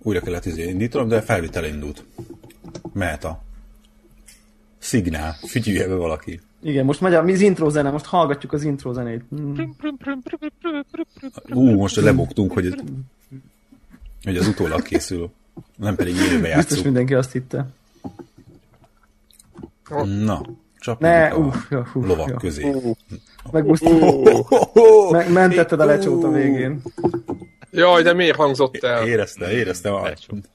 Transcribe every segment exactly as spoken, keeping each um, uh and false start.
újra kellett indítanom, de felvétel indult. Mehet a szignál. Figyelje be valaki. Igen, most megy az intro zene, most hallgatjuk az intro zenét. Ú, most lebogtunk, hogy, hogy az utólag készül. Nem pedig élőbe játszunk. Biztos mindenki azt hitte. Na, ne, a uh, ja, uh, lovak ja. közé. Uh, Meg, mentetted a lecsót a végén. Jaj, de miért hangzott el? Érezte, érezte a...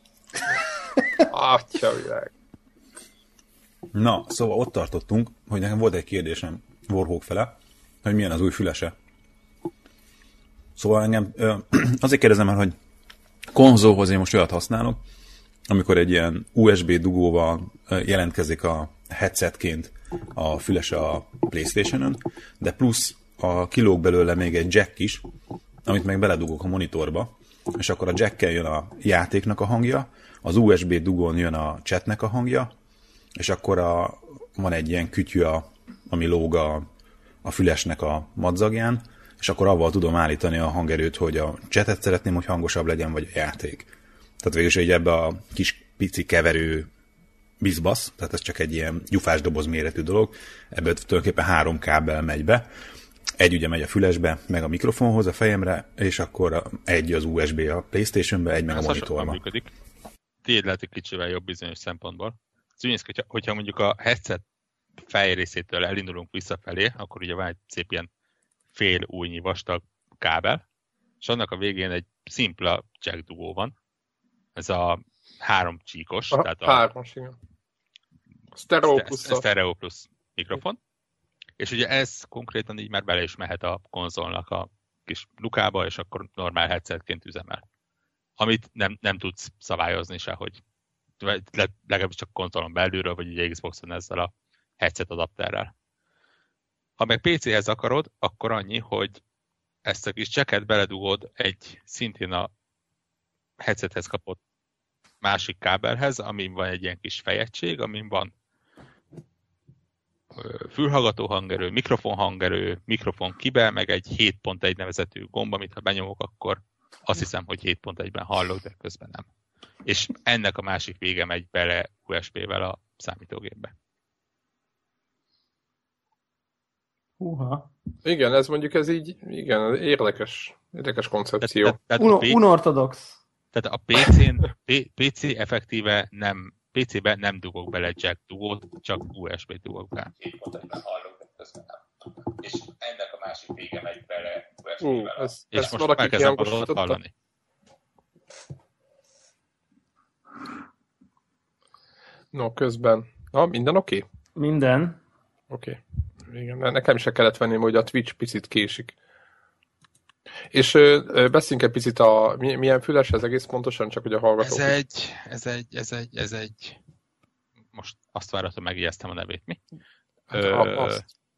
Atyavilág. Na, szóval ott tartottunk, hogy nekem volt egy kérdésem Warhawk fele, hogy milyen az új fülese. Szóval engem ö, azért kérdezem el, hogy konzolhoz én most olyat használok, amikor egy ilyen u es bé dugóval jelentkezik a headsetként a fülese a PlayStation-ön, de plusz a kilóg belőle még egy jack is, amit meg beledugok a monitorba, és akkor a jackkel jön a játéknak a hangja, az u es bé dugón jön a chatnek a hangja, és akkor a, van egy ilyen kütyű, a, ami lóg a, a fülesnek a madzagján, és akkor avval tudom állítani a hangerőt, hogy a chatet szeretném, hogy hangosabb legyen, vagy a játék. Tehát végülis egy ebbe a kis pici keverő bizbasz, tehát ez csak egy ilyen gyufás doboz méretű dolog, ebből tulajdonképpen három kábel megy be, egy ugye megy a fülesbe, meg a mikrofonhoz, a fejemre, és akkor egy az u es bé a PlayStation-be, egy meg a monitorba. Működik. Tiéd lehet, hogy kicsivel jobb bizonyos szempontból. Szóval, hogyha, hogyha mondjuk a headset fejrészétől elindulunk visszafelé, akkor ugye van egy szép ilyen fél újnyi vastag kábel, és annak a végén egy szimpla jack dugó van. Ez a három csíkos. Aha, tehát a hármas, igen. Stereo plusz. Stereo plusz mikrofon. És ugye ez konkrétan így már bele is mehet a konzolnak a kis lukába, és akkor normál headsetként üzemel. Amit nem, nem tudsz szabályozni se, hogy legalábbis csak konzolon belülről, vagy ugye Xboxon ezzel a headset adapterrel. Ha meg pé céhez akarod, akkor annyi, hogy ezt a kis jacket beledugod egy szintén a headsethez kapott másik kábelhez, amin van egy ilyen kis fejegység, amin van fülhallgató hangerő, mikrofon hangerő, mikrofon kibe, meg egy hét pont egy nevezetű gomb, amit ha benyomok, akkor azt hiszem, hogy hét pont egyben hallok, de közben nem. És ennek a másik vége megy bele u es bé-vel a számítógépbe. Húha. Igen, ez mondjuk ez így, igen, érdekes, érdekes koncepció. Tehát, tehát Uno, P- unortodox. Tehát a pé cén, pé cé effektíve nem, pé cébe nem dugok bele jack dugót, csak u es bé dugok be. hét pont egyben hallok, de közben nem. És ennek a másik vége megy bele u es bé-vel. Uh, ez, és ez most elkezdem valót hallani. No, közben. Na, minden oké? Okay? Minden. Oké. Okay. Igen, nekem se kellett venni, hogy a Twitch picit késik. És ö, beszéljünk egy picit a... Milyen füles ez egész pontosan, csak hogy a hallgatók... Ez egy, ez egy, ez egy, ez egy... Most azt várhatom, megijesztem a nevét, mi? Hát, Ö...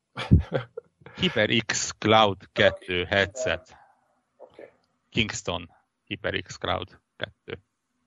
HyperX Cloud kettő headset. Kingston HyperX Cloud kettő.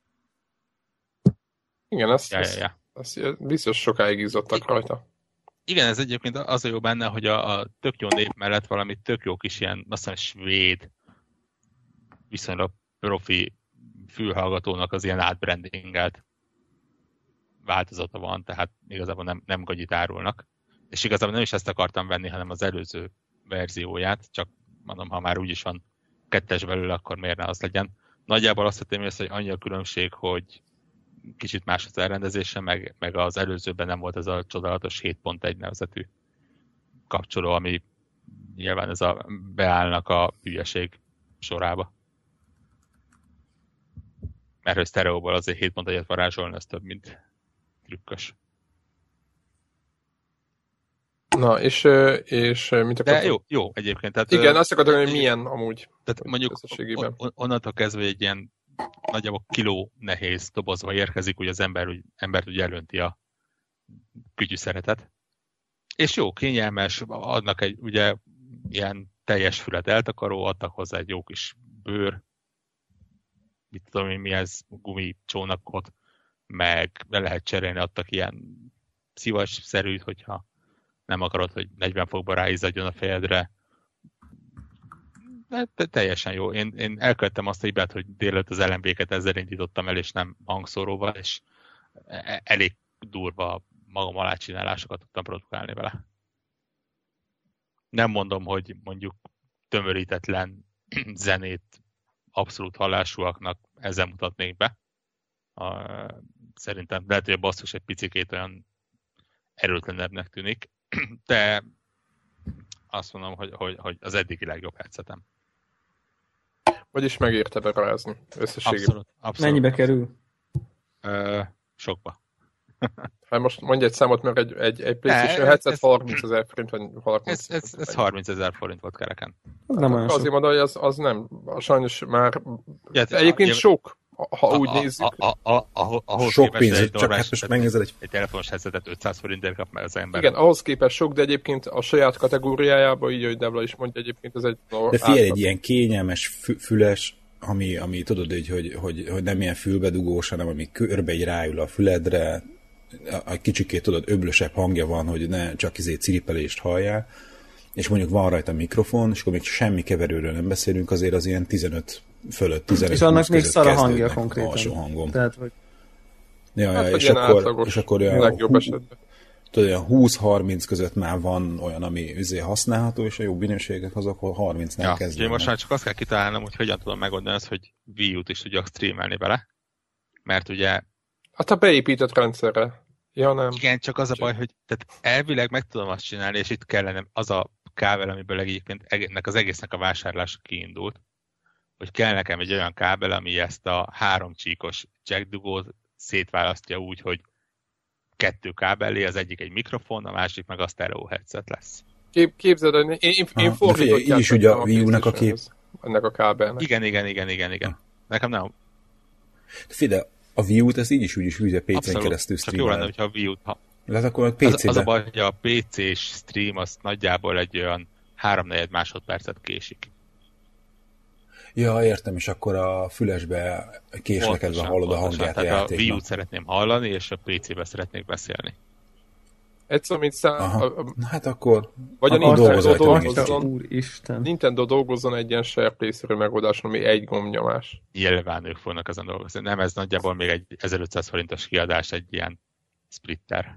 Igen, azt, ja, ja, ja. azt, azt biztos sokáig izzottak rajta. Igen, ez egyébként az a jó benne, hogy a, a tök jó név mellett valami tök jó kis ilyen, azt hiszem, svéd, viszonylag profi fülhallgatónak az ilyen átbrandingelt változata van, tehát igazából nem, nem gagyit árulnak. És igazából nem is ezt akartam venni, hanem az előző verzióját, csak mondom, ha már úgyis van kettes belőle, akkor miért ne az legyen. Nagyjából azt tettem észre, hogy annyi a különbség, hogy kicsit más az elrendezése, meg, meg az előzőben nem volt ez a csodálatos hét pont egy nevezetű kapcsoló, ami nyilván ez a beállnak a hülyeség sorába. Mert hogy sztereóból azért hét pont egyet varázsolni, ez több, mint trükkös. Na, és, és mit akartam? De jó, jó egyébként. Tehát, igen, azt akartam, hogy milyen amúgy. Tehát mondjuk on, onnantól kezdve egy ilyen nagyjából kiló nehéz dobozva érkezik, hogy az ember, úgy, embert úgy elönti a kütyű szeretet. És jó, kényelmes, adnak egy ugye ilyen teljes fület eltakaró, adtak hozzá egy jó kis bőr, mit tudom én, mi ez, gumi csónakot, meg le lehet cserélni, adtak ilyen szívasszerűt, hogyha nem akarod, hogy negyven fokban ráizzadjon a fejedre. De, de teljesen jó. Én, én elkövettem azt a hibát, hogy délelőtt az el em vé-ket ezzel indítottam el, és nem hangszóróval, és elég durva magam alá csinálásokat tudtam produkálni vele. Nem mondom, hogy mondjuk tömörítetlen zenét abszolút hallásúaknak ezzel mutatnék be. A, szerintem lehet, hogy a basszus egy picikét olyan erőtlenebbnek tűnik, de azt mondom, hogy, hogy, hogy az eddigi legjobb headsetem. Vagyis megérte berázni összességében. Abszolút, abszolút. Mennyibe kerül? Ö, sokba. Hát most mondj egy számot, mert egy, egy, egy PlayStation Ne, headset ez- harmincezer forint, vagy harminc. Ez, ez, ez harmincezer forint volt kereken. Az nem olyan Azért sok. mondom, hogy az, az nem, sajnos már Ja, egyébként a- sok, ha A- úgy a- nézzük. A, a, a, a, ahhoz Sok képest pénz, egy csak normál hát most esetet- megnézed egy... egy telefonos headsetet ötszáz forintért kap meg az ember. Igen, ahhoz képest sok, de egyébként a saját kategóriájában, így, hogy Debla is mondja, egyébként ez egy... De figyelj, egy ilyen kényelmes fü- füles, ami, ami tudod, hogy, hogy, hogy, hogy nem ilyen fülbedugós, hanem ami körbe így ráül a füledre, a, a kicsikét tudod, öblösebb hangja van, hogy ne csak izé ciripelést halljál, és mondjuk van rajta mikrofon, és akkor még semmi keverőről nem beszélünk, azért az ilyen tizenöt fölött, tizenöt És annak húsz még között szar a hangja kezdődnek konkrétan. alsó hangom. Tehát, hogy Ja, Hát, ja, hogy és, ilyen akkor, átlagos, és akkor olyan, legjobb hú- esetben. tudod, olyan húsz-harminc között már van olyan, ami üzé használható, és a jó minőségek azok harmincnál Ja, kezdődnek. úgyhogy most már csak azt kell kitalálnom, hogy hogyan tudom megoldani azt, hogy Wii U-t is tudjak streamelni vele. Mert ugye, Hát a beépített rendszerre. Ja, nem. igen, csak az a baj, hogy tehát elvileg meg tudom azt csinálni, és itt kellene az a kábel, amiből egyébként ennek az egésznek a vásárlása kiindult, hogy kell nekem egy olyan kábel, ami ezt a három csíkos jack dugót szétválasztja úgy, hogy kettő kábellé, az egyik egy mikrofon, a másik meg a stereo headset lesz. Kép, képzeld, hogy én, én, én Aha, de figyelj, így is ugye a Wii U-nak a kép. PlayStationhez, ennek a kábelnek. Igen, igen, igen, igen, igen. Nekem nem. Figyelj, a Wii U-t ez így is úgy is ugye pé cén Abszolút. keresztül Csak jó lenne, streamel. hogyha a Wii U-t, ha Hát akkor a Az, az a pé cébe. baj, hogy a pé cés stream az nagyjából egy olyan háromnegyed másodpercet késik. Ja, értem, és akkor a fülesbe késlekedve Pontosan, hallod a pontosan. hangját a Tehát a Wii játéknak. U-t szeretném hallani, és a pé cébe szeretnék beszélni. Egyszer, mint szá... Aha. a- a- Na hát akkor... Vagy a akkor Nintendo dolgozol rajta dolgozzon. még egy kicsit. Úristen. Nintendo dolgozzon egy ilyen SharePlay-szerű megoldáson, ami egy gombnyomás. Nyilván ők fognak ezen dolgozni. Nem, ez nagyjából még egy ezerötszáz forintos kiadás, egy ilyen splitter.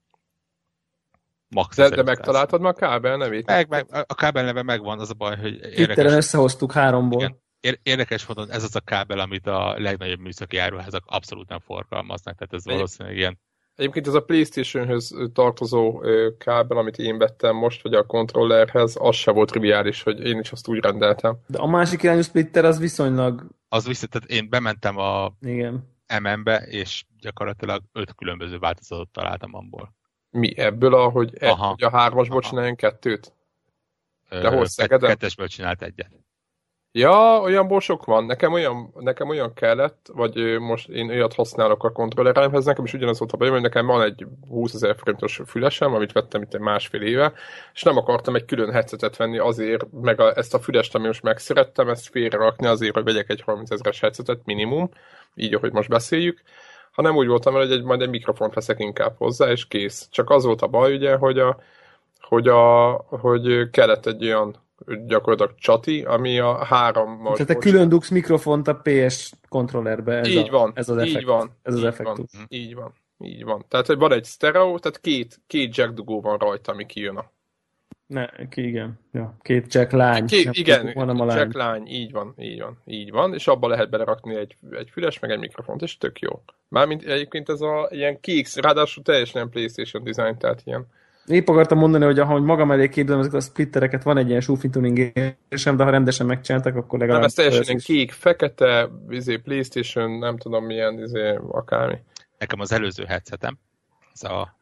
Max De, de ezerötszáz. megtaláltad már a kábel nevét? Meg, meg, a kábel neve megvan, az a baj, hogy Twitteren érdekes, összehoztuk háromból. igen, ér- érdekes módon ez az a kábel, amit a legnagyobb műszaki áruházak abszolút nem forgalmaznak, tehát ez Egy- valószínűleg ilyen. Egyébként ez a PlayStation-höz tartozó ö, kábel, amit én vettem most, vagy a kontrollerhez, az se volt triviális, hogy én is azt úgy rendeltem. De a másik irányú splitter az viszonylag, Az viszont, tehát én bementem a igen. em em-be, és gyakorlatilag öt különböző változatot találtam abból. Mi ebből, ahogy, e, Aha. hogy a hármasból Aha. csináljunk kettőt? De Ö, hol, kett- Szegeden? Kettesből csinált egyet. Ja, olyanból sok van. Nekem olyan, nekem olyan kellett, vagy ö, most én olyat használok a kontrolleremhez, nekem is ugyanaz volt a bajom, hogy nekem van egy húszezer forintos fülesem, amit vettem itt egy másfél éve, és nem akartam egy külön headsetet venni azért, meg a, ezt a fülest, ami most megszerettem, ezt félre rakni azért, hogy vegyek egy harmincezeres headsetet minimum, így, ahogy most beszéljük, hanem úgy voltam vele, hogy egy, majd egy mikrofont veszek inkább hozzá, és kész. Csak az volt a baj, ugye, hogy, a, hogy, a, hogy kellett egy olyan gyakorlatilag csati, ami a három... Tehát te külön dugsz mikrofont a pé es kontrollerbe. Ez így a, van, ez az így effekt, van, Ez az így effektus. van, így van, így van. Tehát, hogy van egy stereo, tehát két, két jack dugó van rajta, ami kijön a... Ne, ki, igen. Ja, két jack lány. Két, Nem igen, tudom, hanem a lány. jack lány, így van, így van, így van, és abba lehet belerakni egy, egy füles, meg egy mikrofont, és tök jó. Mármint egyébként ez a ilyen kék, ráadásul teljesen nem PlayStation design, tehát ilyen... Épp akartam mondani, hogy ahogy magam elé képzelem ezeket a splittereket, van egy ilyen súfi tuning érzésem, de ha rendesen megcsináltak, akkor legalább... Nem, ez teljesen ilyen is. kék, fekete, izé, PlayStation, nem tudom milyen, izé, akármi. Nekem az előző headsetem, ez a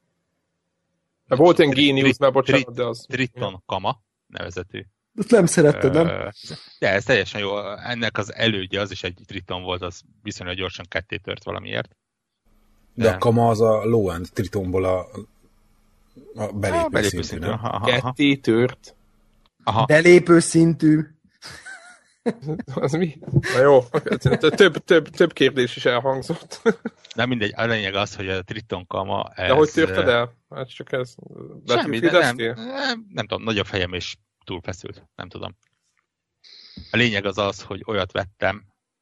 Volt ilyen Tri- Genius, mert Tri- bocsánat, de az... Triton Kama nevezetű. Ezt nem szeretted, nem? Ö, De ez teljesen jó. Ennek az elődje, az is egy Triton volt, az viszonylag gyorsan ketté tört valamiért. De a Nem. kama az a low-end tritonból a, a belépő, Ah, belépő szintű, szintű. nem? Aha, aha, aha. Ketté tört. aha. Belépő szintű. Az mi? Na jó, több, több, több kérdés is elhangzott. De mindegy, a lényeg az, hogy a Triton Kama... Ez, De hogy törted el? Hát csak ez... Semmi, de nem, Betűfideztél? nem, nem tudom, nagyobb fejem és túlfeszült, nem tudom. A lényeg az az, hogy olyat vettem,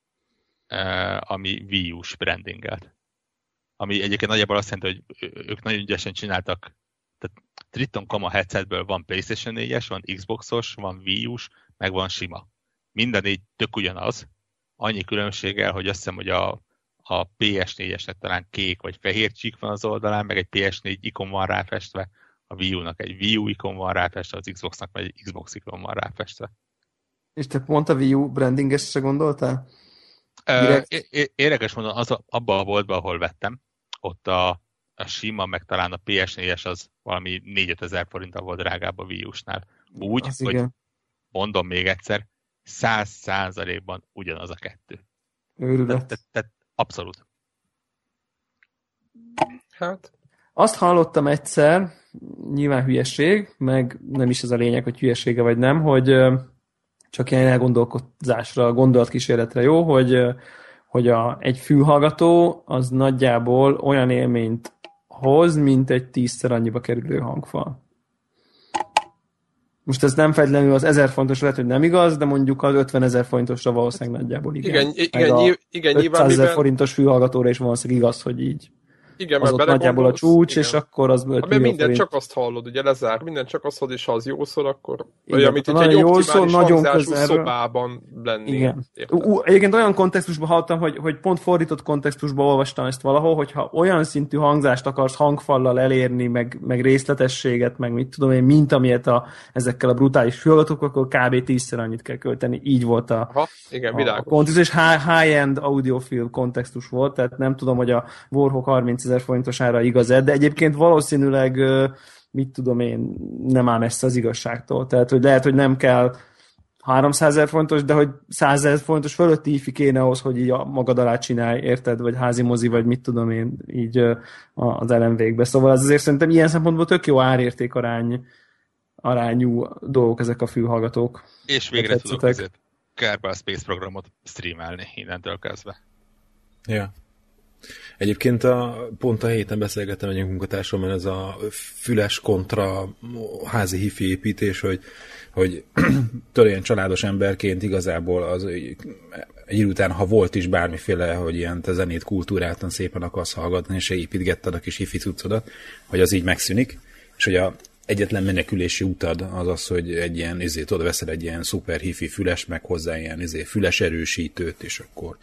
ami Wii U-s brandingelt. Ami egyébként nagyjából azt jelenti, hogy ők nagyon ügyesen csináltak. Tehát Triton Kama headsetből van PlayStation négyes, van Xboxos, van Wii U-s, meg van sima. Minden négy tök ugyanaz. Annyi különbséggel, hogy azt hiszem, hogy a, a pé es négyesnek talán kék vagy fehér csík van az oldalán, meg egy pé es négy ikon van ráfestve, a Wii U-nak egy Wii U ikon van ráfestve, az Xboxnak meg egy Xbox ikon van ráfestve. És te pont a Wii U brandingesre gondoltál? Uh, érdekes mondom, az abban a boltban, ahol vettem, ott a, a sima, meg talán a pé es négyes az valami négy-öt ezer forinttal volt drágább a Wii U-snál. Úgy, az hogy igen. Mondom még egyszer, száz százalékban ugyanaz a kettő. Őrület. Tehát te, te, abszolút. Hát. Azt hallottam egyszer, nyilván hülyeség, meg nem is ez a lényeg, hogy hülyesége vagy nem, hogy csak ilyen elgondolkozásra, gondolatkísérletre jó, hogy, hogy a, egy fülhallgató az nagyjából olyan élményt hoz, mint egy tízszer annyiba kerülő hangfal. Most ez nem feltétlenül az ezer fontos lehet, hogy nem igaz, de mondjuk az ötvenezer forintosra valószínűleg nagyjából igen. Igen, igen, igen, igen ötszázezer forintos fülhallgatóra is valószínűleg igaz, hogy így. Igen, az ott nagyjából a csúcs, igen. És akkor az öt millió minden forint. Csak azt hallod, ugye lezár, minden csak azt hallod, és ha az jó szól, akkor igen, olyan, mint hogy egy optimális hangzású szobában lenni. Igen. Ú, egyébként olyan kontextusban hallottam, hogy, hogy pont fordított kontextusban olvastam ezt valahol, hogyha olyan szintű hangzást akarsz hangfallal elérni, meg, meg részletességet, meg mit tudom én, mint amilyet a, ezekkel a brutális fülhallgatókkal, akkor kb. tízszer annyit kell költeni. Így volt a, Aha, igen, a, a kontextus, és high-end audiofil kontextus volt, tehát nem tudom, hogy a Warhawk harmincezer forintosára igaz, de egyébként valószínűleg, mit tudom én, nem áll messze az igazságtól. Tehát, hogy lehet, hogy nem kell háromszázezer forintos, de hogy százezer forintos fölötti ifi kéne ahhoz, hogy így a magad alá csinálj, érted? Vagy házi mozi, vagy mit tudom én, így az el em vé-kbe. Szóval ez azért szerintem ilyen szempontból tök jó árérték arány, arányú dolgok ezek a fülhallgatók. És végre tudok ezért Kerbal Space programot streamelni innentől kezdve. Ja. Egyébként a, pont a héten beszélgettem egy munkatársammal, ez a füles kontra házi hifi építés, hogy, hogy tőle ilyen családos emberként igazából az egy idő után, ha volt is bármiféle, hogy ilyen te zenét, kultúráltan szépen akarsz hallgatni, és építgetted a kis hifi cuccodat, hogy az így megszűnik, és hogy a egyetlen menekülési utad az az, hogy egy ilyen, izét, oda veszed egy ilyen szuper hifi füles, meg hozzá ilyen izé, füles erősítőt, és akkor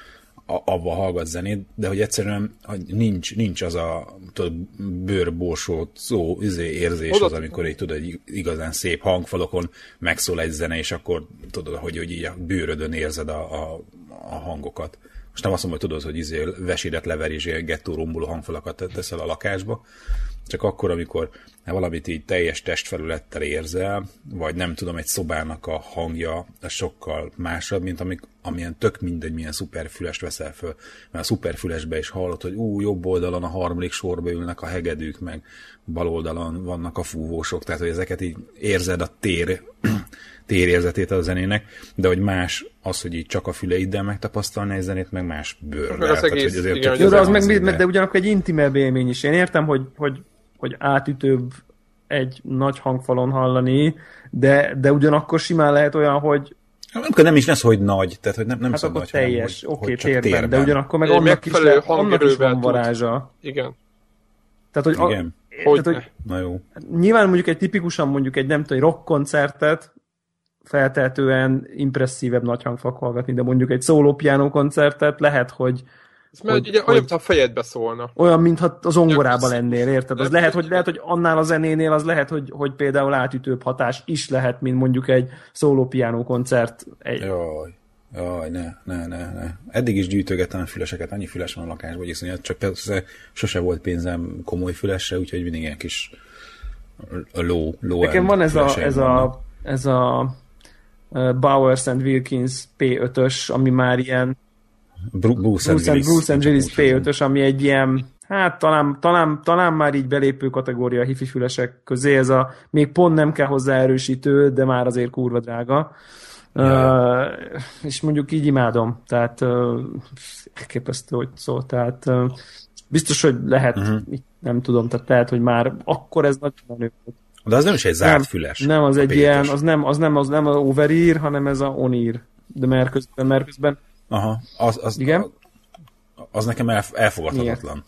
abba hallgat zenét, de hogy egyszerűen hogy nincs, nincs az a tudod, bőrborsót szó izé, érzés az, amikor egy tudod, egy igazán szép hangfalokon megszól egy zene, és akkor tudod, hogy, hogy így a bőrödön érzed a, a, a hangokat. Most nem azt mondom, hogy tudod, hogy izé vesédet leverizsél, gettó romboló hangfalakat teszel a lakásba, csak akkor, amikor valamit így teljes testfelülettel érzel, vagy nem tudom, egy szobának a hangja sokkal másabb, mint amik, amilyen tök mindegy, milyen szuperfülest veszel föl. Mert a szuperfülesbe is hallod, hogy ú, jobb oldalon a harmadik sorba ülnek a hegedűk, meg bal oldalon vannak a fúvósok, tehát hogy ezeket így érzed a tér, térérzetét a zenének, de hogy más az, hogy így csak a füleiddel megtapasztalni egy zenét, meg más bőrrel. Az egész, tehát, hogy igen, jó, de az meg, de, de ugyanakkor egy intimebb élmény is. Én értem, hogy, hogy, hogy átütőbb egy nagy hangfalon hallani, de, de ugyanakkor simán lehet olyan, hogy amikor nem is lesz, hogy nagy, tehát hogy nem, nem hát szóval akkor nagy, teljes, hanem, oké, okay, térben, térben, de ugyanakkor meg annak is, le, annak is van varázsa. Igen. Tehát, hogy, igen. A, hogy, tehát, hogy na jó. Nyilván mondjuk egy tipikusan mondjuk egy nem tudom, egy rock koncertet feltehetően impresszívebb nagy hangfalak hallgatni, de mondjuk egy szóló piano koncertet lehet, hogy ez mert ugye olyan, mintha a fejedbe szólna. Olyan, mintha az zongorában lennél, érted? Az lehet, hogy, lehet, hogy annál a zenénél az lehet, hogy, hogy például átütőbb hatás is lehet, mint mondjuk egy szóló piano koncert. Egy... Jaj, jaj, ne, ne, ne, ne. Eddig is gyűjtögettem a füleseket, annyi füles van a lakásban, hogy iszonyat, csak persze sose volt pénzem komoly fülesre, úgyhogy mindig ilyen kis low, low Nekem van ez a, ez a, ez a Bowers and Wilkins pé ötös, ami már ilyen Bruce, Bruce, Bruce, and, Bruce and Willis pé ötös, ami egy ilyen, hát talán, talán, talán már így belépő kategória a hifi fülesek közé, ez a, még pont nem kell hozzá erősítő, de már azért kurva drága. Ja. Uh, és mondjuk így imádom, tehát uh, elképesztő, hogy szól, tehát uh, biztos, hogy lehet, uh-huh. nem tudom, tehát lehet, hogy már akkor ez nagy menő volt. De az nem is egy zárt nem, füles. Nem, az egy ilyen, az nem az nem az nem az over-ear, hanem ez a on-ear. De mert közben, mert közben... Aha, az, az, igen? az nekem elf, elfogadhatatlan.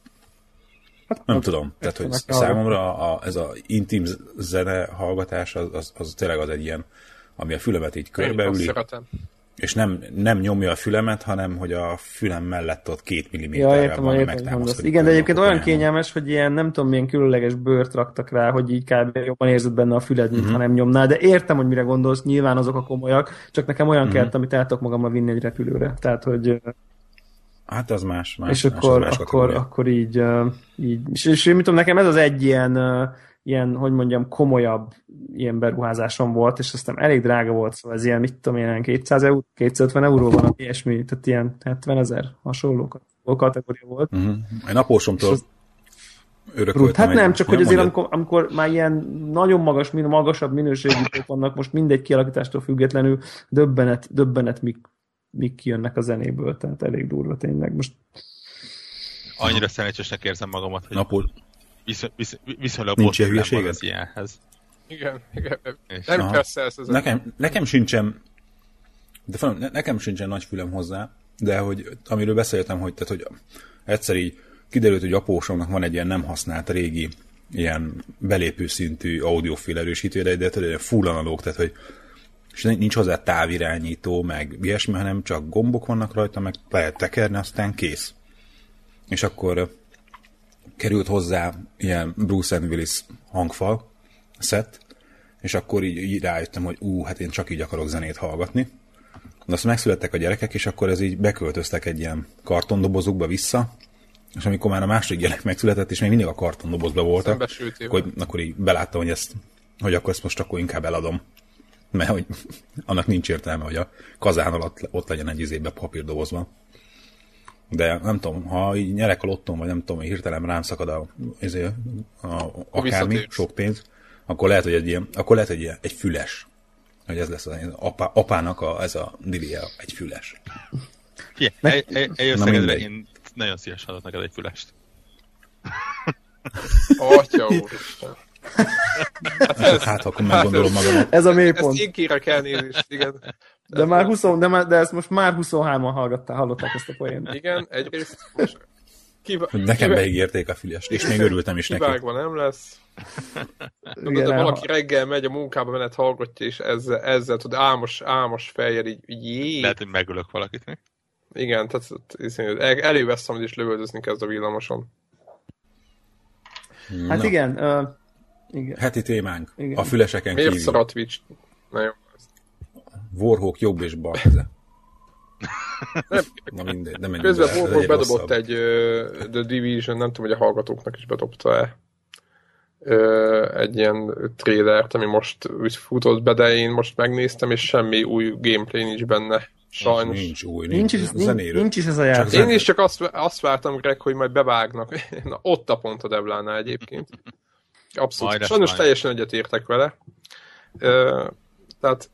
Hát, nem tudom, tehát hogy számomra a, ez a intim zene hallgatás az, az, az tényleg az egy ilyen, ami a fülemet így körbeüli, és nem, nem nyomja a fülemet, hanem hogy a fülem mellett ott két milliméterrel van, hogy megtámaszkodik. Igen, de egyébként olyan kényelmes, hogy ilyen nem tudom, milyen különleges bőrt raktak rá, hogy így kb. Jobban érzed benne a füled, mint uh-huh. ha nem nyomnál, de értem, hogy mire gondolsz, nyilván azok a komolyak, csak nekem olyan uh-huh. kellett, amit el tudok magammal vinni egy repülőre. Tehát, hogy... Hát az más. más és akkor, más akkor, akkor így, uh, így és, és mit tudom, nekem ez az egy ilyen, uh, ilyen, hogy mondjam, komolyabb ilyen beruházásom volt, és aztán elég drága volt, szóval ez ilyen, mit tudom én, kétszáz euró, kétszázötven euró van, ilyesmi, tehát ilyen hetven ezer hasonló kategória volt. Uh-huh. Én apósomtól örököltem. Hát nem, csak hogy azért, amikor, amikor már ilyen nagyon magas, magasabb minőségű vannak, most mindegy kialakítástól függetlenül, döbbenet, döbbenet mik mik kijönnek a zenéből, tehát elég durva tényleg. Most... Annyira szerencsésnek érzem magamat, hogy Napol... viszony, viszony, viszonylag nincs ilyen hülyeséged az ilyenhez. Igen, igen. Nem persze ez az... Nekem, nekem sincsen de fel, ne, nekem sincsen nagy fülem hozzá, de hogy amiről beszéltem, hogy, tehát, hogy egyszer így kiderült, hogy apósomnak van egy ilyen nem használt régi ilyen belépő szintű audiofil erősítő, de, de, de full analóg, tehát hogy és nincs hozzá távirányító, meg ilyesmi, hanem csak gombok vannak rajta, meg lehet tekerni, aztán kész. És akkor került hozzá ilyen Bruce and Willis hangfal szett, és akkor így, így rájöttem, hogy ú, hát én csak így akarok zenét hallgatni. De azt megszülettek a gyerekek, és akkor ez így beköltöztek egy ilyen kartondobozukba vissza, és amikor már a második gyerek megszületett, és még mindig a kartondobozba voltak, akkor, akkor így beláttam, hogy, ezt, hogy akkor ezt most akkor inkább eladom. Mert hogy annak nincs értelme, hogy a kazán alatt ott legyen egy izébe papírdobozban. De nem tudom, ha így nyerek a lotton, vagy nem tudom, hogy hirtelen rám szakad a, izé, a, akármi, sok pénz, akkor lehet, hogy egy ilyen, akkor lehet, hogy ilyen, egy füles. Hogy ez lesz az apá, apának a, ez a dilia, egy füles. Figyelj, eljössz Szegedre, én nagyon szívesen adok neked egy fülest. Atya úristen. Hát, ez, hát akkor meggondolom magamat. Ez a mélypont. Ezt én kérek elnézést, igen. De, már húsz, de, már, de ezt most már huszonhárman hallgatták, hallották ezt a poént. Igen, egyrészt most kiva, nekem kiva, beígérték a fülest, és még örültem is neki. Kivágva nem lesz. Tudod, de valaki reggel megy a munkába menet hallgatja, és ezzel, ezzel tud álmos, álmos fejjel így, így jé. Lehet, hogy megölök valakit még. Igen, tehát előveszem, és lövöldözni kezd a villamoson. Hát na. igen, uh, igen. Heti témánk. Igen. A füleseken miért kívül. Miért szar a Twitch? Na jó. Warhawk jobb és bal keze. Nem. Na mindegy, nem közben Warhawk bedobott egy uh, The Division, nem tudom, hogy a hallgatóknak is bedobta-e uh, egy ilyen trailert, ami most úgy futott be, de én most megnéztem, és semmi új gameplay nincs benne. Sajnos. Nincs új, nincs, nincs, nincs, nincs is ez a játék. Én is csak azt, azt vártam, Greg, hogy majd bevágnak. Na, ott a pont a Devlánál egyébként. Abszolút. Majd sajnos teljesen egyetértek vele. Uh, tehát...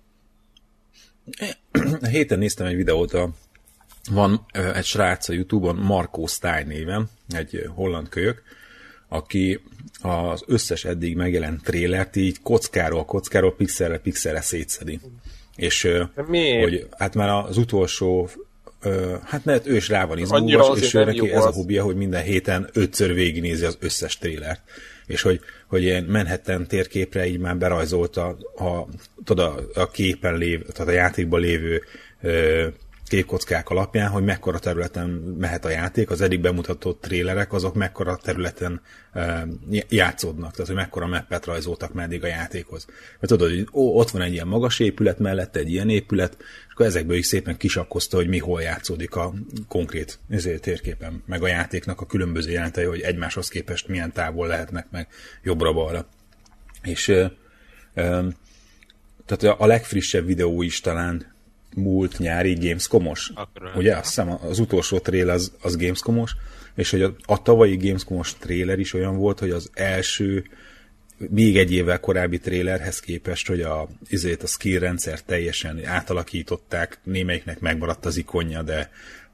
A héten néztem egy videót, a, van uh, egy srác a YouTube-on, Marco Style néven, egy uh, holland kölyök, aki az összes eddig megjelent trélert így kockáról, kockáról, pixelre, pixelre szétszedi. És hogy hát már az utolsó, hát lehet ő is rá van izgulva, és ő neki ez a hobbija, hogy minden héten ötször végignézi az összes trélert. És hogy, hogy ilyen Manhattan térképre így már berajzolta a, tudod, a, a képen lévő, tehát a játékban lévő ö, képkockák alapján, hogy mekkora területen mehet a játék, az eddig bemutatott trélerek, azok mekkora területen uh, játszódnak, tehát hogy mekkora mappet rajzoltak már eddig a játékhoz. Mert tudod, hogy ó, ott van egy ilyen magas épület, mellette egy ilyen épület, és akkor ezekből is szépen kisakkozta, hogy mi hol játszódik a konkrét ezért térképen, meg a játéknak a különböző jelentei, hogy egymáshoz képest milyen távol lehetnek, meg jobbra-balra. És uh, um, tehát a legfrissebb videó is talán múlt nyári Gamescom-os. Akkor ugye azt hiszem az utolsó trailer az, az Gamescom-os, és hogy a, a tavalyi Gamescom-os trailer is olyan volt, hogy az első még egy évvel korábbi trailerhez képest, hogy a, izét, a skill rendszer teljesen átalakították, némelyiknek megmaradt az ikonja, de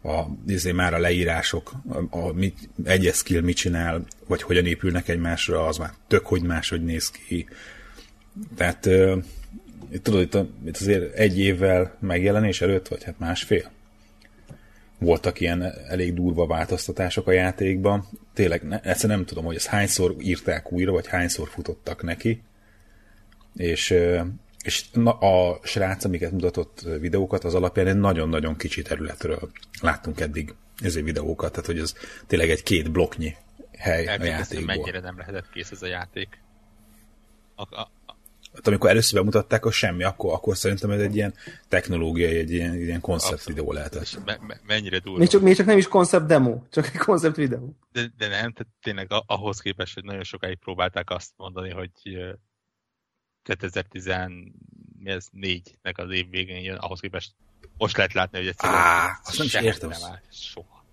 a, azért már a leírások, a, a, mit, egyes skill mit csinál, vagy hogyan épülnek egymásra, az már tök, hogy máshogy néz ki. Tehát uh, tudod, itt, a, itt azért egy évvel megjelenés előtt, vagy hát másfél, voltak ilyen elég durva változtatások a játékban. Tényleg ne, egyszerűen nem tudom, hogy ezt hányszor írták újra, vagy hányszor futottak neki. És, és na, a srác, amiket mutatott videókat, az alapján egy nagyon-nagyon kicsi területről láttunk eddig ezért videókat, tehát hogy ez tényleg egy két blokknyi hely a játékból. Mennyire nem lehetett kész ez a játék. A, a, Hát amikor először bemutatták, az semmi, akkor, akkor szerintem ez egy ilyen technológiai, egy ilyen, ilyen koncept videó lehetett. Me, me, mennyire durva. Még csak, még csak nem is koncept demo, csak egy koncept videó. De, de nem, tehát tényleg ahhoz képest, hogy nagyon sokáig próbálták azt mondani, hogy kétezer-tizennégynek az év végén jön, ahhoz képest most lehet látni, hogy egyszerűen Á, azt nem is értem. Nem áll, soha.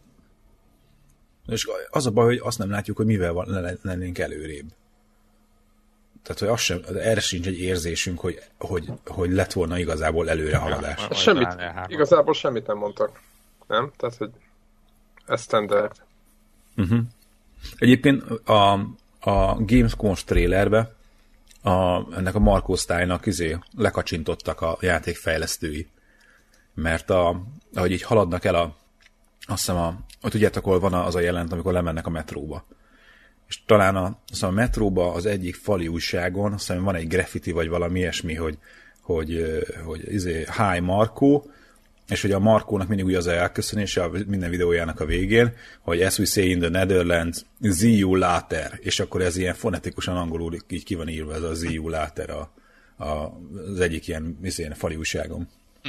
És az a baj, hogy azt nem látjuk, hogy mivel lennénk előrébb. Tehát, hogy az sem, erre sincs egy érzésünk, hogy, hogy, hogy lett volna igazából előrehaladás. Ja, semmit, igazából semmit nem mondtak. Nem? Tehát, hogy ez standard. Uh-huh. Egyébként a, a Gamescom-os trailerbe a, ennek a Marco Style-nak izé lekacsintottak a játékfejlesztői. Mert a, ahogy így haladnak el a, azt hiszem a, ott tudjátok, hol van az a jelent, amikor lemennek a metróba. És talán a, azt a metróba az egyik fali újságon, azt hiszem van egy graffiti vagy valami ilyesmi, hogy, hogy, hogy izé, hi Marco, és hogy a Markónak mindig úgy az a elköszönése a minden videójának a végén, hogy as we say in the Netherlands, see you later, és akkor ez ilyen fonetikusan angolul így ki van írva, ez a see you later a, a, az egyik ilyen, ilyen fali újságon.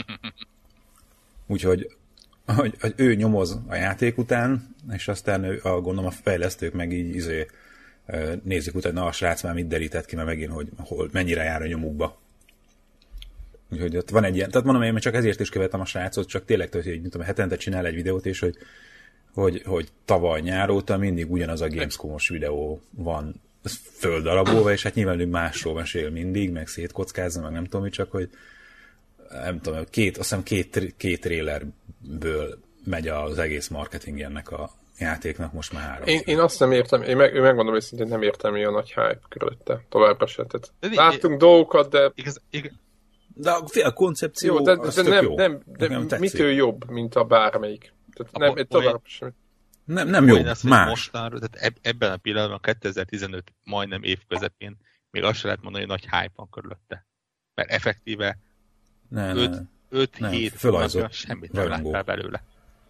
Úgyhogy hogy, hogy ő nyomoz a játék után, és aztán ő, a, gondolom a fejlesztők meg így izé, nézik utána, a srác már mit derített ki, mert megint, hogy hol, mennyire jár a nyomukba. Úgyhogy ott van egy ilyen, tehát mondom, én csak ezért is követem a srácot, csak tényleg, hogy mint tudom, hetente csinál egy videót, és hogy, hogy, hogy tavaly nyár óta mindig ugyanaz a Gamescom-os videó van földarabolva, és hát nyilván ő másról mesél mindig, meg szétkockázza, meg nem tudom, csak hogy nem tudom, két, azt hiszem két, két trailerből megy az egész marketing ennek a játéknak most már három. Én, én azt nem értem, én, meg, én megmondom őszintén, nem értem, mi a nagy hype körülötte. Továbbra se. Tehát láttunk dolgokat, de... Igaz, igaz. De a, a koncepció jó, de, az de tök nem, jó. nem, de mitől jobb, mint a bármelyik? Tehát nem, po- tovább sem. Nem, nem jobb, az, más. Mostanra, tehát ebben a pillanatban, kétezer-tizenöt majdnem év közepén még azt se lehet mondani, hogy nagy hype van körülötte. Mert effektíve öt hét hónapja semmit nem láttál belőle.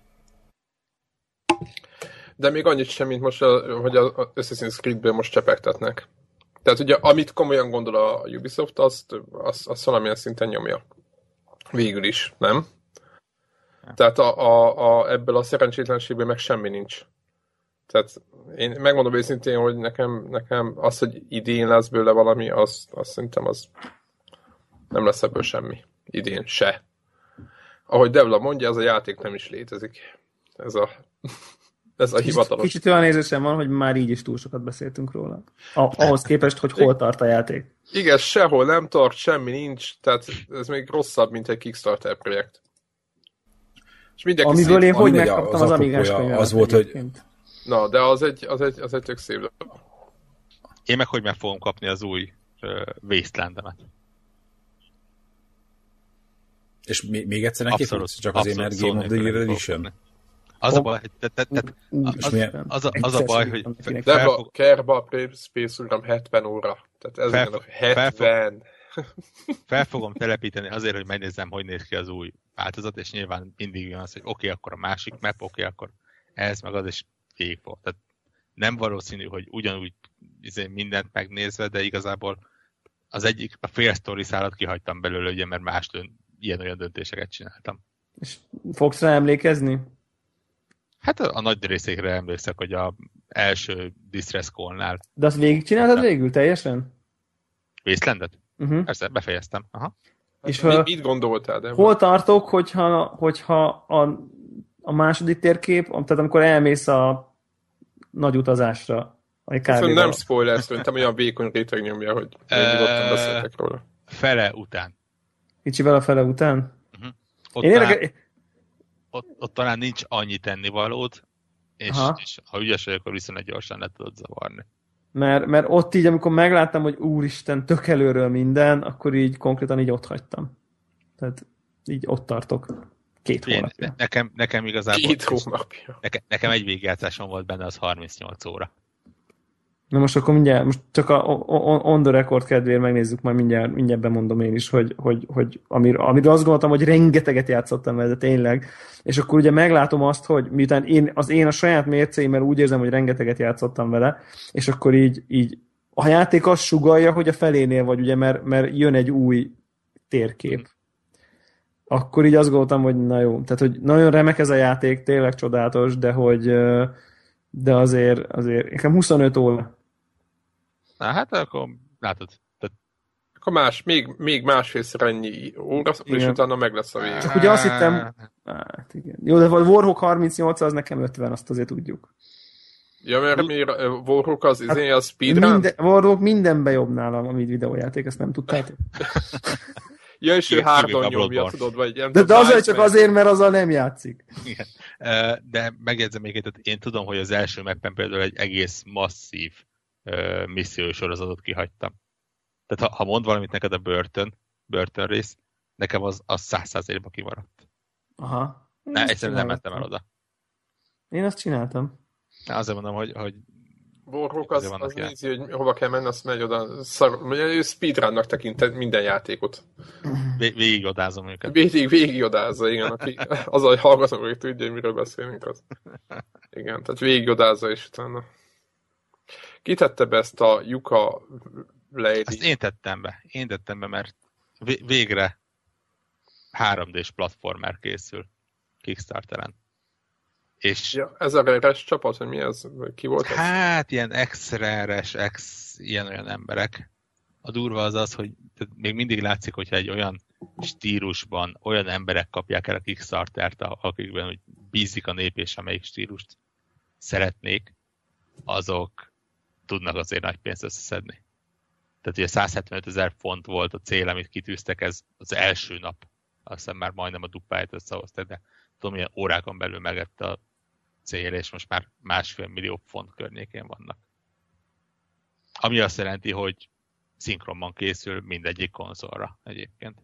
De még annyit sem, mint most, a, hogy az Assassin's Creed-ből most csepegtetnek. Tehát ugye, amit komolyan gondol a Ubisoft, azt, azt, azt valamilyen szinten nyomja. Végül is, nem? Ja. Tehát a, a, a, ebből a szerencsétlenségből meg semmi nincs. Tehát én megmondom őszintén, hogy nekem, nekem az, hogy idén lesz bőle valami, az, az szerintem az nem lesz ebből semmi. Idén se. Ahogy Devla mondja, ez a játék nem is létezik. Ez a... Ez a hivatalos. Kicsit olyan érzésem van, hogy már így is túl sokat beszéltünk róla. A, ahhoz képest, hogy hol tart a játék. Igen, sehol nem tart, semmi nincs, tehát ez még rosszabb, mint egy Kickstarter projekt. És mindenki amiből szép, én hogy mindegy, megkaptam az az Amigás könyvet. Az volt, egyébként. hogy... Na, de az egy, az egy, az egy tök szép dolog. Én meg hogy meg fogom kapni az új uh, Wasteland-emet. És még, még egyszer neki fogsz? Csak azért, mert Game of the Year Edition? Az a baj, te, te, te, az, az, a, az a baj, hogy... De a Kerba Space uram hetven óra. Tehát ez fel, a hetven. Fel, fel fogom telepíteni azért, hogy megnézzem, hogy néz ki az új változat, és nyilván mindig jön az, hogy oké, okay, akkor a másik map, oké, okay, akkor ez meg az, és végig fog. Tehát nem valószínű, hogy ugyanúgy mindent megnézve, de igazából az egyik, a fél sztori szállat kihagytam belőle, ugye, mert más dönt, ilyen-olyan döntéseket csináltam. És fogsz rá emlékezni? Hát a, a nagy részékre emlékszek, hogy a első Distress Call-nál. De azt végigcsináltad végül teljesen? Wastelandet? Uh-huh. Persze, befejeztem. Aha. És mit, ha, mit gondoltál? De hol tartok, hogyha, hogyha a, a második térkép, tehát amikor elmész a nagy utazásra, Szóval nem spoiler, szerintem olyan vékony réteg nyomja, hogy nyugodtan beszéltek róla. Fele után. Kicsivel a fele után? Uh-huh. Én, érke... ott, ott talán nincs annyi tennivalód, és, és ha ügyes vagy, akkor viszonylag gyorsan le tudod zavarni. Mert, mert ott így, amikor megláttam, hogy úristen, tök előről minden, akkor így konkrétan így ott hagytam. Tehát így ott tartok. Két hónapja. Ne, nekem, nekem igazából... Két hónapja. Nekem, nekem egy végigjátszásom volt benne, az harmincnyolc óra. Na most akkor mindjárt, most csak a on the record kedvéért megnézzük, majd mindjárt, mindjárt bemondom én is, hogy, hogy, hogy amir, amiről azt gondoltam, hogy rengeteget játszottam vele, de tényleg. És akkor ugye meglátom azt, hogy miután én, az én a saját mércéimmel úgy érzem, hogy rengeteget játszottam vele, és akkor így, így a játék azt sugallja, hogy a felénél vagy, ugye, mert, mert jön egy új térkép. Akkor így azt gondoltam, hogy na jó, tehát hogy nagyon remek ez a játék, tényleg csodálatos, de hogy de azért, azért nekem huszonöt óra. Na hát akkor látod. Tehát... Akkor más, még, még másfélszer ennyi óra, igen. És utána meg lesz a vége. Csak ugye azt hittem, hát igen. Jó, de a Warhawk harmincnyolc az nekem ötven, azt azért tudjuk. Ja, mert mi Warhawk az, hát, az speedrun? Minden, Warhawk mindenben jobb nálam, amit videójáték, ezt nem tudtátok. Ja, és ő hárdon nyomja, tudod, vagy nem De, de azért csak azért, mert azzal nem játszik. Igen. De megjegyzem még, tehát én tudom, hogy az első mappen például egy egész masszív uh, missziós sorozatot kihagytam. Tehát ha, ha mond valamit neked a börtön, börtön rész, nekem az, az száz százalékban kimaradt. Aha. Ne, egyszerűen nem mentem el oda. Én azt csináltam. Na, azért mondom, hogy, hogy Warhawk az, az nézi, hogy hova kell menni, azt megy oda. Szar... Ő speedrunnak tekint minden játékot. Vé- végigodázom őket. Végig, végigodázza, igen. Aki, az, hogy hallgatom, hogy tudja, hogy miről beszélünk. Az. Igen, tehát végigodázza, és utána. Ki tette be ezt a Yuka Lady? Ezt én tettem be. Én tettem be, mert vé- végre három dés platformer készül Kickstarteren. És ja, ez a reres csapat, hogy mi ez? Ki volt ez? Hát ilyen ex-reres, ex ilyen-olyan emberek. A durva az az, hogy még mindig látszik, hogyha egy olyan stílusban olyan emberek kapják el a Kickstartert, akikben hogy bízik a nép, és amelyik stílust szeretnék, azok tudnak azért nagy pénzt összeszedni. Tehát ugye száz hetvenöt ezer font volt a cél, amit kitűztek, ez az első nap. Azt hiszem már majdnem a dupláját összehozták, de tudom, milyen órákon belül megett a cél, és most már másfél millió font környékén vannak. Ami azt jelenti, hogy szinkronban készül mindegyik konzolra egyébként.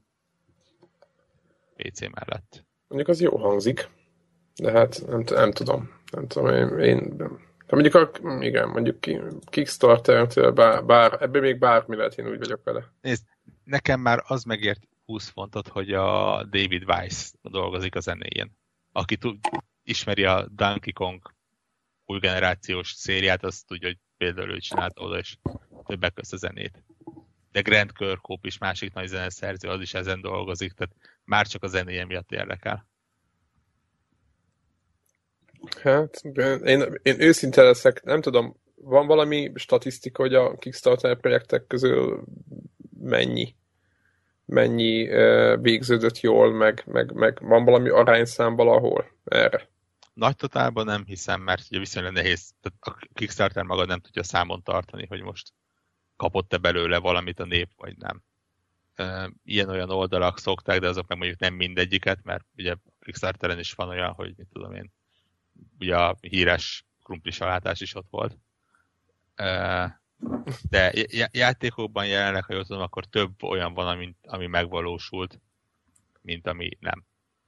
pé cé mellett. Mondjuk az jó hangzik, de hát nem, nem tudom. Nem tudom, én... én de mondjuk, a, igen, mondjuk Kickstarter-től bár, bár, ebben még bármi lehet, én úgy vagyok vele. Nézd, nekem már az megért húsz fontot, hogy a David Weiss dolgozik a zenéjén. Aki tud, ismeri a Donkey Kong új generációs szériát, azt tudja, hogy például ő csinálta oda, és többek közt a zenét. De Grant Kirkhope is másik nagy zeneszerző, az is ezen dolgozik, tehát már csak a zenéje miatt érdekel. Hát, én, én őszinte leszek, nem tudom, van valami statisztika, hogy a Kickstarter projektek közül mennyi mennyi uh, végződött jól, meg, meg, meg van valami arányszám valahol erre? Nagy totálban nem hiszem, mert ugye viszonylag nehéz, tehát a Kickstarter maga nem tudja számon tartani, hogy most kapott-e belőle valamit a nép, vagy nem. Uh, ilyen-olyan oldalak szokták, de azok meg mondjuk nem mindegyiket, mert ugye a Kickstarteren is van olyan, hogy mit tudom én, ugye a híres krumplisalátás is ott volt. Uh, de játékokban jelenleg, ha jól tudom, akkor több olyan van, ami, ami megvalósult, mint ami nem.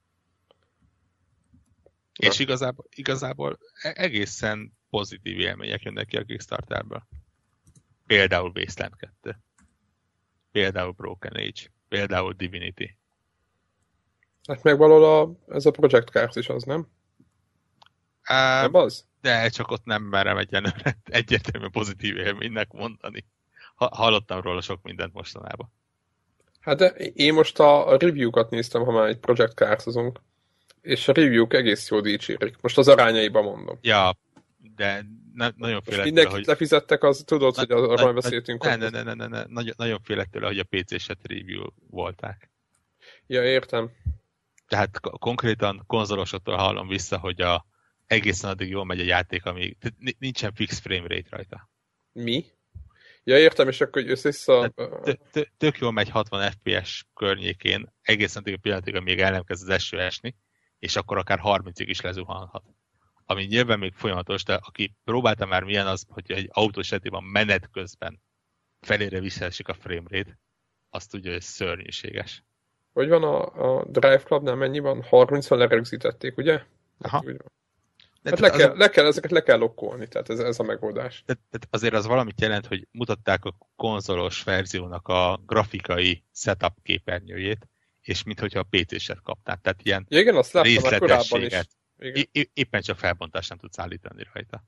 Ja. És igazából, igazából egészen pozitív élmények jönnek ki a Kickstarterből. Például Wasteland kettő. Például Broken Age. Például Divinity. Hát meg valahol a, ez a Project Cars is az, nem? Uh, nem az? De csak ott nem merem egyenlőre egyértelműen pozitív élménynek mondani. Ha, hallottam róla sok mindent mostanában. Hát de én most a review-kat néztem, ha már egy Project Cars-ozunk, és a review-k egész jó dicsérik. Most az arányaiban mondom. Ja, de ne, nagyon félek mindenkit tőle, hogy... lefizettek, az tudod, na, hogy arról na, beszéltünk. Ne, ne, ne, ne, ne, ne. Nagyon, nagyon félek tőle, hogy a pé cé-set review volták. Ja, értem. Tehát konkrétan konzolosoktól hallom vissza, hogy a egészen addig jól megy a játék, amíg nincsen fix frame rate rajta. Mi? Ja, értem, és akkor össze-vissza... Tök jól megy hatvan ef pé es környékén, egészen addig a pillanatig, amíg el nem kezd az eső esni, és akkor akár harmincig is lezuhanhat. Ami nyilván még folyamatos, de aki próbálta már milyen az, hogy egy autós esetében menet közben felére visszaesik a frame rate, azt tudja, hogy szörnyűséges. Hogy van a, a Drive Clubnál mennyi van? harmincra lerögzítették, ugye? Aha. Hát, hát le, kell, az... le kell, ezeket le kell lokkolni, tehát ez, ez a megoldás. De, de azért az valamit jelent, hogy mutatták a konzolos verziónak a grafikai setup képernyőjét, és minthogyha a pé cé-set kaptál. Tehát ilyen ja, igen, azt láttam már korábban is. É- éppen csak felbontást nem tudsz állítani rajta.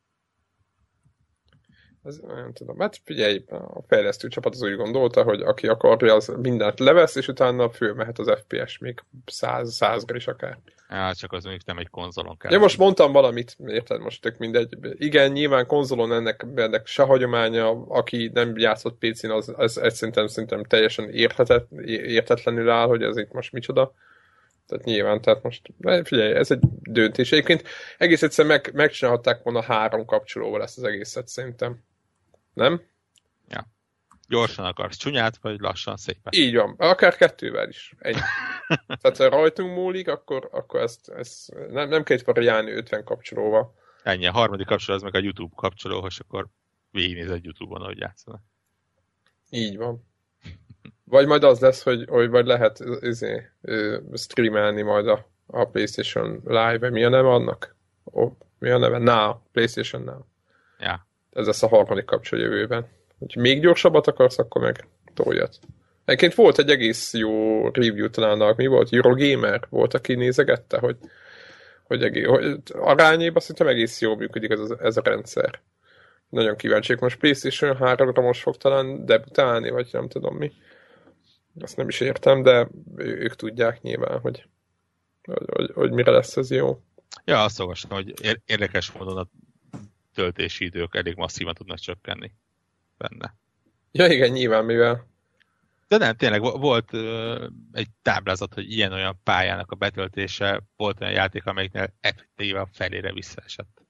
Ez, nem tudom. Hát figyelj, a fejlesztő csapat az úgy gondolta, hogy aki akarja, az mindent levesz, és utána fölmehet az ef pé es, még száz, százra is akár. Ja, csak az mondjuk nem egy konzolon kell. Ja, most mondtam valamit, érted, most tök mindegy. Igen, nyilván konzolon ennek, ennek se hagyománya, aki nem játszott pé cén, az, az, az szerintem, szerintem teljesen érthetet, értetlenül áll, hogy ez itt most micsoda. Tehát nyilván, tehát most figyelj, ez egy döntés. Egyébként egész egyszerűen meg, megcsinálhatták volna három kapcsolóval ezt az egészet, szerintem. Nem? Ja. Gyorsan akarsz csúnyát, vagy lassan szépen? Így van. Akár kettővel is. Ennyi. Tehát ha rajtunk múlik, akkor, akkor ezt, ezt nem, nem kell itt variálni ötven kapcsolóval. Ennyi. A harmadik kapcsoló az meg a YouTube kapcsoló, és akkor végignézed YouTube-on, ahogy játszanak. Így van. Vagy majd az lesz, hogy, hogy vagy lehet izé, streamelni majd a, a PlayStation Live-e. Mi a neve annak? Oh, mi a neve? Now. PlayStation Now. Ja. Ez lesz a harmadik kapcsoló jövőben. Úgyhogy még gyorsabbat akarsz, akkor meg toljad. Egyébként volt egy egész jó review talán, mi volt? Eurogamer volt, aki nézegette, hogy, hogy, egész, hogy arányében szerintem egész jól működik ez, ez a rendszer. Nagyon kíváncsiak. Most PlayStation háromra most fog talán debutálni, vagy nem tudom mi. Azt nem is értem, de ők tudják nyilván, hogy, hogy, hogy, hogy mire lesz ez jó. Ja, azt olvastam, hogy érdekes módon a töltési idők elég masszívan tudnak csökkenni benne. Ja igen, nyilván, mivel... De nem, tényleg volt uh, egy táblázat, hogy ilyen-olyan pályának a betöltése, volt olyan játék, amelyiknél effektíve a felére visszaesett.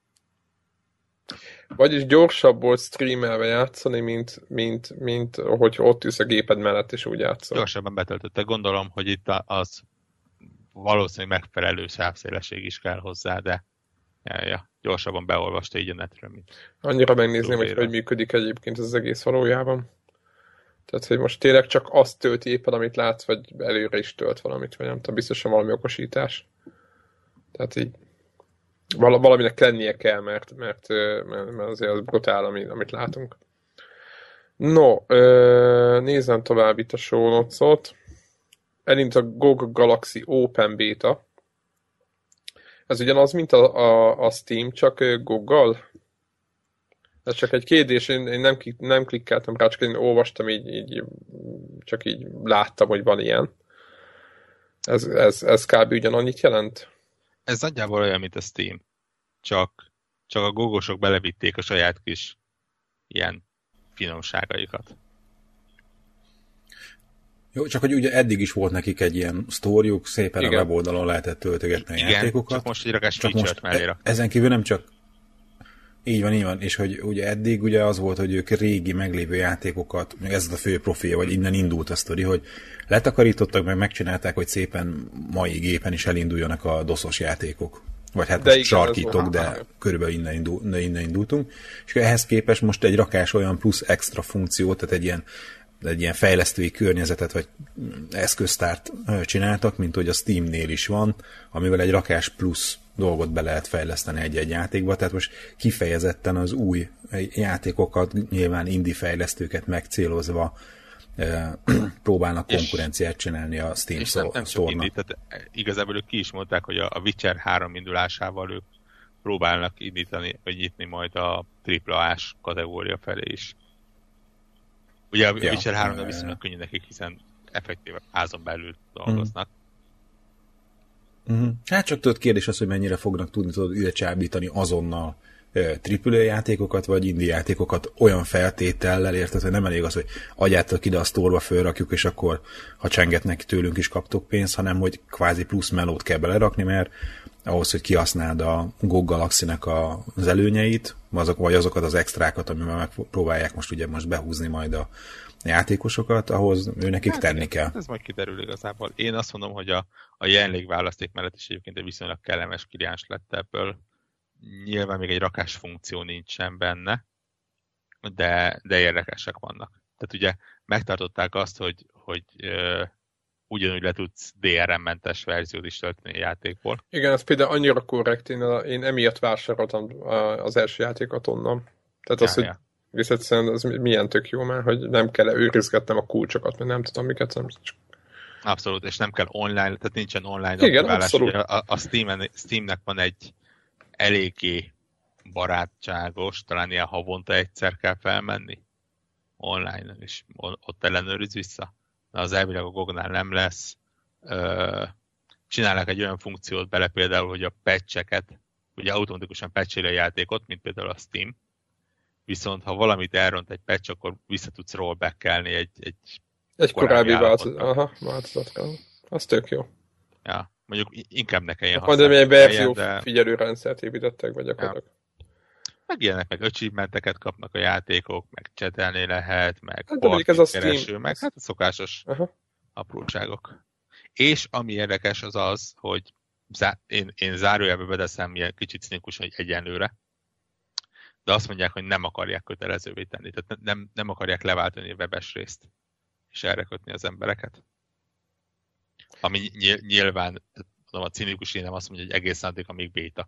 Vagyis gyorsabb volt streamelve játszani, mint, mint, mint hogy ott ülsz a géped mellett, és úgy játszol. Gyorsabban betöltötte. Gondolom, hogy itt az valószínűleg megfelelő sávszélesség is kell hozzá, de ja, ja, gyorsabban beolvasta így a netről, mint annyira megnézném, hogy hogy működik egyébként ez az egész valójában. Tehát, hogy most tényleg csak azt tölti éppen, amit látsz, vagy előre is tölt valamit, vagy nem tudom, biztosan valami okosítás. Tehát így valaminek lennie kell, mert, mert, mert azért az brutál, amit látunk. No, nézzem tovább itt a show notes-ot. Elint a G O G Galaxy Open Beta. Ez ugyanaz, mint a, a, a Steam, csak Google. Ez csak egy kérdés, én, én nem, nem klikkeltem rá, csak én olvastam, így, így, csak így láttam, hogy van ilyen. Ez, ez, ez kb. Ugyanannyit jelent? Ez nagyjából olyan, mint a Steam. Csak, csak a gógosok belevitték a saját kis ilyen finomságaikat. Jó, csak hogy ugye eddig is volt nekik egy ilyen sztóriuk, szépen igen. A weboldalon lehetett töltögetni igen, a játékokat. Csak most egy rakás feature-t mellé raktak. Ezen kívül nem csak így van, így van, és hogy ugye eddig ugye az volt, hogy ők régi meglévő játékokat, meg ez a fő profilja, vagy innen indult a sztori, hogy letakarítottak, meg megcsinálták, hogy szépen mai gépen is elinduljanak a doszos játékok. Vagy hát de most igen, sarkítok, de ha, körülbelül innen, indul, innen indultunk. És ehhez képest most egy rakás olyan plusz extra funkciót, tehát egy ilyen, egy ilyen fejlesztői környezetet, vagy eszköztárt csináltak, mint hogy a Steamnél is van, amivel egy rakás plusz dolgot be lehet fejleszteni egy-egy játékba, tehát most kifejezetten az új játékokat, nyilván indie fejlesztőket megcélozva e, próbálnak konkurenciát csinálni a Steam Store-nak. Tehát igazából ők ki is mondták, hogy a Witcher három indulásával ők próbálnak indítani, vagy nyitni majd a tripla á-s kategória felé is. Ugye a ja, Witcher háromnál viszonylag könnyű nekik, hiszen effektíve házon belül dolgoznak. Mm-hmm. Hát csak tudod, kérdés az, hogy mennyire fognak tudni tudod ide csábítani azonnal triple A játékokat, vagy indie játékokat olyan feltétellel, érted, hogy nem elég az, hogy adjátok ide a sztorba, fölrakjuk, és akkor ha csengetnek tőlünk is kaptok pénzt, hanem hogy kvázi plusz melót kell belerakni, mert ahhoz, hogy kihasználd a G O G Galaxy-nek az előnyeit, azok, vagy azokat az extrákat, amivel megpróbálják most ugye most behúzni majd a, játékosokat, ahhoz ő nekik hát, tenni kell. Ez majd kiderül igazából. Én azt mondom, hogy a, a jelenlég választék mellett is egyébként egy viszonylag kellemes kliens lett ebből. Nyilván még egy rakás funkció nincsen benne, de, de érdekesek vannak. Tehát ugye megtartották azt, hogy, hogy ö, ugyanúgy le tudsz dé er em-mentes verziót is tölteni a játékból. Igen, ez például annyira korrekt, én, én emiatt vásároltam az első játékot onnan. Tehát az, ja, hogy ja. Viszont szerintem az milyen tök jó már, hogy nem kell őrizgetnem a kulcsokat, mert nem tudom miket. Nem csak... Abszolút, és nem kell online, tehát nincsen online igen, abszolút. A, a Steam, Steamnek van egy eléggé barátságos, talán ilyen havonta egyszer kell felmenni online, és ott ellenőriz vissza. De az elvileg a Gognál nem lesz. Csinálnak egy olyan funkciót bele például, hogy a patcheket, ugye automatikusan patcheli a játékot, mint például a Steam, viszont ha valamit elront egy patch, akkor vissza tudsz rollbackelni egy, egy, egy korábbi változatra. Az tök jó. Ja, mondjuk inkább ne kelljen használni. Majd egy verzió de... figyelőrendszert építettek, vagy gyakorlatilag. Ja. Meg ilyenek, meg achievementeket kapnak a játékok, meg csetelni lehet, meg hát, de ez a kereső, Steam... meg hát a szokásos aha. apróságok. És ami érdekes az az, hogy zá- én, én zárójelbe bedeszem ilyen kicsit cinikus, hogy egyenlőre, de azt mondják, hogy nem akarják kötelezővé tenni, tehát nem, nem akarják leváltani a webes részt, és erre kötni az embereket. Ami nyilván, mondom, a cinikus én nem azt mondja, hogy egészen addig, amíg béta.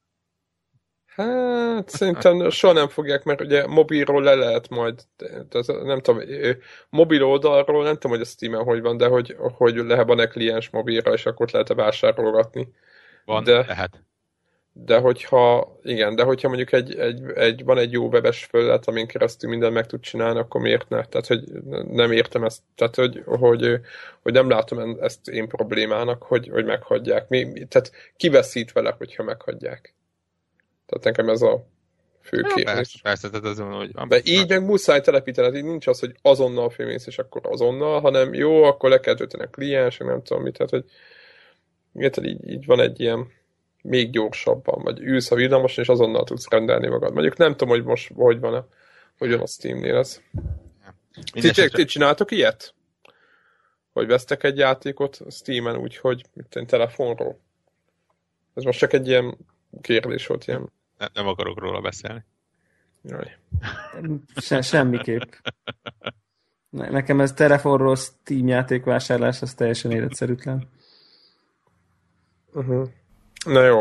Hát szerintem soha nem fogják, mert ugye mobilról le lehet majd, tehát nem tudom, mobil oldalról nem tudom, hogy a Steam-en hogy van, de hogy, hogy lehet van-e kliens mobilra, és akkor lehet-e vásárolgatni. Van, de, lehet. De hogyha, igen, de hogyha mondjuk egy, egy, egy, van egy jó webes felület, amin keresztül mindent meg tud csinálni, akkor miért ne? Tehát, hogy nem értem ezt, tehát, hogy, hogy, hogy nem látom ezt én problémának, hogy, hogy meghagyják. Mi, tehát kiveszít vele, hogyha meghagyják. Tehát nekem ez a fő ja, kérdés. Persze, persze, tehát azon, hogy... De így meg muszáj telepíteni, így nincs az, hogy azonnal fölmész, és akkor azonnal, hanem jó, akkor le kell tölteni a kliens, nem tudom mit, tehát hogy így, így van egy ilyen még gyorsabban, vagy ülsz a villamoson, és azonnal tudsz rendelni magad. Mondjuk nem tudom, hogy most hogy van a, hogy van a Steamnél ez. Ti, ti, ti csináltok ilyet? Hogy vesztek egy játékot Steamen úgy, hogy mit én, telefonról? Ez most csak egy ilyen kérdés volt, ilyen. Ne, nem akarok róla beszélni. Jaj. Se, semmiképp. Nekem ez telefonról Steam játékvásárlás, az teljesen életszerűtlen. Uh-huh. Na jó.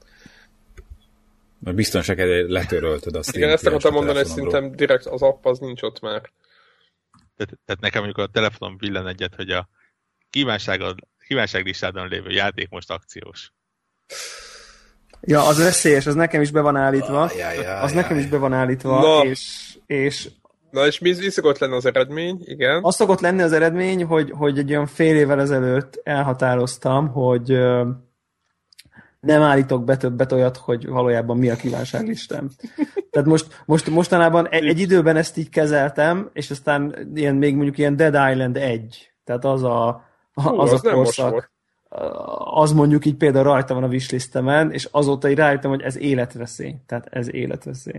Mert biztonság elé letöröltöd a Steam. Igen, ezt akartam mondani, hogy szerintem direkt az app az nincs ott már. Tehát, tehát nekem, amikor a telefonom villan egyet, hogy a kívánságlistádon lévő játék most akciós. Ja, az veszélyes, az nekem is be van állítva. Ah, jaj, jaj, az jaj. nekem is be van állítva, Na. és, és... Na, és mi, mi szokott lenni az eredmény? Igen. Az szokott lenni az eredmény, hogy, hogy egy olyan fél évvel ezelőtt elhatároztam, hogy ö, nem állítok be többet olyat, hogy valójában mi a kívánságlistám. Tehát most, most, mostanában egy, egy időben ezt így kezeltem, és aztán ilyen, még mondjuk ilyen Dead Island egy. Tehát az a, Hú, az, az a korszak. Az mondjuk így például rajta van a wishlistemen, és azóta így rájöttem, hogy ez életveszély. Tehát ez életveszély.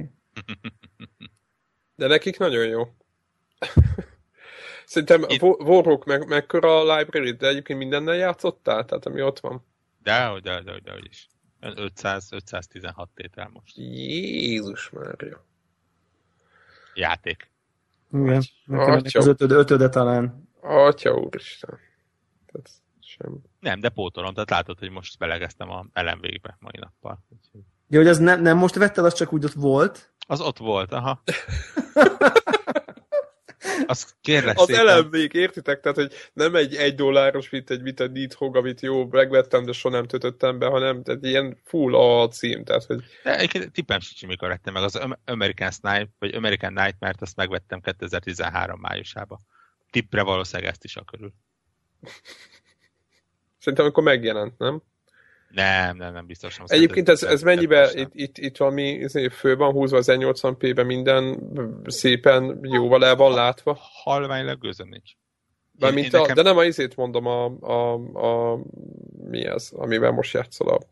De nekik nagyon jó. Szerintem It... Warhawk meg, mekkora a library, de egyébként mindennel játszottál? Tehát ami ott van? De, de, de, de, de is. ötszáz, ötszáztizenhat tétel most. Jézus Mária. Játék. Igen, nekem az ötöd, ötöde talán. Atya úristen. Tehát sem. Nem, de pótolom, tehát látod, hogy most belegeztem a elemvégbe mai nappal. Ja, hogy az ne, nem most vetted, az csak úgy ott volt? Az ott volt, aha. Az kérlek az szépen. elemvég, értitek? Tehát, hogy nem egy egy dolláros, mint egy mit a Nidhogg, amit jó, megvettem, de soha nem töltöttem be, hanem tehát ilyen full a cím, tehát, hogy... De egyébként tippem sincs, mikor vettem meg. Az American Snipe, vagy American Nightmare-t azt megvettem kétezer-tizenhárom májusában. Tippre valószínűleg ezt is a körül. Szerintem akkor megjelent, nem? Nem, nem, nem biztos. Nem. Egyébként ez, ez mennyiben, itt, itt, itt valami fő van húzva az ezernyolcvan pé-ben, minden szépen jóval el van látva? Halványlag gőzöm nincs. Én, én a, nekem... De nem a izét mondom, a, a, a mi ez, amiben most játszol a...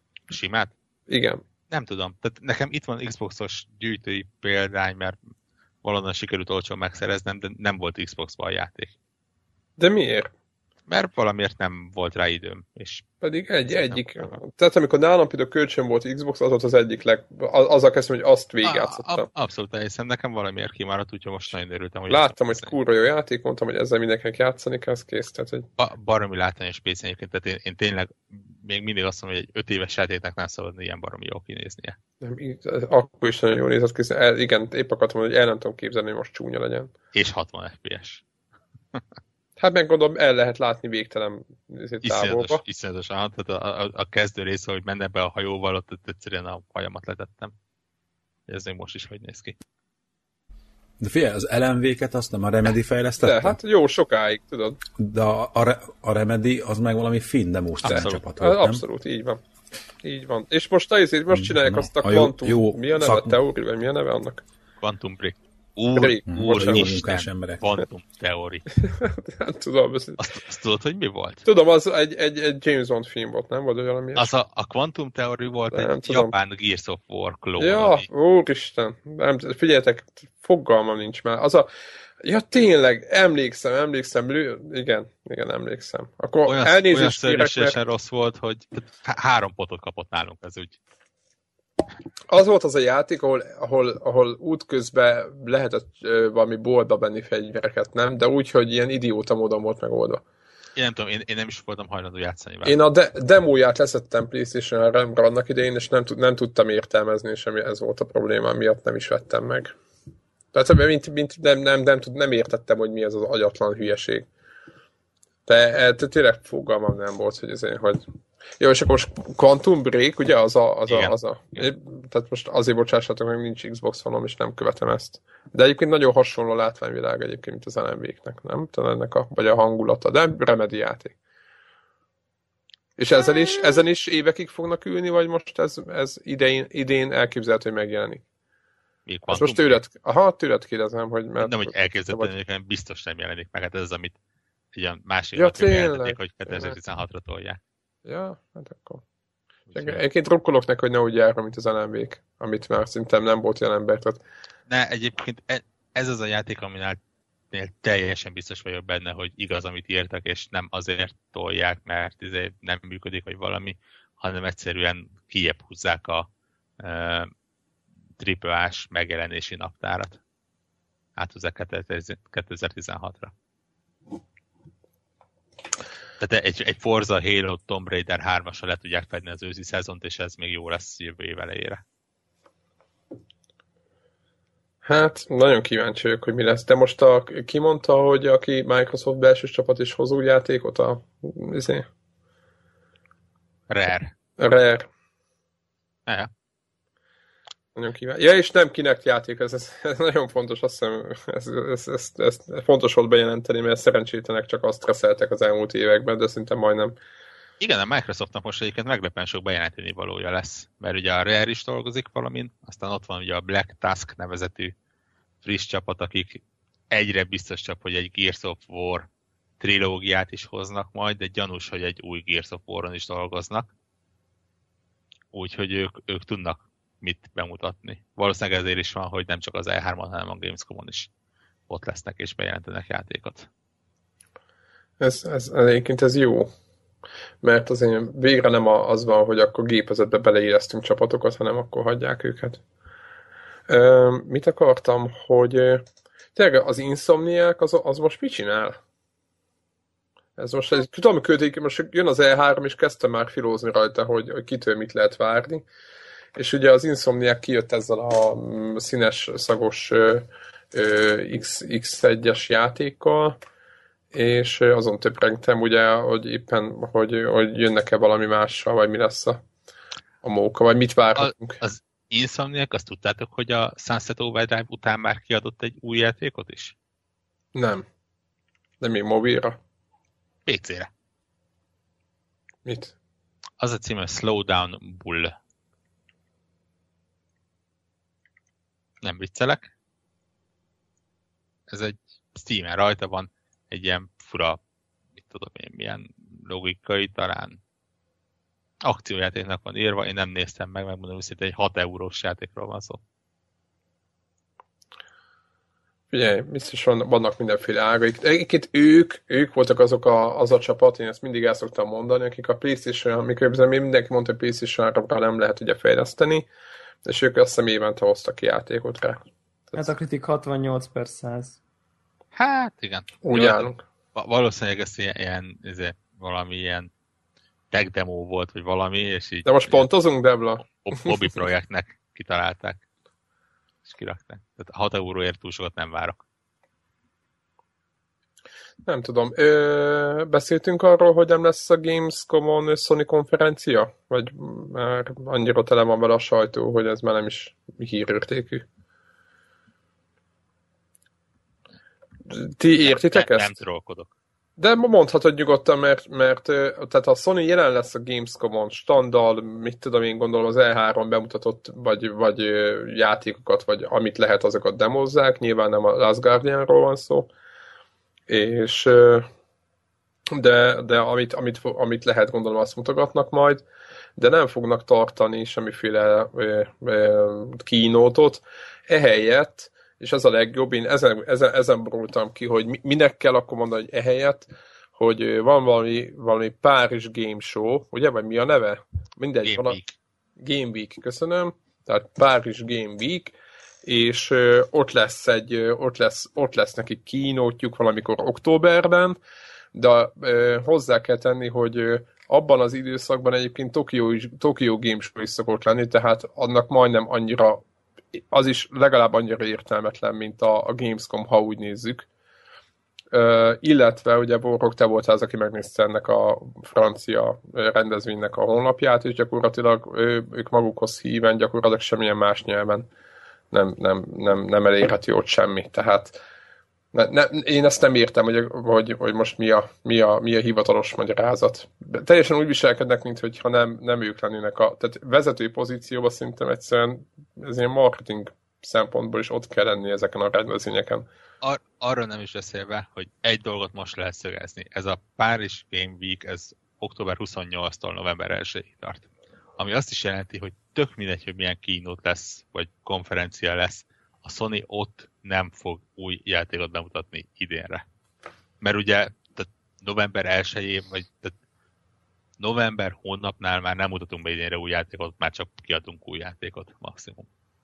Simát? Igen. Nem tudom. Tehát nekem itt van Xboxos gyűjtői példány, mert valahonnan sikerült olcsón megszereznem, de nem volt Xbox-ban a játék. De miért? Mert valamiért nem volt rá időm. És Pedig egy, egyik. Nem. Tehát amikor nálam például kölcsön volt Xbox, az volt az egyik leg... Azzal kezdtem, hogy azt végigjátszottam. Abszolút elhiszem, nekem valamiért kimaradt, úgyhogy most nagyon örültem, hogy... Láttam, hogy kurva jó játék, mondtam, hogy ezzel mindenkinek játszani kell, ez kész. Tehát, hogy... ba- baromi látványos pé cén egyébként, tehát én, én tényleg még mindig azt mondom, hogy egy öt éves játéknak nem szabad ilyen baromi jól kinéznie. Nem, akkor is nagyon jól nézett ki. El, igen, épp akartam, hogy el nem tudom képzelni, hogy most csúnya legyen. És hatvan ef pé es. Hát meg gondolom, el lehet látni végtelen távolba. Iszonyatos, aha, tehát a, a, a kezdő része, hogy menne be a hajóval, ott egyszerűen a hajamat letettem. Ez még most is hogy néz ki. De figyelj, az el em vé-ket azt nem a Remedy fejlesztette? De hát jó sokáig, tudod. De a, a, a Remedy az meg valami finn demós csapat volt, nem? Abszolút, így van. Így van. És most, azért, most csinálják Na, azt a, a Quantum, jó, jó mi a neve? szakma. Theory, vagy mi a neve annak? Quantum Break. Úr, Break. úr, Jó Isten, munkás emberek. Quantum Theory. Hát tudom. Ez... Azt, azt tudod, hogy mi volt? Tudom, az egy, egy, egy James Bond film volt, nem? Vagy valami Az a, a Quantum Theory volt nem egy tudom. japán Gears of War klón. Ja, ami... úristen. Nem, figyeljetek, fogalmam nincs már. Az a... Ja, tényleg, emlékszem, emlékszem. Lő... Igen, igen, emlékszem. Akkor olyan, elnézést olyan kérek, mert... rossz volt, hogy há- három potot kapott nálunk ez úgy. Az volt az a játék, ahol, ahol, ahol útközben lehetett ö, valami boltba benni fegyvereket, nem? De úgy, hogy ilyen idióta módon volt megoldva. Én nem tudom, én, én nem is voltam hajlandó játszani vele. Én a de- demóját leszettem PlayStation-re annak idején, és nem, tud- nem tudtam értelmezni, és ez volt a probléma, miatt nem is vettem meg. Tehát mint, mint nem, nem, nem, tud, nem értettem, hogy mi ez az agyatlan hülyeség. De, de tényleg fogalmam nem volt, hogy ez hogy... Jó, és akkor most Quantum Break, ugye, az a... Az a, az a tehát most azért bocsássatok, meg nincs Xbox One-om, és nem követem ezt. De egyébként nagyon hasonló látványvilág egyébként, mint az el em vé-knek, nem? Talán ennek a, vagy a hangulata, de Remedy játék. És ezzel is, ezen is évekig fognak ülni, vagy most ez, ez idén, idén elképzelhető, hogy megjelenik? Ezt most tőled, aha, tőled kérdezem, hogy... Mert nem, hogy elképzelhető, hogy biztos nem jelenik meg, hát ez az, amit ilyen másik ja, jelentették, hogy kétezer-tizenhatra tolják. Ja, hát akkor... Egyébként rokkolok neki, hogy ne úgy járva, mint az el em vé-k, amit már szintén nem volt jelen ember. Tehát... Ne, egyébként ez az a játék, aminál teljesen biztos vagyok benne, hogy igaz, amit írtak, és nem azért tolják, mert nem működik, vagy valami, hanem egyszerűen kijebb húzzák a uh, triple A-s megjelenési naptárat. Áthúzzák kétezer-tizenhatra. Tehát egy, egy Forza, Halo, Tomb Raider hármasra le tudják fedni az őszi szezont, és ez még jó lesz jövő év elejére. Hát, nagyon kíváncsi vagyok, hogy mi lesz. De most a, ki mondta, hogy aki Microsoft belső csapat is hoz új játékot? A, izé? Rare. Rare. Ja. Nagyon kíváncsi. Ja, és nem Kinect játék, ez, ez, ez nagyon fontos, azt hiszem, ez, ez, ez, ez, ez fontos volt bejelenteni, mert szerencsétlenek csak azt reszeltek az elmúlt években, de szinte majdnem. Igen, a Microsoftnak most egyébként meglepően sok bejelenteni valója lesz, mert ugye a Rare is dolgozik valamin, aztán ott van ugye a Black Tusk nevezetű friss csapat, akik egyre biztos csak, hogy egy Gears of War trilógiát is hoznak majd, de gyanús, hogy egy új Gears of War-on is dolgoznak. Úgyhogy ők, ők tudnak mit bemutatni. Valószínűleg ezért is van, hogy nem csak az E hármon, hanem a Gamescom-on is ott lesznek és bejelentenek játékot. Ez, ez, egyébként ez jó. Mert azért végre nem az van, hogy akkor gépezetbe beleéreztünk csapatokat, hanem akkor hagyják őket. Ö, mit akartam, hogy tényleg az Insomniac az, az most mit csinál? Ez most egy, tudom, hogy most jön az E három, és kezdtem már filózni rajta, hogy, hogy kitől mit lehet várni. És ugye az Insomniac kijött ezzel a színes, szagos X, X egyes játékkal, és azon töprengtem ugye, hogy éppen, hogy, hogy jönnek-e valami mással, vagy mi lesz a, a móka, vagy mit várhatunk. Az, az Insomniac, azt tudtátok, hogy a Sunset Overdrive után már kiadott egy új játékot is? Nem. De még mobilra? pé cére. Mit? Az a címe Slowdown Bull. Nem viccelek. Ez egy Steam-en rajta van, egy ilyen fura, mit tudom én, milyen logikai, talán akciójátéknak van írva, én nem néztem meg, megmondom őszintén, egy hat eurós játékról van szó. Figyelj, biztos van, vannak mindenféle ágaik. Egyébként ők, ők voltak azok a, az a csapat, én ezt mindig el szoktam mondani, akik a PlayStation, amikor mindenki mondta, hogy PlayStation-ra nem lehet ugye fejleszteni, és ők azt hiszem évente hoztak ki játékot rá. Hát a kritik hatvannyolc per száz. Hát igen. Úgy állunk. Valószínűleg ez ilyen, ilyen ez valami ilyen tech demo volt, vagy valami, és így... De most pontozunk, Debla? Hobby projektnek kitalálták, és kirakták. Tehát hat euróért túl sokat nem várok. Nem tudom. Ö, beszéltünk arról, hogy nem lesz a Gamescom-on Sony konferencia? Vagy már annyira tele van vele a sajtó, hogy ez már nem is hírértékű? Ti értitek nem, ezt? Nem trollkodok. De mondhatod nyugodtan, mert, mert tehát a Sony jelen lesz a Gamescom-on, standal, mit tudom én, gondolom az E három bemutatott, vagy, vagy játékokat, vagy amit lehet, azokat demozzák, nyilván nem a Last Guardianról van szó, és de, de amit, amit, amit lehet, gondolom, azt mutogatnak majd, de nem fognak tartani semmiféle kínótot. Ehelyett, és ez a legjobb, én ezen, ezen, ezen borultam ki, hogy minek kell akkor mondani, hogy ehelyett, hogy van valami, valami Párizs Game Show, ugye, vagy mi a neve? Mindegy. Game Week. Game Week, köszönöm. Tehát Párizs Game Week, és ö, ott lesz egy, ö, ott lesz, ott lesz neki kínótjuk valamikor októberben, de ö, hozzá kell tenni, hogy ö, abban az időszakban egyébként Tokyo, Tokyo Game Show is szokott lenni, tehát annak majdnem annyira, az is legalább annyira értelmetlen, mint a, a Gamescom, ha úgy nézzük. Uh, illetve ugye Borok, te voltál az, aki megnézte ennek a francia rendezvénynek a honlapját, és gyakorlatilag ő, ők magukhoz híven gyakorlatilag semmilyen más nyelven nem, nem, nem, nem elérheti ott semmi. Tehát ne, ne, én ezt nem értem, hogy, hogy, hogy most mi a, mi, a, mi a hivatalos magyarázat. Teljesen úgy viselkednek, mintha nem, nem ők lennének a... Tehát vezető pozícióban szerintem egyszerűen ez ilyen marketing szempontból is ott kell lenni ezeken a rendezvényeken. Ar- arra nem is beszélve, hogy egy dolgot most lehet szögezni. Ez a Párizs Game Week, ez október huszonnyolcadikától november elsejéig tart. Ami azt is jelenti, hogy tök mindegy, hogy milyen keynote lesz, vagy konferencia lesz, a Sony ott nem fog új játékot bemutatni idénre. Mert ugye tehát november elsején, vagy tehát november hónapnál már nem mutatunk be idénre új játékot, már csak kiadunk új játékot maximum.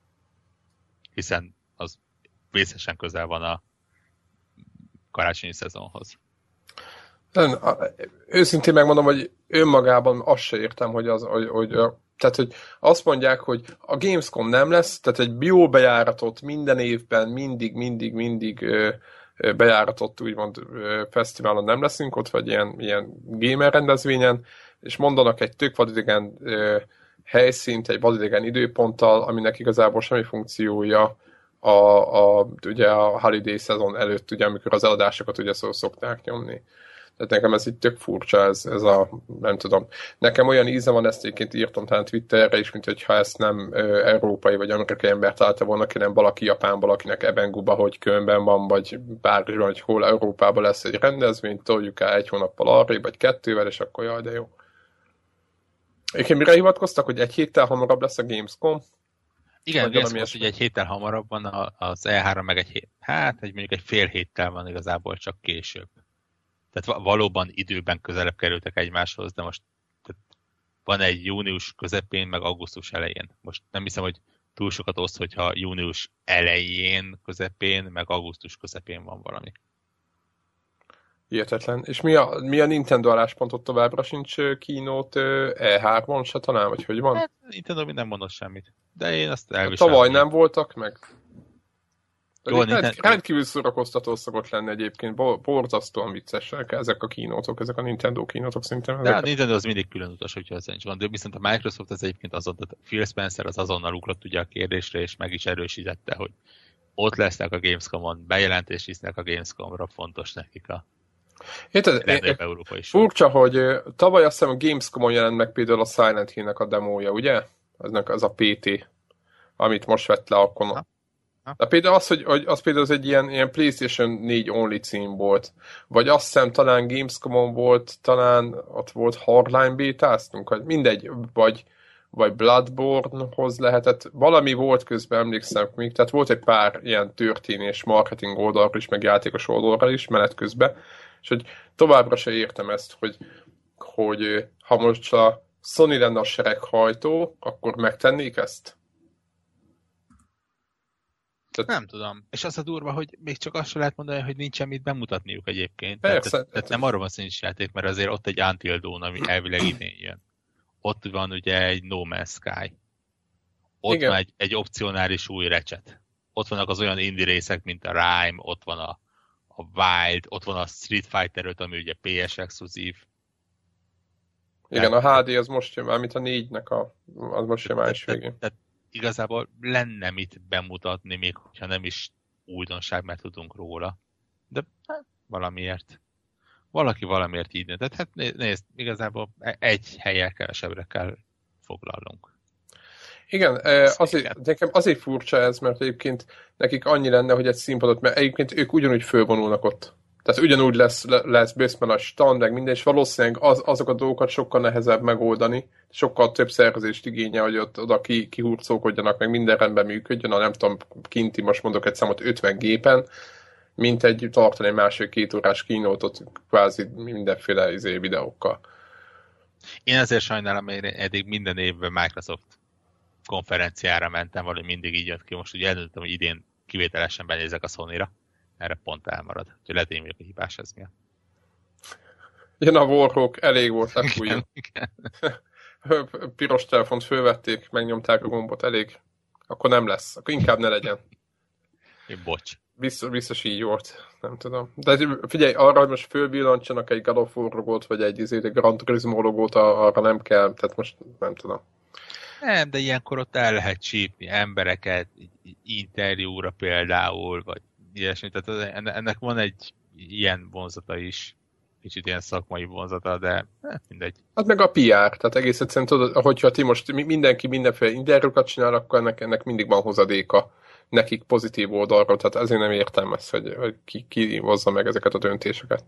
Hiszen az vészesen közel van a karácsonyi szezonhoz. Nem, őszintén megmondom, hogy önmagában azt se értem, hogy az, hogy, hogy tehát, hogy azt mondják, hogy a Gamescom nem lesz, tehát egy biobejáratot minden évben, mindig, mindig, mindig ö, ö, bejáratott, úgymond ö, fesztiválon nem leszünk ott, vagy ilyen, ilyen gamer rendezvényen, és mondanak egy tök vadidegen ö, helyszínt, egy vadidegen időponttal, aminek igazából semmi funkciója a, a, ugye a holiday szezon előtt, ugye, amikor az eladásokat ugye szó szokták nyomni. Tehát nekem ez így tök furcsa, ez, ez a, nem tudom. Nekem olyan íze van, ezt egyébként írtam talán Twitterre is, mint hogyha ezt nem ö, európai vagy amerikai ember találta volna, hanem valaki Japánban, akinek Ebenguba, hogy Kölnben van, vagy Párizsban, hogy hol Európában lesz egy rendezvény, toljuk el egy hónappal arra, vagy kettővel, és akkor jaj, de jó. Egyébként mire hivatkoztak, hogy egy héttel hamarabb lesz a Gamescom? Igen, Gamescom az, hogy egy héttel hamarabb van, az E három meg egy hét, hát egy mondjuk egy fél héttel van igazából csak később. Tehát valóban időben közelebb kerültek egymáshoz, de most van egy június közepén, meg augusztus elején. Most nem hiszem, hogy túl sokat oszt, hogyha június elején, közepén, meg augusztus közepén van valami. Hihetetlen. És mi a, mi a Nintendo álláspontot továbbra sincs kínót E hármon se talán, vagy hogy van? Hát Nintendo mi nem mondott semmit. De én azt elviselem. Tavaly nem voltak meg? Jó, Nintendo... Rendkívül szórakoztató szokott lenni egyébként, borzasztóan viccesek ezek a kínótok, ezek a Nintendo kínótok szintén. De a Nintendo az mindig külön utas, hogyha az nincs van. De viszont a Microsoft az egyébként azon, Phil Spencer az azonnal ugrott ugye a kérdésre, és meg is erősítette, hogy ott lesznek a Gamescom-on, bejelentést visznek a Gamescom-ra, fontos nekik a Érted? Európa is. Furcsa, hogy tavaly azt hiszem a Gamescom-on jelent meg például a Silent Hill-nek a demója, ugye? Aznak az a pé té, amit most vett le akkor. Ha. Ha. De például az, hogy, hogy az például az egy ilyen, ilyen PlayStation négy only cím volt. Vagy azt hiszem talán Gamescom-on volt, talán ott volt Hardline bétáztunk, vagy mindegy, vagy, vagy Bloodborne-hoz lehetett. Valami volt közben, emlékszem még, tehát volt egy pár ilyen történés marketing oldalról is, meg játékos oldalról is menet közben, és hogy továbbra se értem ezt, hogy, hogy ha most a Sony lenne a sereghajtó, akkor megtennék ezt? Tehát... Nem tudom. És az a durva, hogy még csak azt sem lehet mondani, hogy nincsen mit bemutatniuk egyébként. Persze. Tehát, tehát nem arról van szó, nincs játék, mert azért ott egy Until Dawn, ami elvileg idén jön. Ott van ugye egy No Man's Sky. Ott Igen. van egy, egy opcionális új Ratchet. Ott vannak az olyan indie részek, mint a Rime, ott van a, a Wild, ott van a Street Fighter öt, ami ugye pé es exkluzív. Igen, tehát, a há dé az most jön már, mint a négynek a, az most jön már is végén. Tehát igazából lenne mit bemutatni, még ha nem is újdonság, mert tudunk róla. De hát, valamiért. Valaki valamiért így nő. Tehát hát nézd, igazából egy helyen kevesebbre kell foglalnunk. Igen, azért, nekem azért furcsa ez, mert egyébként nekik annyi lenne, hogy egy színpadot, mert egyébként ők ugyanúgy fölvonulnak ott. Tehát ugyanúgy lesz, lesz bőszben a stand, meg minden, és valószínűleg az, azok a dolgokat sokkal nehezebb megoldani, sokkal több szervezést igényel, hogy ott oda ki, kihurcolkodjanak, meg minden rendben működjön, a nem tudom, kinti, most mondok egy számot ötven gépen, mint egy tartani másfél-két órás kínótot kvázi mindenféle izé, videókkal. Én ezért sajnálom, hogy eddig minden évben Microsoft konferenciára mentem, valahogy mindig így jött ki. Most ugye eldöntöttem, hogy idén kivételesen benézek a Sony-ra. Erre pont elmarad. Úgyhogy lehet, én vagyok a hibás ez miatt. Jön a Warhawk, elég volt legújabb. Piros telefont fölvették, megnyomták a gombot, elég. Akkor nem lesz. Akkor inkább ne legyen. Én bocs. Biztos, biztos így volt. Nem tudom. De figyelj, arra, hogy most fölvillancsanak egy God of War logót, vagy egy, egy Gran Turismo logót, arra nem kell. Tehát most nem tudom. Nem, de ilyenkor ott el lehet csípni embereket, interjúra például, vagy ilyesmi. Tehát ennek van egy ilyen vonzata is. Kicsit ilyen szakmai vonzata, de eh, mindegy. Hát meg a pé er, tehát egész egyszerűen tudod, hogyha ti most mindenki mindenféle interjúkat csinál, akkor ennek, ennek mindig van hozadéka nekik pozitív oldalról, tehát ezért nem értem ezt, hogy, hogy ki, ki hozza meg ezeket a döntéseket.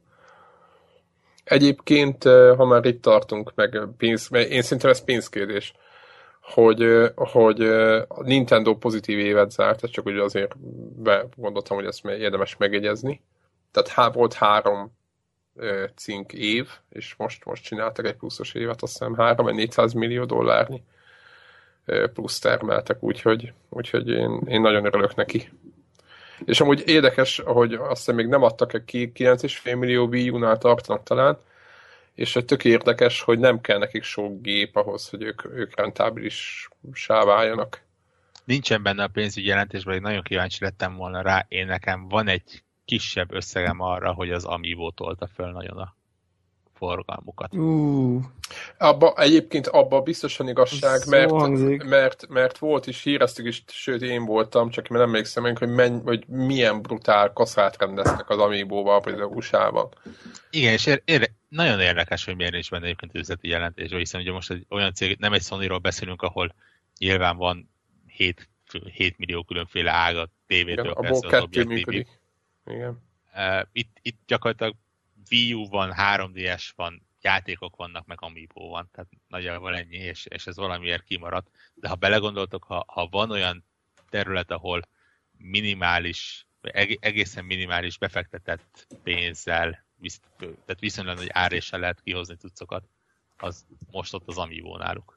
Egyébként, ha már itt tartunk, meg pénz, én szerintem ez pénzkérdés, hogy, hogy a Nintendo pozitív évet zárt, tehát csak ugye azért gondoltam, hogy ezt érdemes megjegyezni. Tehát há, volt három cink év, és most, most csináltak egy pluszos évet, azt hiszem három vagy négyszáz millió dollárnyi plusz termeltek, úgyhogy, úgyhogy én, én nagyon örülök neki. És amúgy érdekes, hogy azt hiszem még nem adtak ki, kilenc egész öt millió Wii U-nál tartanak talán, és hogy tök érdekes, hogy nem kell nekik sok gép ahhoz, hogy ők, ők rentábilissá váljanak. Nincsen benne a pénzügyi jelentésben, hogy nagyon kíváncsi lettem volna rá. Én nekem van egy kisebb összegem arra, hogy az Amiibo tolta föl nagyon a forgalmukat. Uh. Abba, egyébként abban biztosan igazság, mert, mert, mert volt is, híreztük is, sőt én voltam, csak én emlékszem, hogy, menny, hogy milyen brutál kaszát rendeztek az Amiibo-val, például u es á-ban. Igen, és ér, ér, nagyon érdekes, hogy miért nincs benne egyébként üzleti jelentés, hiszen ugye most egy olyan cég, nem egy Sony-ról beszélünk, ahol nyilván van hét millió különféle ágat, tévétől kezdve az objektív. Igen. Uh, itt, itt gyakorlatilag Wii U van, három dé es van, játékok vannak, meg Amiibo van, tehát nagyjából ennyi, és, és ez valamiért kimaradt. De ha belegondoltok, ha, ha van olyan terület, ahol minimális, egészen minimális befektetett pénzzel, visz, tehát viszonylag nagy áréssel lehet kihozni cuccokat, az most ott az Amiibo náluk.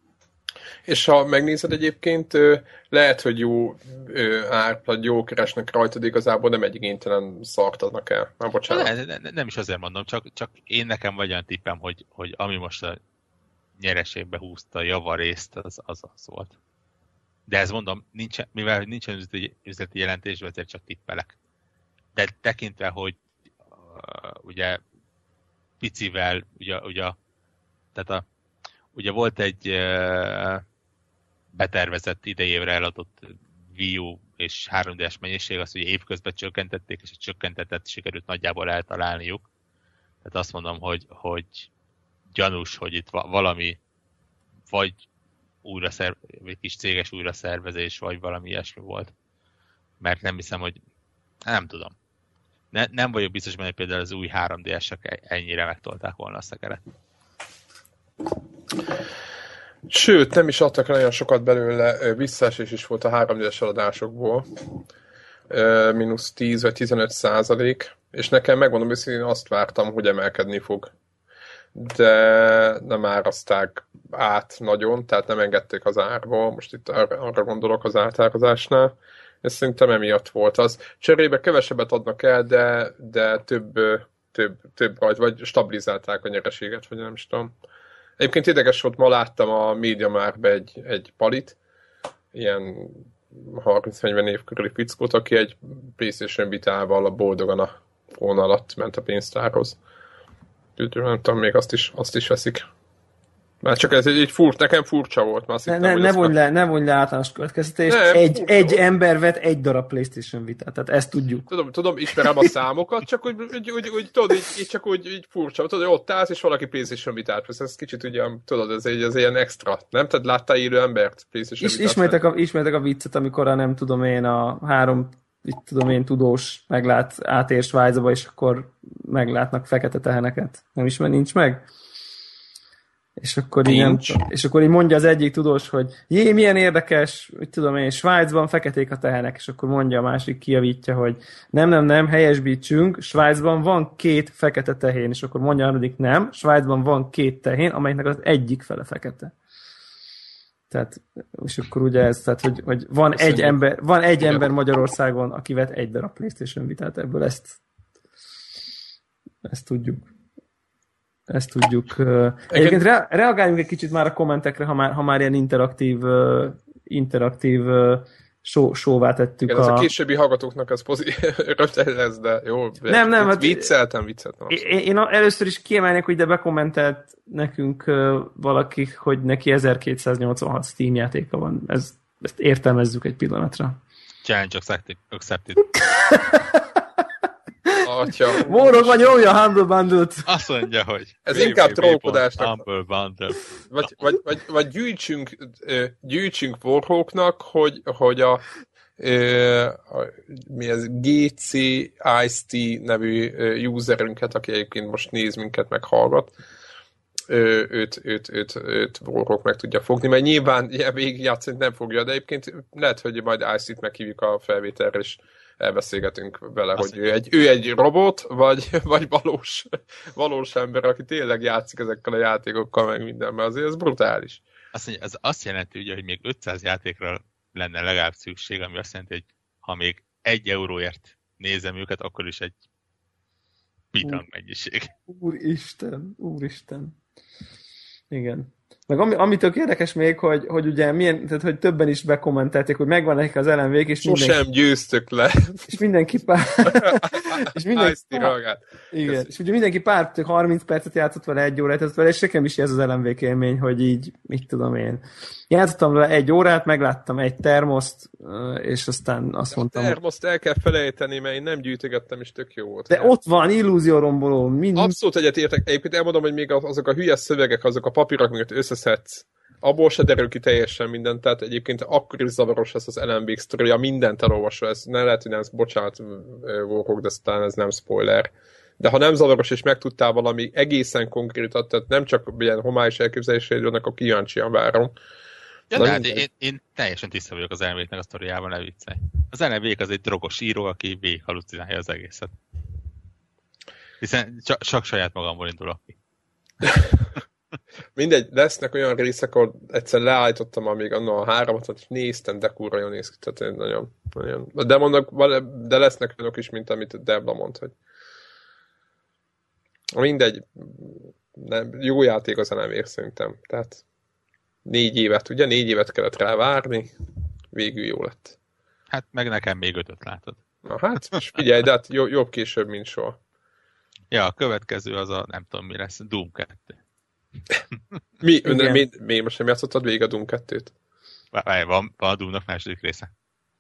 És ha megnézed egyébként, lehet, hogy jó ár, vagy jó keresnek rajta, de igazából nem egy igénytelen szart adnak el. Már bocsánat. Ne, ne, nem is azért mondom, csak, csak én nekem vagy olyan tippem, hogy, hogy ami most a nyereségbe húzta a javarészt, az, az az volt. De ez mondom, nincsen, mivel nincsen üzleti, üzleti jelentésben, ezért csak tippelek. De tekintve, hogy uh, ugye picivel, ugye, ugye tehát a Ugye volt egy uh, betervezett idejévre eladott Wii U és három dé es mennyiség, azt ugye évközben csökkentették, és a csökkentetett sikerült nagyjából eltalálniuk. Tehát azt mondom, hogy, hogy gyanús, hogy itt valami vagy újra szerv, egy kis céges újraszervezés, vagy valami ilyesmi volt. Mert nem hiszem, hogy nem tudom. Ne, nem vagyok biztos benne, hogy például az új három dé esek ennyire megtolták volna a szekeret. Sőt, nem is adtak nagyon sokat belőle, visszaesés is volt a három D-es eladásokból. mínusz tíz vagy tizenöt százalék, és nekem megmondom őszintén, azt vártam, hogy emelkedni fog. De nem árazták át nagyon, tehát nem engedték az árba, most itt arra gondolok az átározásnál, és szerintem emiatt volt az. Cserébe kevesebbet adnak el, de, de több, több, több vagy, vagy stabilizálták a nyereséget, vagy nem is tudom. Egyébként ideges volt, ma láttam a MediaMarktbe egy, egy palit, ilyen harminc-negyven év körüli fickót, aki egy PlayStation Vitával boldogan a fón alatt ment a pénztárhoz. Úgyhogy nem tudom, még azt is, azt is veszik. Már csak ez egy fur, nekem furcsa volt. Már ne, ne, ne vonj le, ne vonj le általános következtetést. Egy, egy ember vett egy darab PlayStation Vitát, tehát ezt tudjuk. Tudom, tudom, ismerem a számokat, csak úgy, úgy, úgy, úgy tudod, így, így csak úgy, úgy furcsa. Tudod, hogy ott állsz, és valaki PlayStation Vitát vesz. Ez kicsit ugye, tudod, ez egy, ez ilyen extra. Nem? Tehát láttál élő embert PlayStation Is, ismertek, a, ismertek a viccet, amikor a nem tudom én, a három itt tudom én, tudós meglát, átér Svájcba, és akkor meglátnak fekete teheneket. Nem ismer, nincs meg? És akkor, így nem, és akkor így mondja az egyik tudós, hogy jé, milyen érdekes, úgy tudom én, Svájcban feketék a tehenek, és akkor mondja a másik, kijavítja, hogy nem, nem, nem, helyesbítsünk, Svájcban van két fekete tehén, és akkor mondja a harmadik, nem, Svájcban van két tehén, amelynek az egyik fele fekete. Tehát, és akkor ugye ez, tehát, hogy, hogy van egy ember, van egy ember Magyarországon, aki vett egy darab PlayStation Vitát, ebből ezt ezt tudjuk. Ezt tudjuk. Egyébként re- reagáljunk egy kicsit már a kommentekre, ha már, ha már ilyen interaktív, uh, interaktív uh, show, show-vá tettük. Igen, a... ez a későbbi hallgatóknak ez rögtön lesz, de jó. Nem, nem. Hát vicceltem, vicceltem. Én, én először is kiemelnék, hogy ide bekommentelt nekünk uh, valaki, hogy neki ezerkétszáznyolcvanhat Steam játéka van. Ez, ezt értelmezzük egy pillanatra. Challenge accepted. accepted. Atya. Mórog vagy nyomja a Humble Bundle-t. Azt mondja, hogy ez inkább trollkodásnak. Humble Bundle. Vagy, vagy, vagy, vagy gyűjtsünk, gyűjtsünk Warhawknak, hogy, hogy a, a mi ez, gé cé Ice-T nevű userünket, aki egyébként most néz minket, meg hallgat, őt, őt, őt, őt Warhawk meg tudja fogni, mert nyilván végigjátszani nem fogja, de egyébként lehet, hogy majd Ice-T meghívjuk a felvételre, és elbeszélgetünk vele, azt hogy ő egy, ő egy robot, vagy, vagy valós, valós ember, aki tényleg játszik ezekkel a játékokkal, meg minden, mert azért ez brutális. Azt mondja, ez azt jelenti, ugye, hogy még ötszáz játékra lenne legalább szükség, ami azt jelenti, hogy ha még egy euróért nézem őket, akkor is egy pitang mennyiség. Úristen, úristen. Igen. Meg ami, ami tök érdekes még, hogy, hogy ugye milyen, tehát hogy többen is bekommentelték, hogy megvan nekik az el em vé-k, és sosem mindenki... győztök le. És mindenki pár... és mindenki pár... Igen, és ugye mindenki pár harminc percet játszott vele, egy órát játszott vele, és nekem is ez az el em vé élmény, hogy így, mit tudom én. Játszottam vele egy órát, megláttam egy termoszt, és aztán azt de mondtam... A termoszt el kell felejteni, mert én nem gyűjtögettem, és tök jó volt. De hát. Ott van, illúzióromboló. Mind... Abszolút egyetértek. Egyébként elmondom, hogy még azok a hülyes szövegek, azok a papírok, amiket összeszedsz, abból se derül ki teljesen minden, tehát egyébként akkor is zavaros lesz az el em vé sztoria, mindent elolvasol, ez ne lehet, hogy nem, bocsánat, Warhawk, de aztán ez nem spoiler. De ha nem zavaros, és megtudtál valami egészen konkrétat, tehát nem csak ilyen homályos elképzeléseid vannak, akkor kíváncsian várom. Ja, de hát én, én teljesen tiszta vagyok az el em vé-nek a sztoriában, ne viccelj. Az el em vé az egy drogos író, aki végig halucinálja az egészet. Hiszen csak, csak saját magamból indulok ki. Mindegy, lesznek olyan részek, ahol egyszer leállítottam amíg annak a háromat, és néztem, de kurva jól néz ki. Tehát nagyon, nagyon... De mondok, de lesznek olyanok is, mint amit Debla mond, hogy mindegy, nem, jó játék az el em vé szerintem. Tehát négy évet, ugye? Négy évet kellett rá várni, végül jó lett. Hát meg nekem még ötöt látod. Na hát, most figyelj, de hát jobb később, mint soha. Ja, a következő az a, nem tudom mi lesz, Doom kettő. mi, mi, mi? Most nem játszottad végig a Doom kettőt? Van, van a Doomnak második része.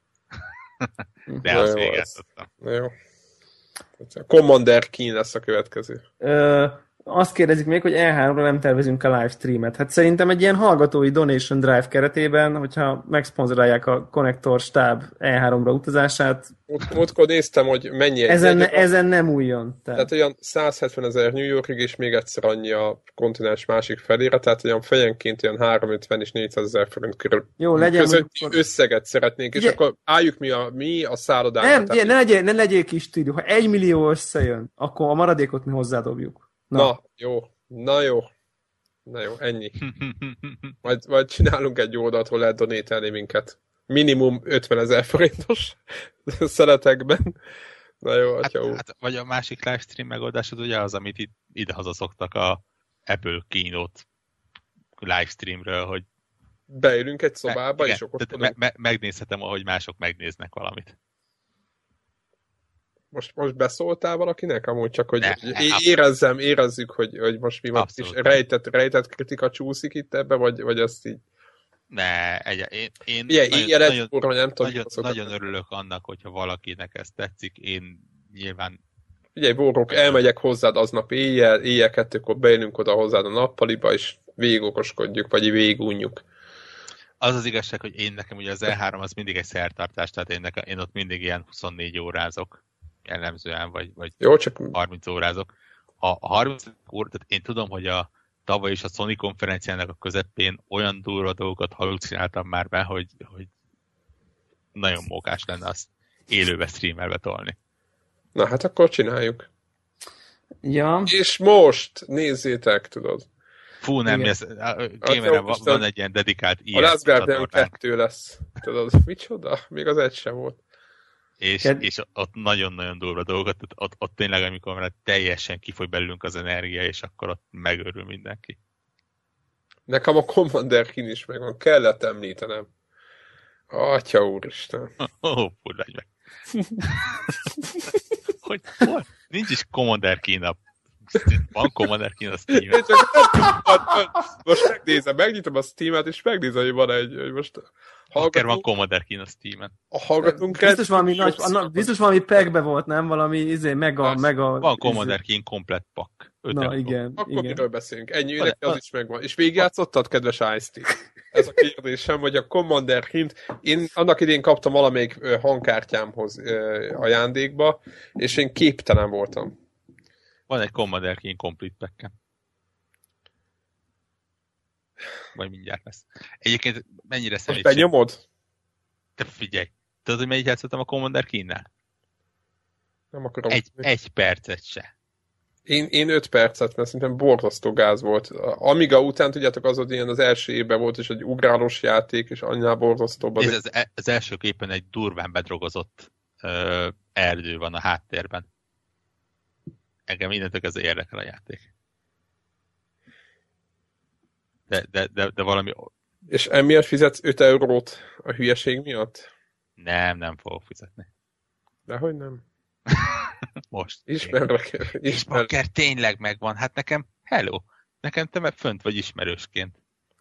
De azt végig játszottam. Jó. Commander Keen lesz a következő. Ö, Azt kérdezik még, hogy E háromra nem tervezünk a livestreamet. Hát szerintem egy ilyen hallgatói donation drive keretében, hogyha megszponzorálják a Connector stáb E háromra utazását. Múltkor néztem, hogy mennyi egy ezen, jegy, ezen nem újjon. Tehát. tehát olyan százhetven ezer New Yorkig, és még egyszer annyi a kontinens másik felére, tehát olyan fejenként olyan háromszázötven és négyszázezer forint körül. Jó, legyen közötti akkor... összeget szeretnénk, és ugye... akkor álljuk mi a, mi a szállodát. Nem, ugye, ne, legyél, ne legyél kis tírió. Ha egy millió összejön, akkor a maradékot mi hozzádobjuk. Na, Na jó. Na jó. Na jó, ennyi. Majd, majd csinálunk egy oldalt, hol lehet donételni minket. Minimum ötvenezer forintos szeletekben. Na jó, hát, atya hát, vagy a másik livestream megoldásod ugye az, amit itt idehaza szoktak a Apple Keynote livestreamről, hogy beülünk egy szobába, me, és okoskodunk. Me, me, megnézhetem, ahogy mások megnéznek valamit. Most, most beszóltál valakinek? Amúgy csak, hogy ne, érezzem, érezzük, hogy, hogy most mi van, és rejtett, rejtett kritika csúszik itt ebbe, vagy, vagy ezt így? Ne, egy, én, én Ilyen, nagyon, ilyen nagyon, forma, nem nagyon, nagyon örülök annak, hogyha valakinek ez tetszik. Én nyilván... Ugye, Borrók, elmegyek hozzád aznap éjjel, éjjel kettőkor beélünk oda hozzád a nappaliba, és végigokoskodjuk, vagy végigúnjuk. Az az igazság, hogy én nekem ugye az E három az mindig egy szertartás, tehát én, nekem, én ott mindig ilyen huszonnégy órázok jellemzően, vagy, vagy Jó, csak... harminc órázok. A, a harminc óra, tehát én tudom, hogy a tavaly is a Sony konferenciának a közepén olyan durva dolgokat halucináltam már be, hogy, hogy nagyon mókás lenne azt élőbe streamelbe tolni. Na hát akkor csináljuk. Ja. És most nézzétek, tudod. Fú, nem, ez, a Gameren van, van egy ilyen dedikált I S A Last Guardian kettő lesz. Tudod, micsoda? Még az egy sem volt. És, Ked... és ott nagyon-nagyon durva dolgokat, ott, ott tényleg, amikor már teljesen kifogy belőlünk az energia, és akkor ott megörül mindenki. Nekem a Commander Keen is megvan, kellett említenem. Atya úristen. Ó, oh, furdagy meg. Hogy hol? Nincs is Commander Keen a... Van Commander Keen a Steam-en. Most megnézem, megnyitom a Steam-et, és megnézem, hogy van egy... Hogy most Hacker van Commander Keen a Steam-en. A hallgatunk... Biztos valami, nagy, a, biztos valami packbe volt, nem? Valami izé, mega... mega van Commander Keen komplett pack. Na euró. Igen. Akkor igen. miről beszélünk? Ennyi, neki az is megvan. És végigjátszottad, kedves Ice-T? Ez a kérdésem, hogy a Commander Keen-t én annak idén kaptam valamelyik hangkártyámhoz ajándékba, és én képtelen voltam. Van egy Commander Keen Complete Pack-en. Vagy mindjárt lesz. Egyébként mennyire személyiség... Most benyomod? Te figyelj. Tudod, hogy melyik játszottam a Commander Keennel? Nem akarom. Egy, egy percet se. Én, én öt percet, mert szerintem borzasztó gáz volt. Amiga után, tudjátok, az ott ilyen az első évben volt, és egy ugrálós játék, és annál borzasztóbb. Ez az, az első képen egy durván bedrogozott ö, erdő van a háttérben. Engem mindentől ez érdekel a játék. De, de, de, de valami... És emiatt fizetsz öt eurót a hülyeség miatt? Nem, nem fogok fizetni. Dehogy nem. Most. Ismerlek. És bakker tényleg megvan. Hát nekem, hello, nekem te meg fönt vagy ismerősként.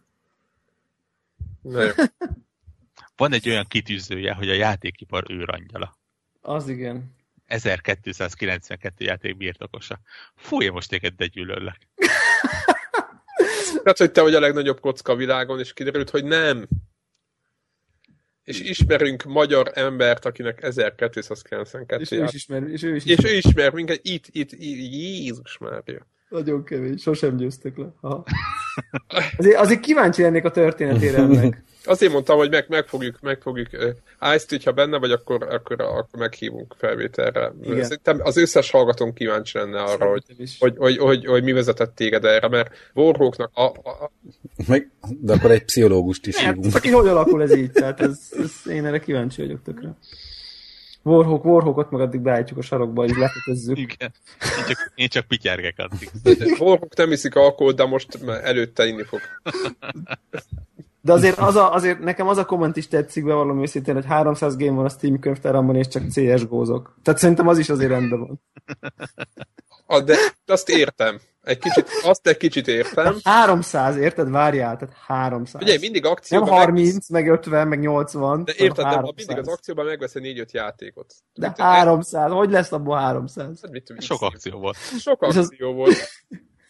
Na jó. Van egy olyan kitűzője, hogy a játékipar őrangyala. Az igen. ezerkétszázkilencvenkettő játék birtokosa. Fúj, most téged de gyűlöllek. Tehát, hogy te vagy a legnagyobb kocka a világon, és kiderült, hogy nem. És ismerünk magyar embert, akinek ezerkétszázkilencvenkettő és ő is ismer, és ő is ismer. És ő ismer minket, itt, itt, itt, Jézus Mária. Nagyon kevés, sosem győztek le. Azért, azért kíváncsi lennék a történetére ennek. Azért mondtam, hogy meg, meg fogjuk, meg fogjuk uh, Ice-t, hogyha benne vagy, akkor, akkor, akkor meghívunk felvételre. Szerintem az összes hallgatón kíváncsi lenne arra, hogy, hogy, hogy, hogy, hogy mi vezetett téged erre, mert Warhawknak a, a, a... Meg, de akkor egy pszichológust is hívunk. Hát, hogy alakul ez így? Tehát ez, ez, én erre kíváncsi vagyok tökre. Warhawk, Warhawkot meg addig beállítjuk a sarokba, így lekötözzük. Igen. Én csak, én csak pityergek addig. Warhawk nem iszik alkoholt, de most előtte inni fog. De azért, az a, azért nekem az a komment is tetszik, bevallom őszintén, hogy háromszáz game van a Steam könyvtáramban, és csak cé es gó-zok. Tehát szerintem az is azért rendben van. A, de azt értem. Egy kicsit, azt egy kicsit értem. Tehát háromszáz, érted? Várjál, tehát háromszáz. Ugye mindig akcióban... Nem harminc, meg, meg ötven, meg nyolcvan. De érted, de mindig az akcióban megveszel négy-öt játékot. De mit háromszáz, hogy lesz abból háromszáz? Hát mit, mit Sok akció volt. Sok akció az... volt.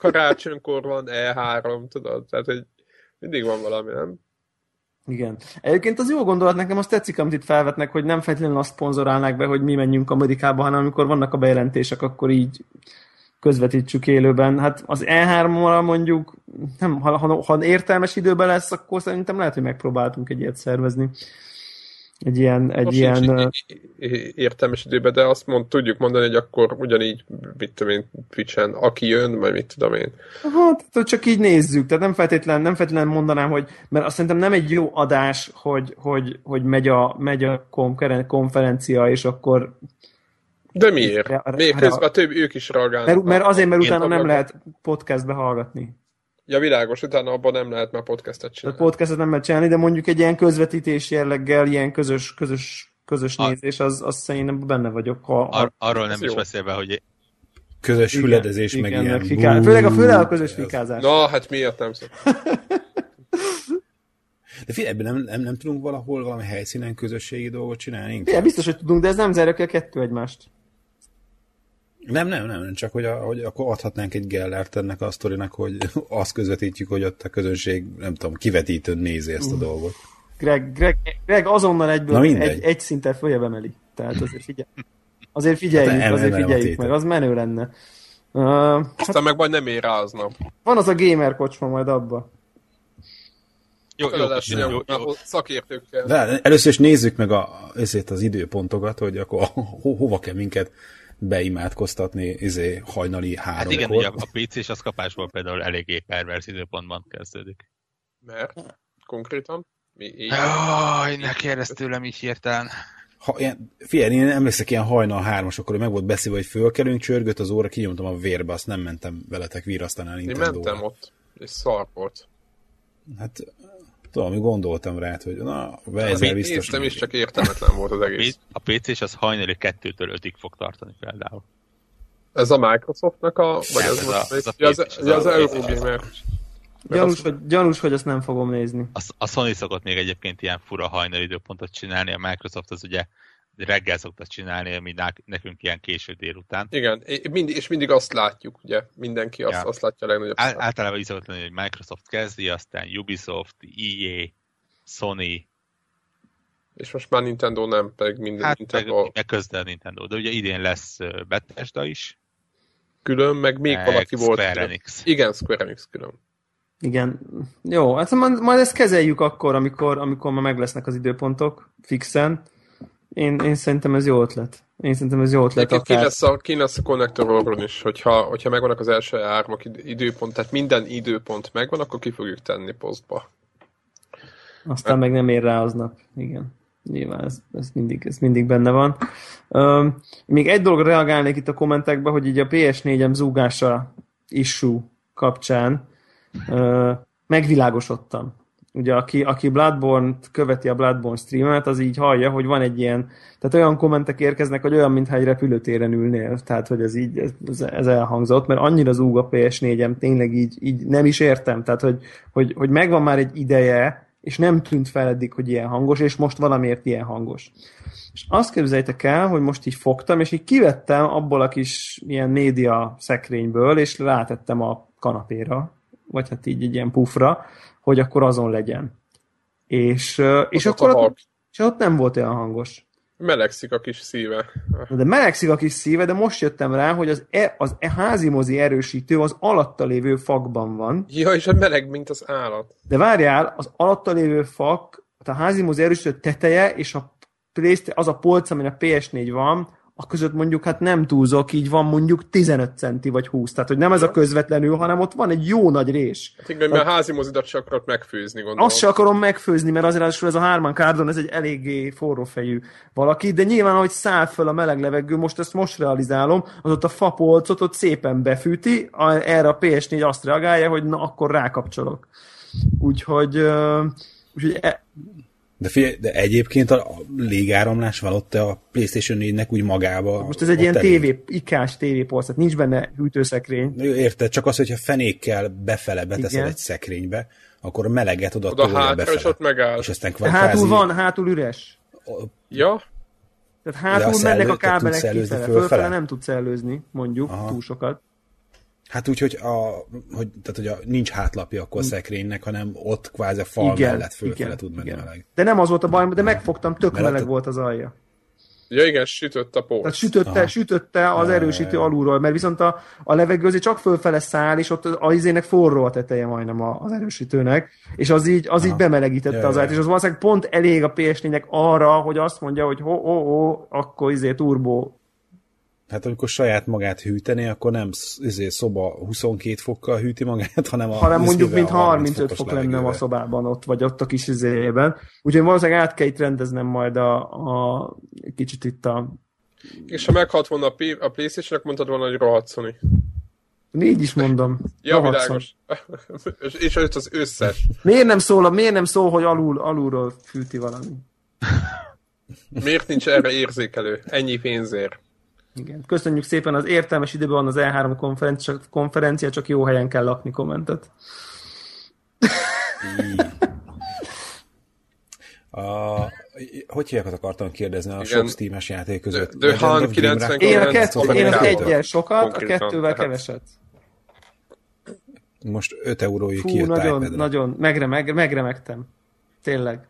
karácsonykor van E három, tudod? Tehát, hogy mindig van valami, nem? Igen. Egyébként az jó gondolat, nekem azt tetszik, amit itt felvetnek, hogy nem feltétlenül azt szponzorálnák be, hogy mi menjünk Amerikába, hanem amikor vannak a bejelentések, akkor így közvetítsük élőben. Hát az E háromra mondjuk, nem, ha, ha, ha értelmes időben lesz, akkor szerintem lehet, hogy megpróbáltunk egy ilyet szervezni. Egy ilyen... Egy ilyen értelmes időben, de azt mond, tudjuk mondani, hogy akkor ugyanígy, mit tudom én, Twitch-en, aki jön, vagy mit tudom én. Hát, csak így nézzük, tehát nem feltétlen, nem feltétlen mondanám, hogy, mert azt szerintem nem egy jó adás, hogy, hogy, hogy megy a, megy a konferencia, és akkor... De miért? Még közben a többi ők is reagálnak. Mert, mert azért, mert utána nem lehet podcastbe hallgatni. Ja, világos, utána abban nem lehet már podcastet csinálni. A podcastet nem lehet csinálni, de mondjuk egy ilyen közvetítés jelleggel, ilyen közös, közös, közös a... nézés, az, az szerintem benne vagyok. Ha, ha... Ar- arról nem is jó. Beszélve, hogy... Közös igen, füledezés, igen, meg ilyen... Fiká... Főleg a főleg a közös fikázás. Na, hát miért nem szó? De figyelj, ebben nem, nem, nem tudunk valahol valami helyszínen közösségi dolgot csinálni? Igen, biztos, hogy tudunk, de ez nem zárja ki a kettő egymást. Nem, nem, nem, csak hogy, a, hogy akkor adhatnánk egy Gellert ennek a sztorinak, hogy azt közvetítjük, hogy ott a közönség, nem tudom, kivetítőn nézi ezt a dolgot. Greg, Greg, Greg azonnal egyből egy, egy szinten följebb emeli. Tehát azért figyelj. Azért figyeljük, hát azért figyeljük meg, az menő lenne. Uh, Aztán hát, meg majd nem ér rá aznap. Van az a gamer kocsma majd abba. Jó, jó, jó, jó, jó. Szakértőkkel. De először is nézzük meg a, ezért az időpontokat, hogy akkor ho, hova kell minket beimádkoztatni izé, hajnali háromkor. Hát igen, ugye a pé cés az kapásból például eléggé pervers időpontban kezdődik. Mert? Konkrétan? Mi Jaj, ne kérdezz tőlem így hirtelen. Ha, ilyen, figyelj, én emlékszek ilyen hajnal hármasakor, hogy meg volt beszélve, hogy fölkelünk, csörgött az óra, kinyomtam a vérbe, azt nem mentem veletek virasztani a Nintendo-ra. Én mentem ott, és szar volt. Hát, tudom, gondoltam rá, hogy na, ezzel biztos. Néztem is, csak értelmetlen volt az egész. A pé cés az hajnali kettőtől ötig fog tartani például. Ez a Microsoftnak a... Vagy ez, ez, most a, ez, a ja, az, az, az Eurogamer. Gyanús, hogy, gyanús, hogy ezt nem fogom nézni. A, a Sony szokott még egyébként ilyen fura hajnali időpontot csinálni, a Microsoft az ugye reggel szokta csinálni, mi nekünk ilyen késő délután. Igen, és mindig azt látjuk, ugye, mindenki azt, ja. azt látja a legnagyobb. Á, általában így szokott lenni, hogy Microsoft kezdi, aztán Ubisoft, E A, Sony. És most már Nintendo nem, pedig minden hát Nintendo. Hát meg közben a Nintendo, de ugye idén lesz Bethesda is. Külön, meg még meg valaki Square volt. Square Enix. Igen, Square Enix külön. Igen. Jó, hát majd ezt kezeljük akkor, amikor, amikor már meg lesznek az időpontok fixen. Én, én szerintem ez jó ötlet. Én szerintem ez jó ötlet. Akár... Ki lesz a, ki lesz a Connector is, hogyha, hogyha megvannak az első ármak időpont, tehát minden időpont megvan, akkor ki fogjuk tenni posztba. Aztán meg nem ér rá aznap. Igen. Nyilván ez, ez, mindig, ez mindig benne van. Um, még egy dologra reagálnék itt a kommentekbe, hogy így a pé es négyem zúgása issue kapcsán uh, megvilágosodtam. Ugye aki, aki Bloodborne-t követi a Bloodborne streamet, az így hallja, hogy van egy ilyen, tehát olyan kommentek érkeznek, hogy olyan, mintha egy repülőtéren ülnél. Tehát, hogy ez így, ez, ez elhangzott, mert annyira zúg a pé es négyem, tényleg így, így nem is értem. Tehát, hogy, hogy, hogy megvan már egy ideje, és nem tűnt fel eddig, hogy ilyen hangos, és most valamiért ilyen hangos. És azt képzeljétek el, hogy most így fogtam, és így kivettem abból a kis ilyen média szekrényből, és rátettem a kanapéra, vagy hát így egy ilyen pufra, hogy akkor azon legyen. És, és akkor ott, és ott nem volt olyan hangos. Melegszik a kis szíve. De melegszik a kis szíve, de most jöttem rá, hogy az, e, az e házimozi erősítő az alatta lévő fakban van. Ja, és meleg, mint az állat. De várjál, az alatta lévő fak, a házimozi erősítő teteje, és a az a polc, amin a pé es négy van, a között mondjuk, hát nem túlzok, így van mondjuk tizenöt centi vagy húsz. Tehát, hogy nem ez a közvetlenül, hanem ott van egy jó nagy rés. Hát igen, mert a házi mozidat se akarod megfőzni, gondolom. Azt se akarom megfőzni, mert azért ez a Harman Kardon, ez egy eléggé forrófejű valaki, de nyilván, ahogy száll föl a meleg levegő, most ezt most realizálom, az ott a fapolcot ott szépen befűti, erre a pé es négy azt reagálja, hogy na, akkor rákapcsolok. Úgyhogy... úgyhogy e- De, figyelj, de egyébként a légáramlás van ott a PlayStation négynek úgy magába. Most ez egy ilyen tévé, ikás tévépolc, tehát nincs benne hűtőszekrény. Jó, érted, csak az, hogyha fenékkel befele beteszed igen. egy szekrénybe, akkor a meleget oda, oda tolja befele. És ott megáll. És aztán kvázi... Hátul van, hátul üres. Ja. Tehát hátul mennek a kábelek kifele, fölfele nem tudsz előzni, mondjuk, aha. túl sokat. Hát úgy, hogy, a, hogy, tehát, hogy a, nincs hátlapja akkor szekrénynek, hanem ott kvázi a fal igen, mellett fölfele tud menni igen. meleg. De nem az volt a baj, de megfogtam, tök Mert meleg a... volt az alja. Ja igen, sütött a porc. Tehát sütötte, sütötte az erősítő alulról, mert viszont a, a levegő azért csak fölfele száll, és ott az izének forró a teteje majdnem az erősítőnek, és az így, az így bemelegítette ja, az áját, és az valószínűleg pont elég a pé es négynek arra, hogy azt mondja, hogy ho, ho, ho, akkor izé turbo. Hát amikor saját magát hűteni, akkor nem izé, szoba huszonkét fokkal hűti magát, hanem a hanem mondjuk, mint harmincöt fok lenne a szobában ott, vagy ott a kis izéjében. Úgyhogy valószínűleg át kell itt rendeznem majd a, a kicsit itt a... És ha meghalt volna a, P- a PlayStation-nak, mondtad volna, hogy rohadt Sony. Így is mondom. Ja, világos. És őt az összes. Miért nem szól, miért nem szól, hogy alul, alulról fűti valami? Miért nincs erre érzékelő? Ennyi pénzért. Igen. Köszönjük szépen, az értelmes időben van az E három konferencia, konferencia csak jó helyen kell lakni kommentet. A, hogy hívják, akartam kérdezni a igen. Sok Steam-es játék között? De, de Han kilencvenkilenc Én, a kett, én az egyel sokat, a kettővel keveset. Most öt euróig Fú, kijött nagyon, iPad-re. nagyon, megre, megre, megremegtem. Tényleg.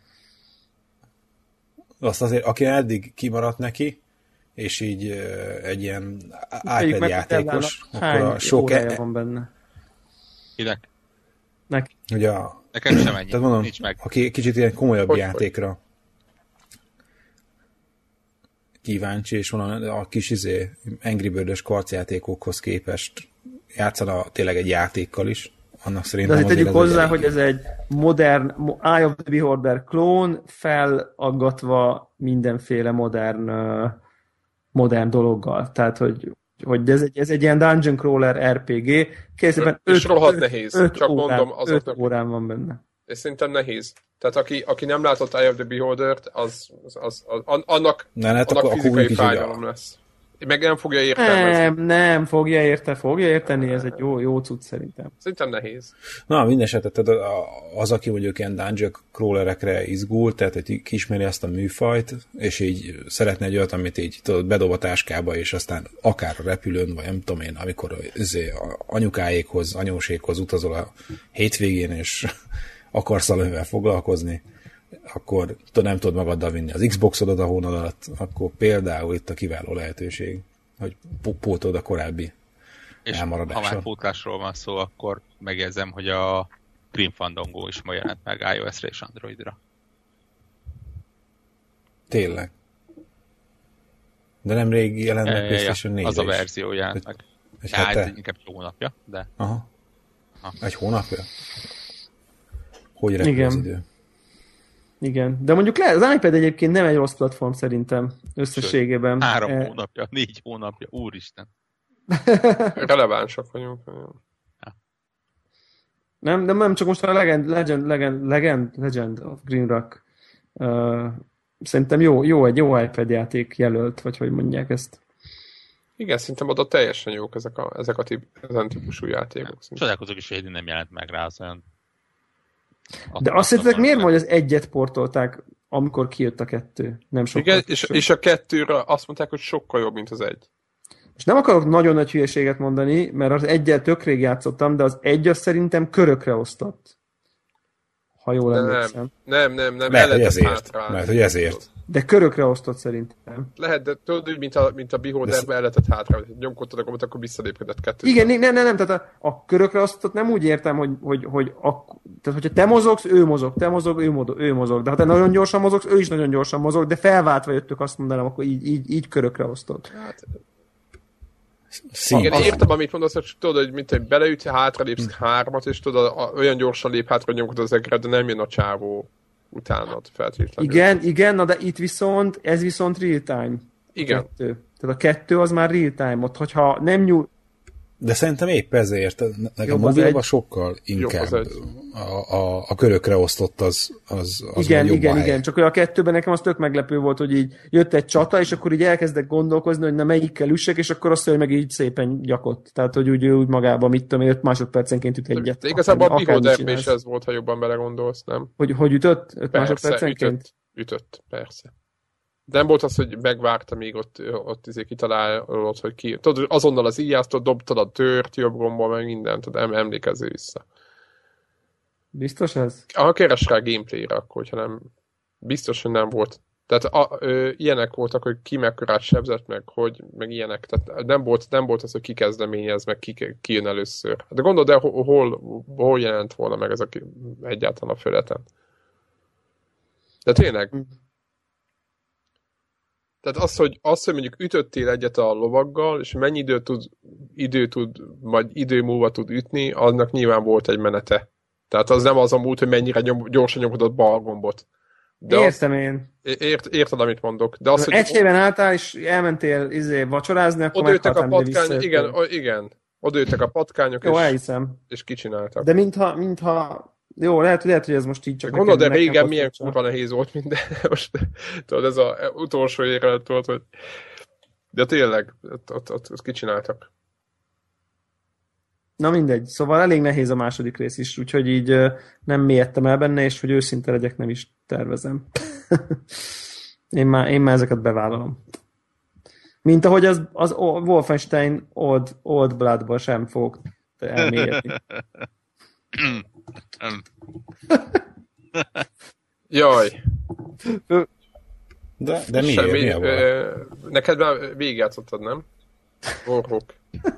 Azt azért, aki eddig kimaradt neki, és így uh, egy ilyen iPad játékos, hány akkor a sok... órája e- van benne? Kinek? Neki. Ugye a... Nekem sem ennyi, tehát mondom, nincs meg. Aki kicsit ilyen komolyabb hogy, játékra hogy? kíváncsi, és onnan a kis izé, Angry Bird-ös karcjátékokhoz képest játszana tényleg egy játékkal is, annak szerintem... De azért tegyük hozzá, egy hogy ez egy modern Eye of the Beholder klón, felaggatva mindenféle modern modern dologgal. Tehát, hogy, hogy ez, egy, ez egy ilyen dungeon crawler er pé gé. Készében és rohadt nehéz. öt Csak órán, mondom, azoknak... öt órán van benne. És szerintem nehéz. Tehát aki, aki nem látott Eye of the Beholder-t, az, az, az, az, annak, ne, hát annak akkor, fizikai akkor fájdalom lesz. Meg nem fogja értelmezni. Nem, nem, fogja érte, fogja érteni, ez egy jó, jó cucc szerintem. Szerintem nehéz. Na, minden esetre az, aki mondjuk ilyen dungeon crawlerekre izgul, tehát hogy kismeri azt a műfajt, és így szeretne egy olyat, amit így tudod, bedob a táskába, és aztán akár a repülőn, vagy nem tudom én, amikor anyukáékhoz, anyósékhoz utazol a hétvégén, és akarsz valamivel foglalkozni, akkor nem tudod magaddal vinni az Xboxodat a hónap alatt, akkor például itt a kiváló lehetőség, hogy pótolod a korábbi és elmaradással. Ha már pótlásról van szó, akkor megjegyzem, hogy a Grim Fandango is ma jelent meg iOS-re és Androidra. Tényleg. De nem rég jelent meg PlayStation négyre Az a verzió jelent meg. Egy ja, hete? Inkább egy hónapja, de... Aha. Ha. Egy hónapja? Hogy repül igen. az idő? Igen, de mondjuk le, az iPad egyébként nem egy rossz platform szerintem, összességében. Sőt, három e... hónapja, négy hónapja, úristen. Relevánsak vagyunk. Ja. Nem, de nem csak most a Legend, Legend, Legend, Legend, Legend of Green Rock. Uh, szerintem jó, jó, egy jó iPad játék jelölt, vagy hogy mondják ezt. Igen, szerintem oda teljesen jók ezek a, ezek a tip, ezen típusú játékok. Ja. Csodálkozok is, hogy nem jelent meg rá az olyan... De azt szerintetek miért van, hogy az egyet portolták, amikor kijött a kettő? Nem sokkal. Igen, és, és a kettőre azt mondták, hogy sokkal jobb, mint az egy. És nem akarok nagyon nagy hülyeséget mondani, mert az egyel tök rég játszottam, de az egy az szerintem körökre osztott. Ha jól emlékszem. Nem, nem, nem. Lehet, hogy ezért. Lehet, hogy ezért. De körökre osztott szerintem. Lehet, de tudod, úgy, mint a, mint a Beholderbe el lehetett hátra, hogy nyomkodtad a gombot, akkor visszalépkedett kettőt. Igen, nem, nem, nem, tehát a, a körökre osztott nem úgy értem, hogy, hogy, hogy a, tehát hogyha te mozogsz, ő mozog, te mozog, ő mozog, ő mozog. De ha te nagyon gyorsan mozogsz, ő is nagyon gyorsan mozog, de felváltva jöttök, azt mondanám, akkor így, így, így körökre osztott. Hát, Szín. Igen, értem, amit mondasz, hogy tudod, hogy mint egy beleütsz, hátra lépsz hmm. hármat, és tudod, a, a, olyan gyorsan lép hátra, hogy nyomkod az egre, de nem jön a csávó utánad feltétlenül. Igen, igen, na de itt viszont, ez viszont real time. Igen. A kettő. Tehát a kettő az már real time, ott hogyha nem nyúl... De szerintem épp ezért, a mobilban sokkal inkább a, a, a körökre osztott az, az, az igen, igen, hely. igen, csak a kettőben nekem az tök meglepő volt, hogy így jött egy csata, és akkor így elkezdek gondolkozni, hogy na melyikkel üssek, és akkor azt, hogy meg így szépen gyakott. Tehát, hogy úgy, úgy magában, mit tudom, öt másodpercenként üt egyet. De igazából a Beholder is ez volt, ha jobban belegondolsz, nem? Hogy, hogy ütött? öt persze, másodpercenként? Ütött, ütött, persze. De nem volt az, hogy megvárta, még ott, ott izé kitalálod, hogy ki. Tudod, azonnal az íjásztól dobtad a tört jobb gombol, meg mindent, tudod, emlékezzél vissza. Biztos ez? Ha keres rá gameplayre, akkor, hogyha nem... Biztos, hogy nem volt. Tehát a, ö, ilyenek voltak, hogy ki mekkorát sebzett, meg hogy, meg ilyenek. Tehát nem volt, nem volt az, hogy ki kezdeményez, meg ki, ki jön először. De gondold el, hol, hol jelent volna meg ez a, egyáltalán a feleten. De tényleg... Tehát az, hogy, az, hogy mondjuk ütöttél egyet a lovaggal, és mennyi idő tud, idő tud, majd idő múlva tud ütni, annak nyilván volt egy menete. Tehát az nem az a múlt, hogy mennyire nyom, gyorsan nyomkodott bal gombot. De Értem az, én. Ért, érted, amit mondok. De az, hogy egy helyen álltál, és elmentél izé, vacsorázni, akkor odaültek a meghaltál, patkány, igen, o, igen. Odaültek a patkányok, jó, és, elhiszem. és kicsináltak. De mintha, mintha jó, lehet, lehet, hogy ez most így csak... Gondolod, de régen milyen kurva nehéz volt minden. Most tudod, ez az utolsó érelet volt, hogy... De tényleg, ott, ott, ott, ott kicsináltak. Na mindegy, szóval elég nehéz a második rész is, úgyhogy így nem mélyedtem el benne, és hogy őszinte legyek, nem is tervezem. én, már, én már ezeket bevállalom. Mint ahogy az, az Wolfenstein Old, Old Blood-ban sem fogok elmélyedni. Jaj. De, de miért? Semmi, Miért ö, neked már végigjátszottad, nem? Warhawk.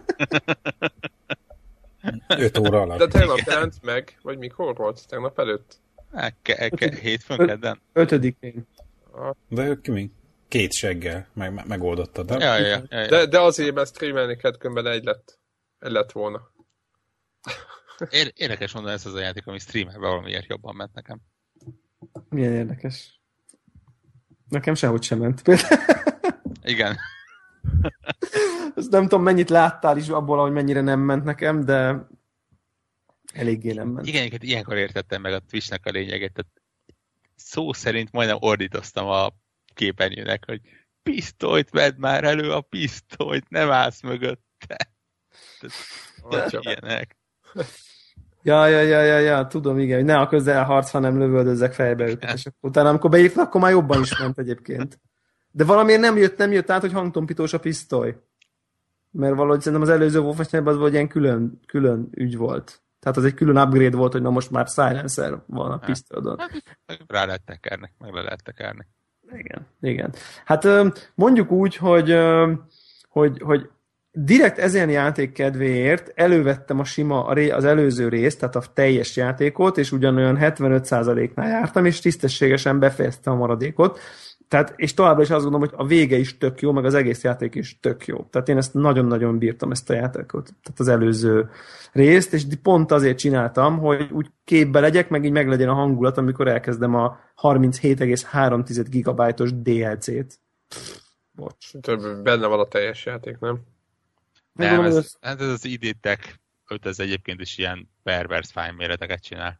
öt óra alatt. De tegnap jelent meg, vagy mikor volt? Tegnap előtt? Ke- ke- hétfőn, kedden? Ötödikén. De ők még két seggel meg, megoldottad. De... Ja, ja, ja, ja. De, de azért, mert streamelni kellett, különben egy lett. Egy lett volna. Ér- érdekes mondani, ez az a játék, ami streamerben valamiért jobban ment nekem. Milyen érdekes. Nekem sehogy sem ment. Igen. Ezt nem tudom, mennyit láttál is abból, hogy mennyire nem ment nekem, de eléggé nem ment. Igen, igen, ilyenkor értettem meg a Twitch-nek a lényeget. Tehát szó szerint majdnem ordítoztam a képernyőnek, hogy pisztolyt vedd már elő, a pisztolyt, nem állsz mögötte. Tehát, ilyenek. Ja, ja, ja, ja, ja, tudom, igen, hogy ne a közelharc, hanem lövöldözzek fejbe őket, és akkor utána, amikor beírtak, akkor már jobban is ment egyébként. De valamiért nem jött, nem jött át, hogy hangtompítós a pisztoly. Mert valahogy szerintem az előző Wolfensteinben az volt ilyen külön, külön ügy volt. Tehát az egy külön upgrade volt, hogy na most már silencer van a pisztolyodon. Rá lehet tekerni, meg le lehet tekerni. Igen, igen. Hát mondjuk úgy, hogy, hogy, hogy direkt ezen játék kedvéért elővettem a sima, az előző részt, tehát a teljes játékot, és ugyanolyan hetvenöt százaléknál jártam, és tisztességesen befejeztem a maradékot. Tehát, és továbbra is azt gondolom, hogy a vége is tök jó, meg az egész játék is tök jó. Tehát én ezt nagyon-nagyon bírtam, ezt a játékot, tehát az előző részt, és pont azért csináltam, hogy úgy képbe legyek, meg így meglegyen a hangulat, amikor elkezdem a harminchét egész három gigabájtos dé el cét. Bocs. Több benne van a teljes játék, nem? Nem, ez, ez, ez az i dé Tech öt, ez egyébként is ilyen pervers fájlméreteket csinál.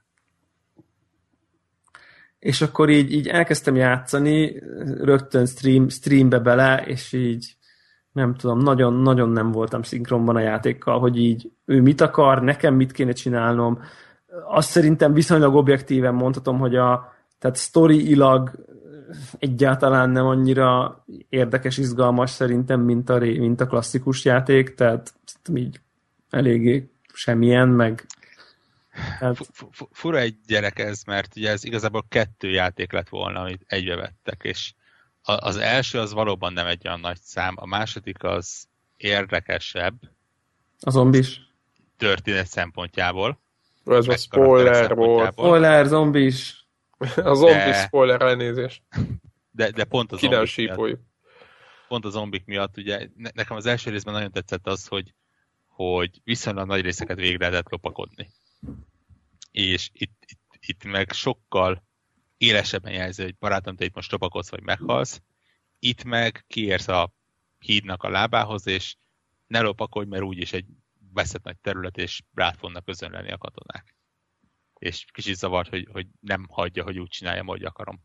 És akkor így, így elkezdtem játszani, rögtön stream, streambe bele, és így nem tudom, nagyon-nagyon nem voltam szinkronban a játékkal, hogy így ő mit akar, nekem mit kéne csinálnom. Azt szerintem viszonylag objektíven mondhatom, hogy a tehát sztoriilag egyáltalán nem annyira érdekes, izgalmas szerintem, mint a, mint a klasszikus játék, tehát így eléggé semmilyen, meg hát... Fura egy gyerek ez, mert ugye ez igazából kettő játék lett volna, amit egybevettek, és az első az valóban nem egy olyan nagy szám, a második az érdekesebb. A zombis? Történet szempontjából. Ez a spoiler volt. Spoiler, zombis. A zombis de... spoiler, elnézést. De, de pont a zombik miatt, pont a zombik miatt, ugye nekem az első részben nagyon tetszett az, hogy, hogy viszonylag nagy részeket végre lehetett lopakodni. És itt, itt, itt meg sokkal élesebben jelzi, hogy barátom, te itt most lopakodsz, vagy meghalsz. Itt meg kiérsz a hídnak a lábához, és ne lopakodj, mert úgyis egy veszett nagy terület, és rád fognak özönleni a katonák. És kicsit zavart, hogy, hogy nem hagyja, hogy úgy csináljam, ahogy akarom.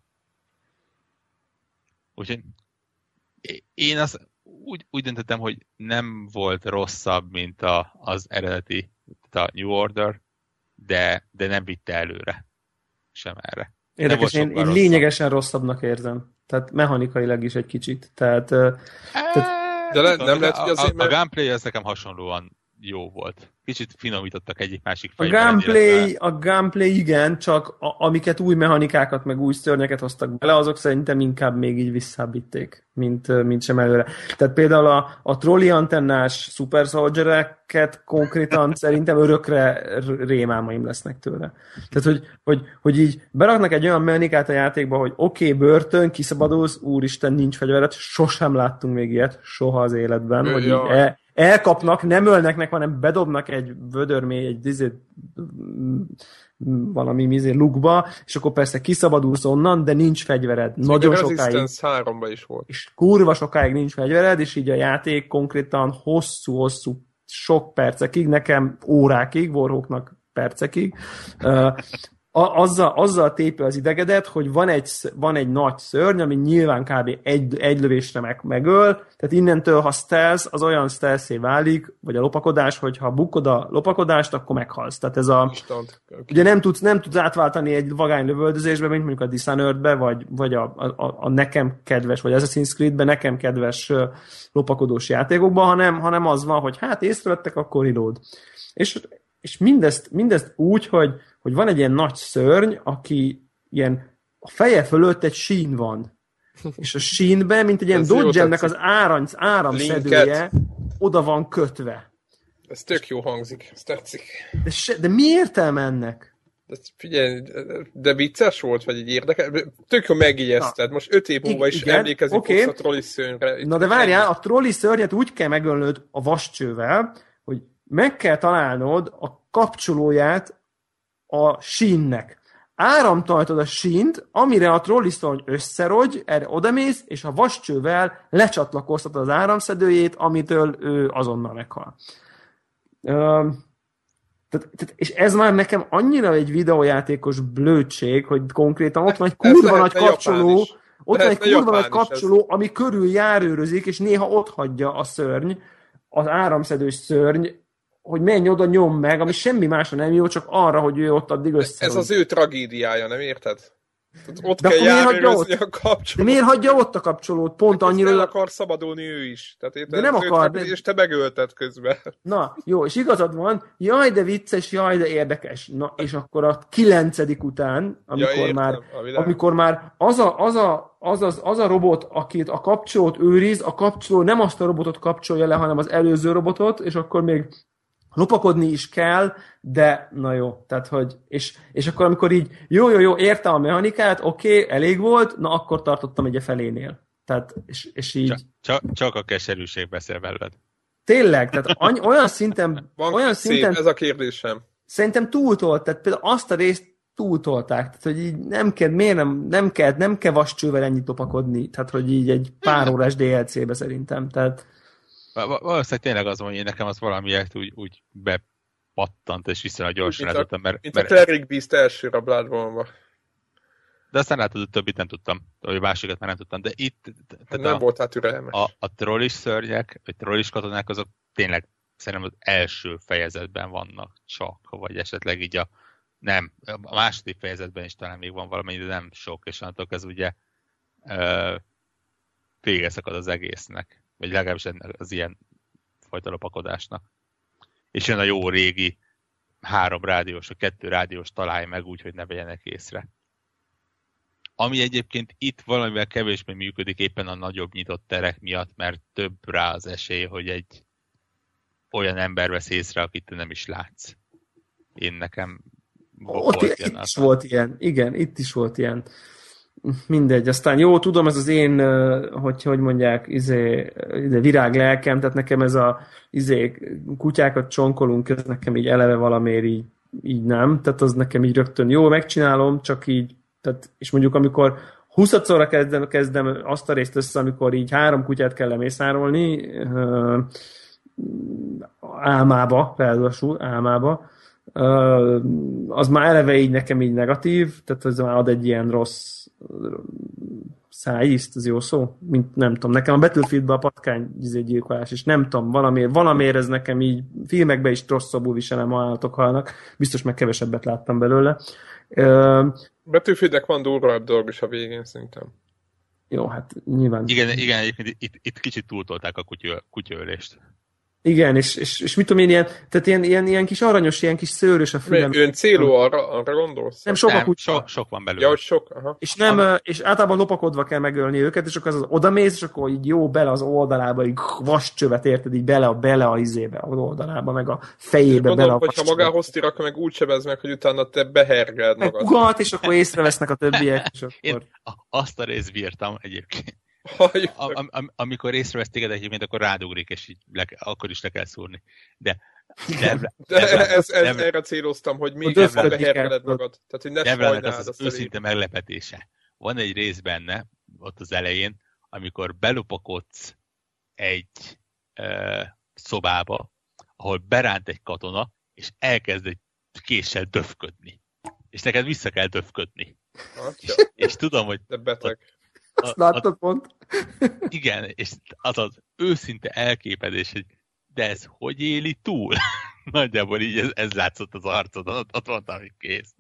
Úgyhogy én azt úgy, úgy döntöttem, hogy nem volt rosszabb, mint a, az eredeti, a New Order, de, de nem vitte előre. Sem erre. Érdekes, én, én lényegesen rosszabbnak érzem. Tehát mechanikailag is egy kicsit. Tehát, tehát de le, nem lehet, hogy azért, a, a, a gameplay ez nekem hasonlóan jó volt. Kicsit finomítottak egyik-másik a gameplay, a gameplay igen, csak a, amiket új mechanikákat, meg új szörnyeket hoztak bele, azok szerintem inkább még így visszábbitték, mint, mint sem előre. Tehát például a, a trolli antennás Super Soldier-eket konkrétan szerintem örökre rémálmaim lesznek tőle. Tehát, hogy, hogy, hogy így beraknak egy olyan mechanikát a játékba, hogy oké, okay, bőrtön, kiszabadulsz, úristen, nincs fegyvered, sosem láttunk még ilyet, soha az életben, Ő, hogy így el, elkapnak, nem ölnek meg, hanem bedobnak egy vödörmély, egy dizét, valami mizé lukba, és akkor persze kiszabadulsz onnan, de nincs fegyvered. Ez nagyon a sokáig. Resistance háromban is volt. És kurva sokáig nincs fegyvered, és így a játék konkrétan hosszú-hosszú, sok percekig, nekem órákig, Warhawknak percekig, uh, A, azzal, azzal tépi az idegedet, hogy van egy, van egy nagy szörny, ami nyilván kb. egy, egy lövésre meg, megöl, tehát innentől, ha stealth, az olyan stealth-é válik, vagy a lopakodás, hogy ha bukkod a lopakodást, akkor meghalsz. Tehát ez a... Istant. Ugye nem tudsz, nem tudsz átváltani egy vagány lövöldözésbe, mint mondjuk a Dishonored-be, vagy, vagy a, a, a nekem kedves, vagy Assassin's Creed-be nekem kedves lopakodós játékokban, hanem, hanem az van, hogy hát észrevettek, akkor reload. És, és mindezt, mindezt úgy, hogy hogy van egy ilyen nagy szörny, aki ilyen a feje fölött egy sín van. És a sínben, mint egy ilyen Dodge-nek az áram, áramszedője oda van kötve. Ez tök jó hangzik, ez tetszik. De, se, de mi értelme ennek? De figyelj, de vicces volt, vagy így érdekes? Tök jó megijeszted. Most öt év múlva is igen, emlékezik okay. Hozzá a trolli szörnyre. Na de várjál, a trolli szörnyet úgy kell megölnöd a vascsővel, hogy meg kell találnod a kapcsolóját a sínnek. Áramtajtod a sínt, amire a trollisztorny összerogy, erre odamész, és a vascsővel lecsatlakoztatod az áramszedőjét, amitől ő azonnal meghal. Ö, tehát, tehát, és ez már nekem annyira egy videójátékos blödség, hogy konkrétan ott van egy kurva nagy kapcsoló, ott van egy kurva nagy kapcsoló, ami körül járőrözik, és néha ott hagyja a szörny, az áramszedős szörny, hogy menj oda, nyom meg, ami semmi másra nem jó, csak arra, hogy ő ott addig össze. Ez az ő tragédiája, nem érted? Tehát ott de kell járőrözni a kapcsolót. De miért hagyja ott a kapcsolót? Pont annyira... Nem akar szabadulni ő is. Tehát érted, de nem akar. De... És te megölted közben. Na, jó, és igazad van, jaj, de vicces, jaj, de érdekes. Na, és akkor a kilencedik után, amikor ja, értem, már, amikor már az a, az, a, az, az, az a robot, akit a kapcsolót őriz, a kapcsoló nem azt a robotot kapcsolja le, hanem az előző robotot, és akkor még lopakodni is kell, de na jó, tehát hogy, és, és akkor amikor így jó, jó, jó, értem a mechanikát, oké, okay, elég volt, na akkor tartottam egy a felénél. Tehát, és, és így... Csak, csak, csak a keserűség beszél veled. Tényleg, tehát any, olyan szinten... Van olyan szép, szinten, ez a kérdésem. Szerintem túltolt, tehát például azt a részt túltolták, tehát hogy így nem kell, miért nem, nem kell, nem kell vascsővel ennyit lopakodni, tehát hogy így egy pár órás dé el cé-be szerintem, tehát valószínűleg tényleg az, hogy én nekem az valamiért úgy, úgy bepattant, és viszonylag gyorsan eltudtam. Mert, mint a Cleric Beast elsőre a Bloodborne-ba. De aztán látod, hogy többit nem tudtam. Vagy másikat már nem tudtam. De itt... Hát nem a, voltál türelmes. A, a trollis szörnyek, vagy trollis katonák, azok tényleg szerintem az első fejezetben vannak csak, vagy esetleg így a... Nem, a második fejezetben is talán még van valami, de nem sok, és annak ez ugye uh, vége szakad az egésznek. Vagy legalábbis az ilyen fajta lopakodásnak. És jön a jó régi három rádiós, vagy kettő rádiós találj meg úgy, hogy ne vegyenek észre. Ami egyébként itt valamivel kevésbé működik éppen a nagyobb nyitott terek miatt, mert több rá az esély, hogy egy olyan ember vesz észre, akit te nem is látsz. Én nekem Ott volt itt ilyen. Is volt ilyen. Igen, itt is volt ilyen. Mindegy, aztán jó, tudom, ez az én, hogy, hogy mondják, izé, izé, virág lelkem, tehát nekem ez a izé, kutyákat csonkolunk, ez nekem így eleve valamiért így, így nem, tehát az nekem így rögtön jó, megcsinálom, csak így, tehát, és mondjuk amikor huszadszorra kezdem, kezdem azt a részt össze, amikor így három kutyát kell lemészárolni, álmába, ráadásul álmába, az már eleve így nekem így negatív, tehát ez már ad egy ilyen rossz szájízt, az jó szó? Mint, nem tudom, nekem a Battlefieldben a patkány gyilkolás, és nem tudom, valamiért, valamiért ez nekem így filmekben is rosszabbul viselem, ha állatok halnak, biztos meg kevesebbet láttam belőle. Battlefieldnek van durvább dolg is a végén, szerintem. Jó, hát nyilván. Igen, igen egyébként itt, itt kicsit túltolták a kutyő, kutyőlést. Igen, és, és, és mit tudom én, ilyen, tehát ilyen, ilyen, ilyen kis aranyos, ilyen kis szőrös a fülem. Ön célú arra, arra gondolsz? Nem, sok a Nem, kutya. so, sok van belőle. Ja, hogy sok, aha. És, nem, és általában lopakodva kell megölni őket, és akkor az, az odamész, és akkor így jó bele az oldalába, így vascsövet érted, így bele a, bele a izébe, az oldalába, meg a fejébe, Mondom, bele a hogyha magához tír, akkor meg úgy sebez meg, hogy utána te behergeld magad. Ugat, és akkor észrevesznek a többiek, és akkor... Én azt a részt bírtam egyébként. Hajjak. Am, am, amikor észrevesz téged egyébként, akkor rádugrik, és így le, akkor is le kell szúrni. De, de, de de, ez, ez, de, erre céloztam, hogy még A ebben döfködik behergeled el. magad. Tehát, hogy ne Devlának az sajnáld az azt a őszinte meglepetése. Van egy rész benne, ott az elején, amikor belupakodsz egy ö, szobába, ahol beránt egy katona, és elkezd egy késsel döfködni. És neked vissza kell döfködni. És, és tudom, hogy De beteg. Azt láttad pont? igen, és az az őszinte elképedés, hogy de ez hogy éli túl? Nagyjából így ez, ez látszott az arcodon, ott, ott mondtam, hogy kész.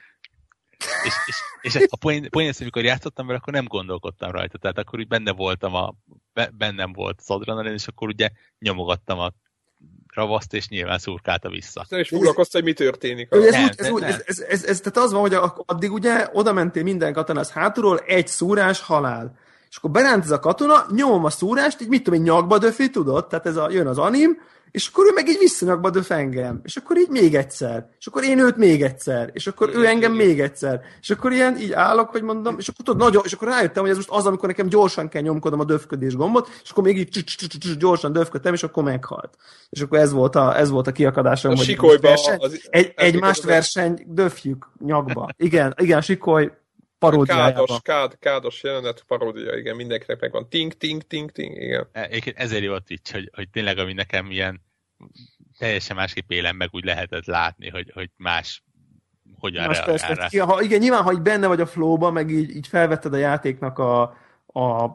És, és, és a poén, poén az, amikor játszottam vele, akkor nem gondolkodtam rajta, tehát akkor úgy benne voltam, a, bennem volt az adrenalin, és akkor ugye nyomogattam a ravaszt, és nyilván szurkálta vissza. Nem is foglalkoztam, hogy mi történik. Ez, Nem, úgy, ez, nem, úgy, nem. ez, ez, ez, ez, tehát az van, hogy addig ugye oda mentél minden katonász hátulról, egy szúrás, halál. És akkor beránt ez a katona, nyomom a szúrást, így mit tudom én, nyakba döfi, tudod? Tehát ez a, jön az anim, és akkor ő meg így visszanyakba döf engem. És akkor így még egyszer. És akkor én őt még egyszer. És akkor ő engem még egyszer. És akkor ilyen így állok, hogy mondom, és akkor tudod, nagyon, és akkor rájöttem, hogy ez most az, amikor nekem gyorsan kell nyomkodnom a döfködés gombot, és akkor még így gyorsan döfködtem, és akkor meghalt. És akkor ez volt a, ez volt a kiakadásom, A hogy sikolyba verseny, az- egy, ez egymást az- verseny döfjük nyakba. Igen, igen, sikoly paródiájában. Kádos, kád, kádos jelenet paródia, igen, mindenkinek megvan. Ting, ting, ting, ting, igen. Egyébként ezért jó a Twitch, hogy, hogy tényleg ami nekem ilyen teljesen másképp élem meg, úgy lehetett látni, hogy, hogy más hogyan Más reagál rá. perspektíva. Ha, igen, nyilván, ha így benne vagy a flow-ba, meg így, így felvetted a játéknak a, a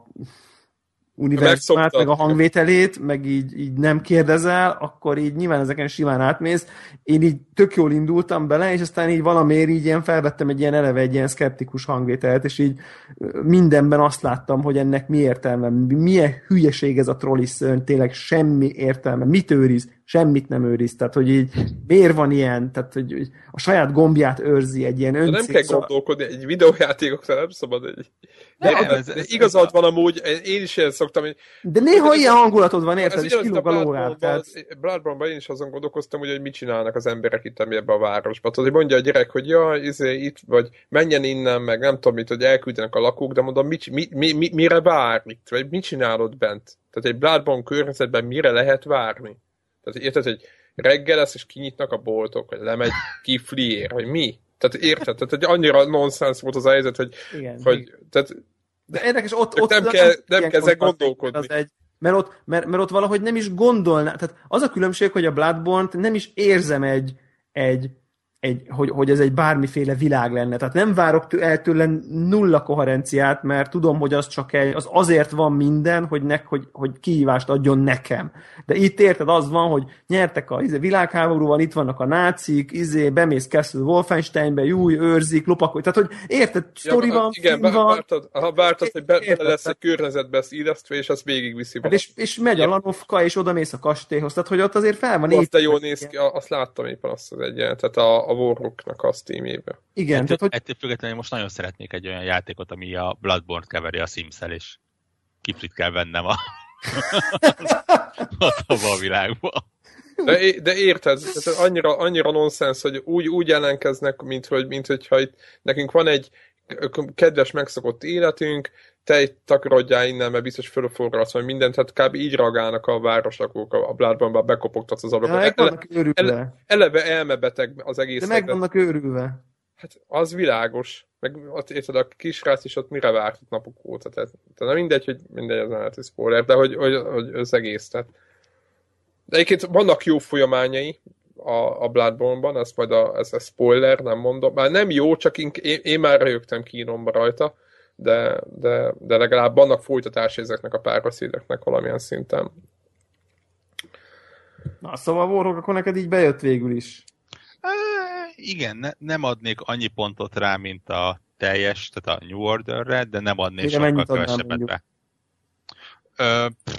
univerzumát, Megszoptad. meg a hangvételét, meg így, így nem kérdezel, akkor így nyilván ezeken simán átmész. Én így tök jól indultam bele, és aztán így valamiért így ilyen felvettem egy ilyen eleve egy ilyen szkeptikus hangvételt, és így mindenben azt láttam, hogy ennek mi értelme, milyen hülyeség ez a trolli szörny, tényleg semmi értelme. Mit őriz? Semmit nem őriz. Tehát, hogy így miért van ilyen? Tehát, hogy hogy a saját gombját őrzi egy ilyen De nem kell öncélszó. gondolkodni, egy videójátékoknál nem szabad egy... De, Nem, de, ez- de ez- igazad van amúgy, én is ilyen szoktam, hogy De néha Ez- ilyen hangulatod van, ez érted? És ugyanaz, mint kilóg a a lórád. Bloodborne-ban, Tehát... Bloodborne-ban én is azon gondolkoztam, hogy, hogy mit csinálnak az emberek itt ebbe a városba. Tudod, hogy mondja a gyerek, hogy jaj, izé, itt vagy, menjen innen, meg nem tudom mit, hogy elküldenek a lakók, de mondom, mit, mi, mi, mi, mire vár itt? Vagy mit csinálod bent? Tehát egy Bloodborne környezetben mire lehet várni? Tehát érted, hogy reggel lesz, és kinyitnak a boltok, vagy lemegy kifliér, vagy mi? Tehát érted? Tehát hogy annyira nonsens volt az a helyzet, hogy, Igen. hogy tehát, De érdekes, ott, Csak ott nem nem kell- nem ilyen kell ezen konfliktus, gondolkodni. az egy, mert, ott, mert, mert ott valahogy nem is gondolná. Tehát az a különbség, hogy a Bloodborne-t nem is érzem egy, egy, egy hogy, hogy ez egy bármiféle világ lenne. Tehát nem várok tő, el tőle nulla koherenciát, mert tudom, hogy az csak egy, az azért van minden, hogy, ne, hogy, hogy kihívást adjon nekem. De itt érted, az van, hogy nyertek a izé, világháborúban, itt vannak a nácik, izé, bemész Castle Wolfensteinbe, júj, őrzik, lopakolj. Tehát, hogy érted, sztori van, igen, film van, vártad, aha, vártad, hogy be, Érted, bele lesz egy tehát- környezetbe ezt illesztve, és azt végigviszi hát és, és megy a Lanovka, és oda mész a kastélyhoz. Tehát, hogy ott azért fel van Azt de építve. jól néz ki, azt láttam éppen azt az egyenletet a, a Warrocknak a Steam-ébe. Igen, Ettől, tehát, hogy ettől függetlenül most nagyon szeretnék egy olyan játékot, ami a Bloodborne-t keveri a Sims-el, és kiflit kell vennem a ott abba a világba. De, é- de érted, tehát annyira, annyira nonsens, hogy úgy, úgy jelenkeznek, mint, hogy, mint hogyha itt nekünk van egy kedves, megszokott életünk, te itt takarodjál innen, mert biztos fölforgatsz majd mindent, tehát kb. Így reagálnak a városlakók a Bloodborne-ban, bekopogtatsz az de ablakot. meg Ele, vannak őrülve. ele, eleve elmebeteg az egész. De meg vannak őrülve. Hát az világos. Meg ott érted, a kisrác is ott mire várt ott napok óta. Tehát, tehát nem mindegy, hogy mindegy, az nem lehet, hogy spoiler, de hogy, hogy, hogy az egész. Tehát. De egyébként vannak jó folyamányai a, a Bloodborne-ban, ez majd a, ez a spoiler, nem mondom. Már nem jó, csak én, én, én már röhögtem kínomba rajta, de, de, de legalább vannak folytatási ezeknek a párbeszédeknek valamilyen szinten. Na, szóval Warhawk, akkor neked így bejött végül is. E, igen, ne, nem adnék annyi pontot rá, mint a teljes, tehát a New Orderre, de nem adnék Igen, sokkal mennyit adnám kevesebbet mondjuk? be. Ö, pff,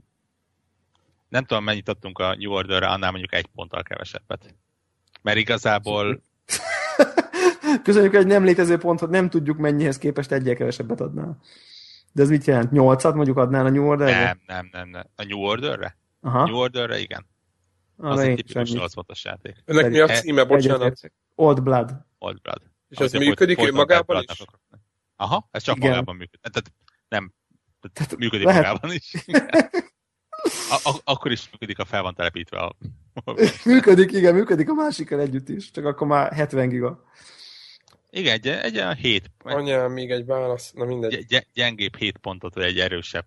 nem tudom, mennyit adtunk a New Orderre, annál mondjuk egy ponttal kevesebbet. Mert igazából... Köszönjük, egy nem létező pontot, nem tudjuk mennyihez képest egyel kevesebbet adnál. De ez mit jelent? nyolcat mondjuk adnál a New Orderre? Nem, nem, nem, nem. A New Orderre? Aha. New Orderre, igen. Ah, Az én egy is tipikus annyit. nyolc pontos játék. Ennek mi a címe, bocsánat? Egyetértek. Old Blood. Old Blood. És ez Amit működik folyton önmagában Bad is? Bloodnak akarok. Aha, ez csak Igen. magában működik. Tehát nem, tehát Tehát működik lehet- magában is. A- a- akkor is működik, ha fel van telepítve a... Működik, igen, működik a másikkal együtt is, csak akkor már hetven giga. Igen, egy, egy olyan hét, Anyám, még egy válasz. Na mindegy. gy- gy- gyengébb hét pontot, vagy egy erősebb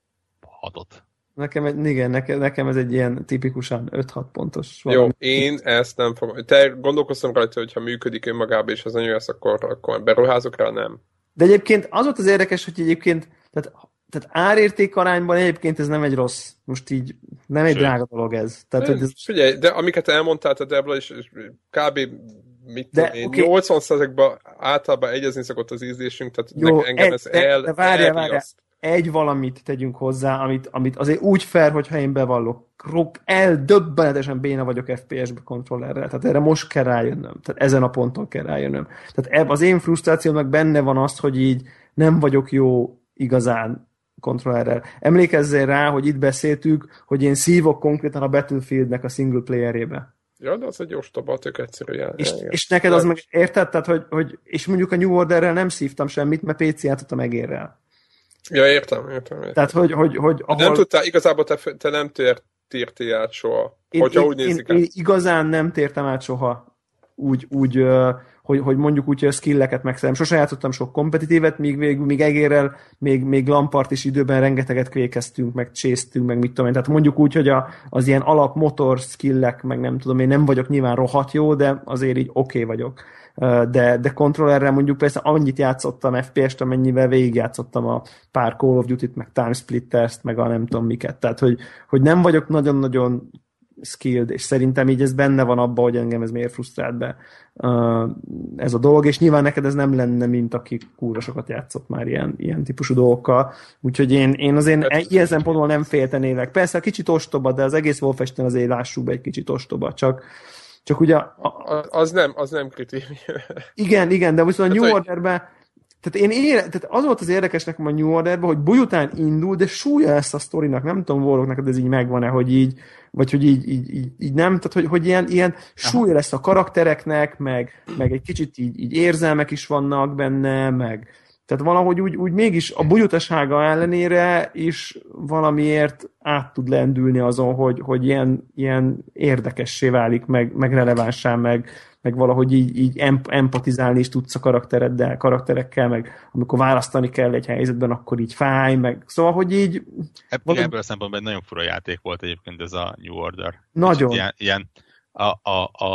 hatot. Nekem, egy, igen, nekem, nekem ez egy ilyen tipikusan öt-hat pontos Jó, valami. én ezt nem fogom. Te gondolkoztam rajta, hogy ha működik önmagában és az anyu lesz, akkor, akkor beruházok rá, nem. De egyébként az volt az érdekes, hogy egyébként, tehát, tehát árérték arányban egyébként ez nem egy rossz, most így nem egy Sőt. drága dolog ez. Tehát, hogy ez, Figyelj, de amiket elmondtál a Debla is, és kb. Mit De, tudom én, oké. nyolcvan százalékban általában egyezni szokott az ízlésünk, tehát Jó, nek, engem egy- ez de- el, de várjál, elriaszt. várjál. Egy valamit tegyünk hozzá, amit, amit azért úgy fair, hogyha én bevallok. Rop, eldöbbenetesen béna vagyok ef pé es kontrollerrel. Tehát erre most kell rájönnöm. Tehát ezen a ponton kell rájönnöm. Tehát ebb, az én frusztrációmnak benne van az, hogy így nem vagyok jó igazán kontrollerrel. Emlékezzél rá, hogy itt beszéltük, hogy én szívok konkrétan a Battlefieldnek a single playerébe. Ja, de az egy ostoba, tök egyszerű jel. És, igen. és neked az meg, érted? Tehát, hogy, hogy, és mondjuk a New Orderrel nem szívtam semmit, mert pé cé játszottam egérrel. Ja, értem, értem. értem. Tehát, hogy, hogy, hogy Ahol... Nem tudtál, igazából te, te nem tért, tértél át soha, én, hogyha én, úgy nézzük én, át. én igazán nem tértem át soha úgy, úgy ö, hogy, hogy mondjuk úgy, hogy a skilleket megszerem. Sose játszottam sok kompetitívet, míg, még, még egérrel, még, még Lampart is időben rengeteget kvékeztünk, meg csésztünk, meg mit tudom én. Tehát mondjuk úgy, hogy a, az ilyen alap motor skillek, meg nem tudom, én nem vagyok nyilván rohadt jó, de azért így oké okay vagyok. De, de kontrollerrel mondjuk persze annyit játszottam ef pé est, amennyivel végigjátszottam a pár Call of Duty-t, meg Time Splitters-t, meg a nem tudom miket. Tehát, hogy, hogy nem vagyok nagyon-nagyon skilled, és szerintem így ez benne van abban, hogy engem ez miért frusztrált be uh, ez a dolog, és nyilván neked ez nem lenne, mint aki kurva sokat játszott már ilyen, ilyen típusú dolgokkal, úgyhogy én, én azért hát, ilyen szempontból nem féltenélek. Persze a kicsit ostoba, de az egész Wolfenstein azért lássuk be egy kicsit ostoba, csak csak ugye... A, a, az nem, az nem kritérium. Igen, igen, de viszont a New hogy... Orderben tehát én ére, tehát az volt az érdekes nekem a New Orderben, hogy buj után indul, de súlya ezt a sztorinak, nem tudom, Warlock, neked ez így megvan-e, hogy így, vagy hogy így, így, így, így nem, tehát hogy, hogy ilyen, ilyen súlya lesz a karaktereknek, meg, meg egy kicsit így, így érzelmek is vannak benne, meg tehát valahogy úgy, úgy mégis a bujutasága ellenére is valamiért át tud lendülni azon, hogy, hogy ilyen, ilyen érdekessé válik, meg, meg relevánsá, meg, meg valahogy így, így empatizálni is tudsz a karaktereddel, karakterekkel, meg amikor választani kell egy helyzetben, akkor így fáj, meg szóval, hogy így... Ebből, valahogy... ebből a szempontból egy nagyon fura játék volt egyébként ez a New Order. Nagyon. Ilyen, ilyen a, a, a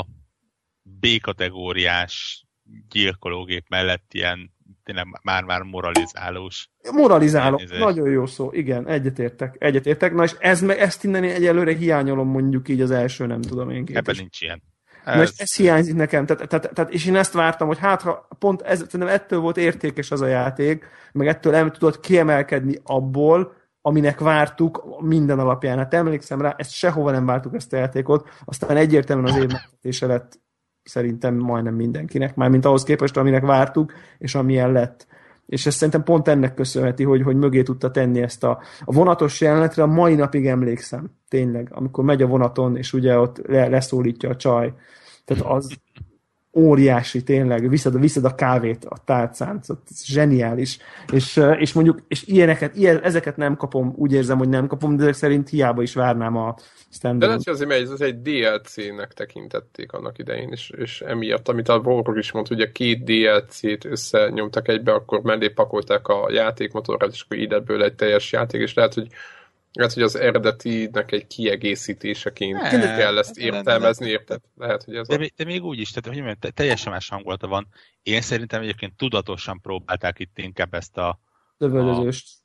B-kategóriás gyilkológép mellett ilyen tényleg már-már moralizálós. Moralizáló, nagyon jó szó, igen, egyetértek, egyetértek. Na és ez, ezt innen egyelőre hiányolom mondjuk így az első, nem tudom én. Ebben nincs ilyen. Na és ez hiányzik nekem, tehát, tehát, tehát, és én ezt vártam, hogy hát ha pont ez, szerintem ettől volt értékes az a játék, meg ettől nem tudott kiemelkedni abból, aminek vártuk minden alapján. Hát emlékszem rá, ezt sehova nem vártuk ezt a játékot, aztán egyértelműen az év megtetése lett szerintem majdnem mindenkinek, mármint ahhoz képest, aminek vártuk, és amilyen lett. És ezt szerintem pont ennek köszönheti, hogy, hogy mögé tudta tenni ezt a, a vonatos jelenetre, a mai napig emlékszem, tényleg, amikor megy a vonaton, és ugye ott le, leszólítja a csaj. Tehát az óriási, tényleg, viszed, viszed a kávét a tálcán, szóval ez zseniális. És, és mondjuk, és ilyeneket, ilyen, ezeket nem kapom, úgy érzem, hogy nem kapom, de ezek szerint hiába is várnám a stand-on. De lehet, hogy azért, mert ez egy dé el cé-nek tekintették annak idején, és, és emiatt, amit a Warrock is mondta, hogy a két dé el cé-t összenyomtak egybe, akkor mellé pakolták a játékmotorral, és akkor így ebből egy teljes játék, és lehet, hogy lehet, hogy az eredetinek egy kiegészítéseként ne, kell ezt értelmezni, érted? Lehet, hogy ez de, a... de még úgy is, tehát hogy mondjam, teljesen más hangulata van. Én szerintem egyébként tudatosan próbálták itt inkább ezt a... Lövöldözőst.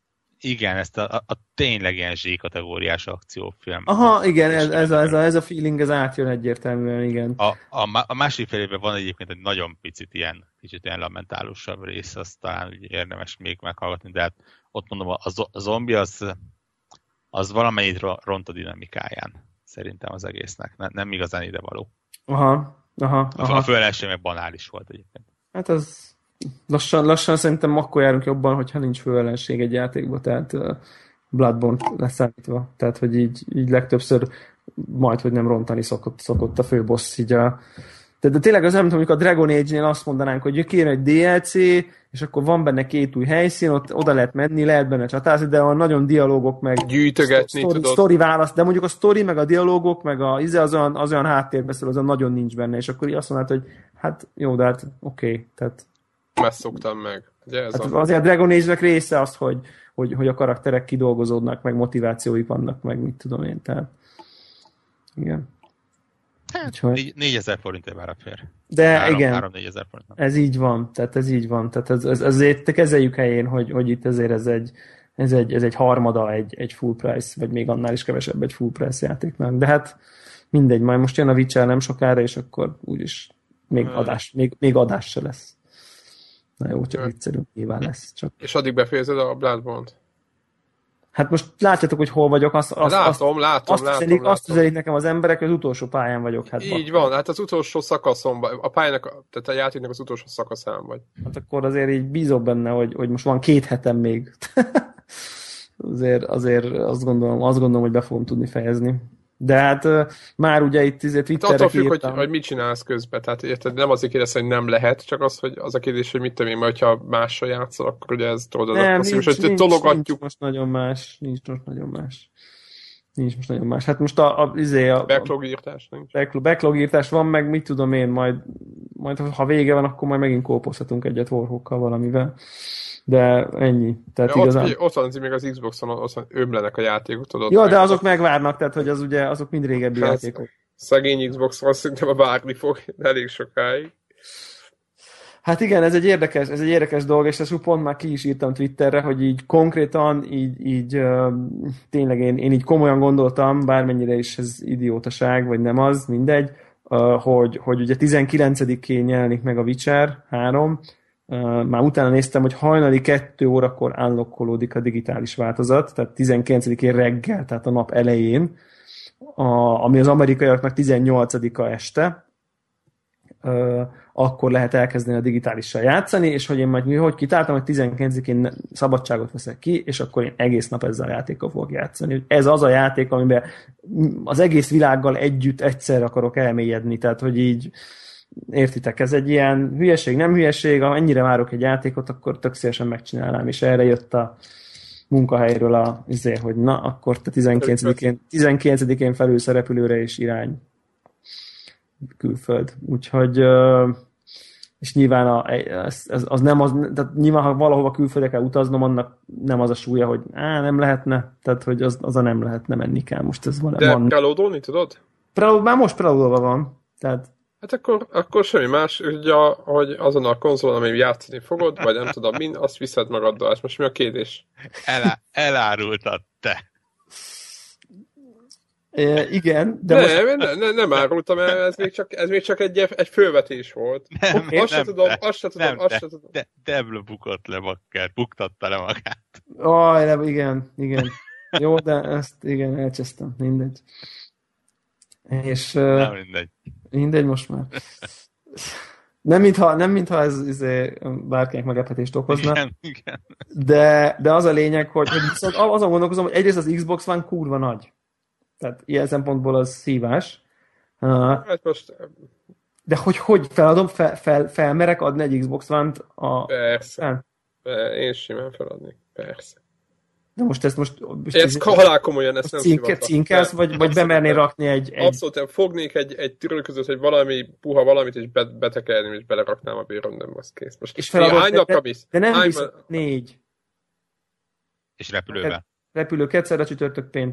Igen, ezt a, a, a tényleg ilyen Z-kategóriás akciófilm. Aha, igen, ez, ez, a, ez, a, ez a feeling, ez átjön egyértelműen, igen. A, a, a másik felében van egyébként egy nagyon picit ilyen, kicsit ilyen lamentálusabb rész, azt talán úgy érdemes még meghallgatni, de hát ott mondom, a, a zombi az, az valamennyit ront a dinamikáján, szerintem az egésznek. Ne, nem igazán ide való. Aha, aha, aha. A fölelső meg banális volt egyébként. Hát az lassan, lassan szerintem akkor járunk jobban, hogyha nincs főellenség egy játékban, tehát uh, Bloodborne leszámítva. Tehát, hogy így, így legtöbbször majd, hogy nem rontani szokott, szokott a főbossz így a... De, de tényleg az nem tudom, amikor a Dragon Age-nél azt mondanánk, hogy kéne egy dé el cé, és akkor van benne két új helyszín, ott oda lehet menni, lehet benne csatázni, de a nagyon dialógok meg... Gyűjtögetni, sztori, tudod. Sztori választ, de mondjuk a sztori, meg a dialógok, meg a, az, olyan, az olyan háttérbeszél, az olyan nagyon nincs benne, és akkor így azt mondod, hogy hát jó, de hát oké, okay, tehát... Ezt szoktam meg. Ugye ez hát a... azért a Dragon Age-nek része az, hogy, hogy, hogy a karakterek kidolgozódnak, meg motivációik vannak, meg mit tudom én, tehát... Igen. Hát, négyezer forintért már fér. De három, igen, három-négyezer forint. Ez így van, tehát ez így van. Tehát ez, ez, ezért kezeljük helyén, hogy, hogy itt ezért ez egy, ez egy, ez egy harmada egy, egy full price, vagy még annál is kevesebb egy full price játéknak. De hát mindegy, majd most jön a Witcher nem sokára, és akkor úgyis még adás, még, még adás se lesz. Na jó, csak viccelünk, nyilván lesz. Csak... És addig befejezed a Bloodborne-t? Hát most látjátok, hogy hol vagyok. Azt, azt, látom, azt, látom, azt látom, üzenik, látom. Azt üzenik nekem az emberek, hogy az utolsó pályán vagyok. Hát így van. van, hát az utolsó szakaszomban, a pályának, tehát a játéknak az utolsó szakaszán vagy. Hát akkor azért így bízok benne, hogy, hogy most van két hetem még. azért, azért azt gondolom, azt gondolom, hogy be fogom tudni fejezni. De hát uh, már ugye itt izé Twitterre attól függ, írtam. hogy, hogy mit csinálsz közben. Tehát érted, nem azért kérdez, hogy nem lehet, csak az, hogy az a kérdés, hogy mit tudom én, mert ha mással játszol, akkor ugye ez tudod, nem, az nincs, hogy nincs, tologatjuk. Nincs most nagyon más. Nincs most nagyon más. Nincs most nagyon más. Hát most a, a, izé a, backlog írtás nincs. Backlog, backlog írtás van, meg mit tudom én, majd, majd ha vége van, akkor majd megint kópozhatunk egyet Warhawkkal valamivel. De ennyi. Tehát ja, igazán... ott, ott van még az Xboxon, ott van, ömlenek a játékok, tudod. Ja, de azok megvárnak, tehát hogy az ugye, azok mind régebbi hát, játékok. Szegény Xboxon szerintem várni fog elég sokáig. Hát igen, ez egy érdekes, ez egy érdekes dolog, és ezt pont már ki is írtam Twitterre, hogy így konkrétan, így, így uh, tényleg én, én így komolyan gondoltam, bármennyire is ez idiótaság, vagy nem az, mindegy, uh, hogy, hogy ugye tizenkilencedikén jelenik meg a Witcher három, uh, már utána néztem, hogy hajnali kettő órakor unlockolódik a digitális változat, tehát tizenkilencedikén reggel, tehát a nap elején, a, ami az amerikaiaknak tizennyolcadika este, uh, akkor lehet elkezdeni a digitálissal játszani, és hogy én majd hogy kitáltam, hogy tizenkilencedikén szabadságot veszek ki, és akkor én egész nap ezzel a játékkal fogok játszani. Ez az a játék, amiben az egész világgal együtt egyszer akarok elmélyedni, tehát hogy így értitek, ez egy ilyen hülyeség, nem hülyeség, ha ennyire várok egy játékot, akkor tök szívesen megcsinálnám, és erre jött a munkahelyről a izé, hogy na, akkor te tizenkilencedikén, tizenkilencedikén felülsz a repülőre, és irány külföld. Úgyhogy és nyilván a, az, az nem az, tehát nyilván ha valahova külföldre kell utaznom, annak nem az a súlya, hogy á, nem lehetne, tehát hogy az, az a nem lehetne, menni kell. Most ez van. De van. preloadolni tudod? Preload, már most preloadolva van. Tehát... Hát akkor, akkor semmi más, ugye, hogy azon a konzolon, amely játszani fogod, vagy nem tudom min, azt viszed magaddal. Ez most mi a kérdés? Elá, elárultad te. É, igen, de ne, most... ne, ne, nem árultam el, ez még csak, ez még csak egy, egy fölvetés volt. Nem, azt nem, se tudom, de, azt se tudom, nem, azt de, se tudom. De, Debla bukott le bakker, buktatta le magát. Aj, nem, igen, igen. Jó, de ezt igen, elcsesztem, mindegy. És... Nem mindegy. Mindegy most már. Nem mintha, nem mintha ez izé, bárkinek meglepetést okozna. Igen, igen. De, de az a lényeg, hogy, hogy viszont azon gondolkozom, hogy egyrészt az Xbox One kurva nagy. Tehát ilyen szempontból az szívás. Hát most... De hogy hogy feladom, fel, fel, felmerek adni egy Xbox One-t a... Persze. Fel? Én simán feladnék. Persze. De most ezt most... most ez halál komolyan, ezt nem cinke, cinkelsz, vagy, vagy bemernél rakni egy... egy... Abszolút, fognék egy, egy türül között, hogy valami puha valamit, és be, betekelném, és beleraknám a bírom, nem az kész. Most és feladod, hány napra visz? De nem hány visz, négy. És repülővel? Repülő, kedszerre csütörtök péntek.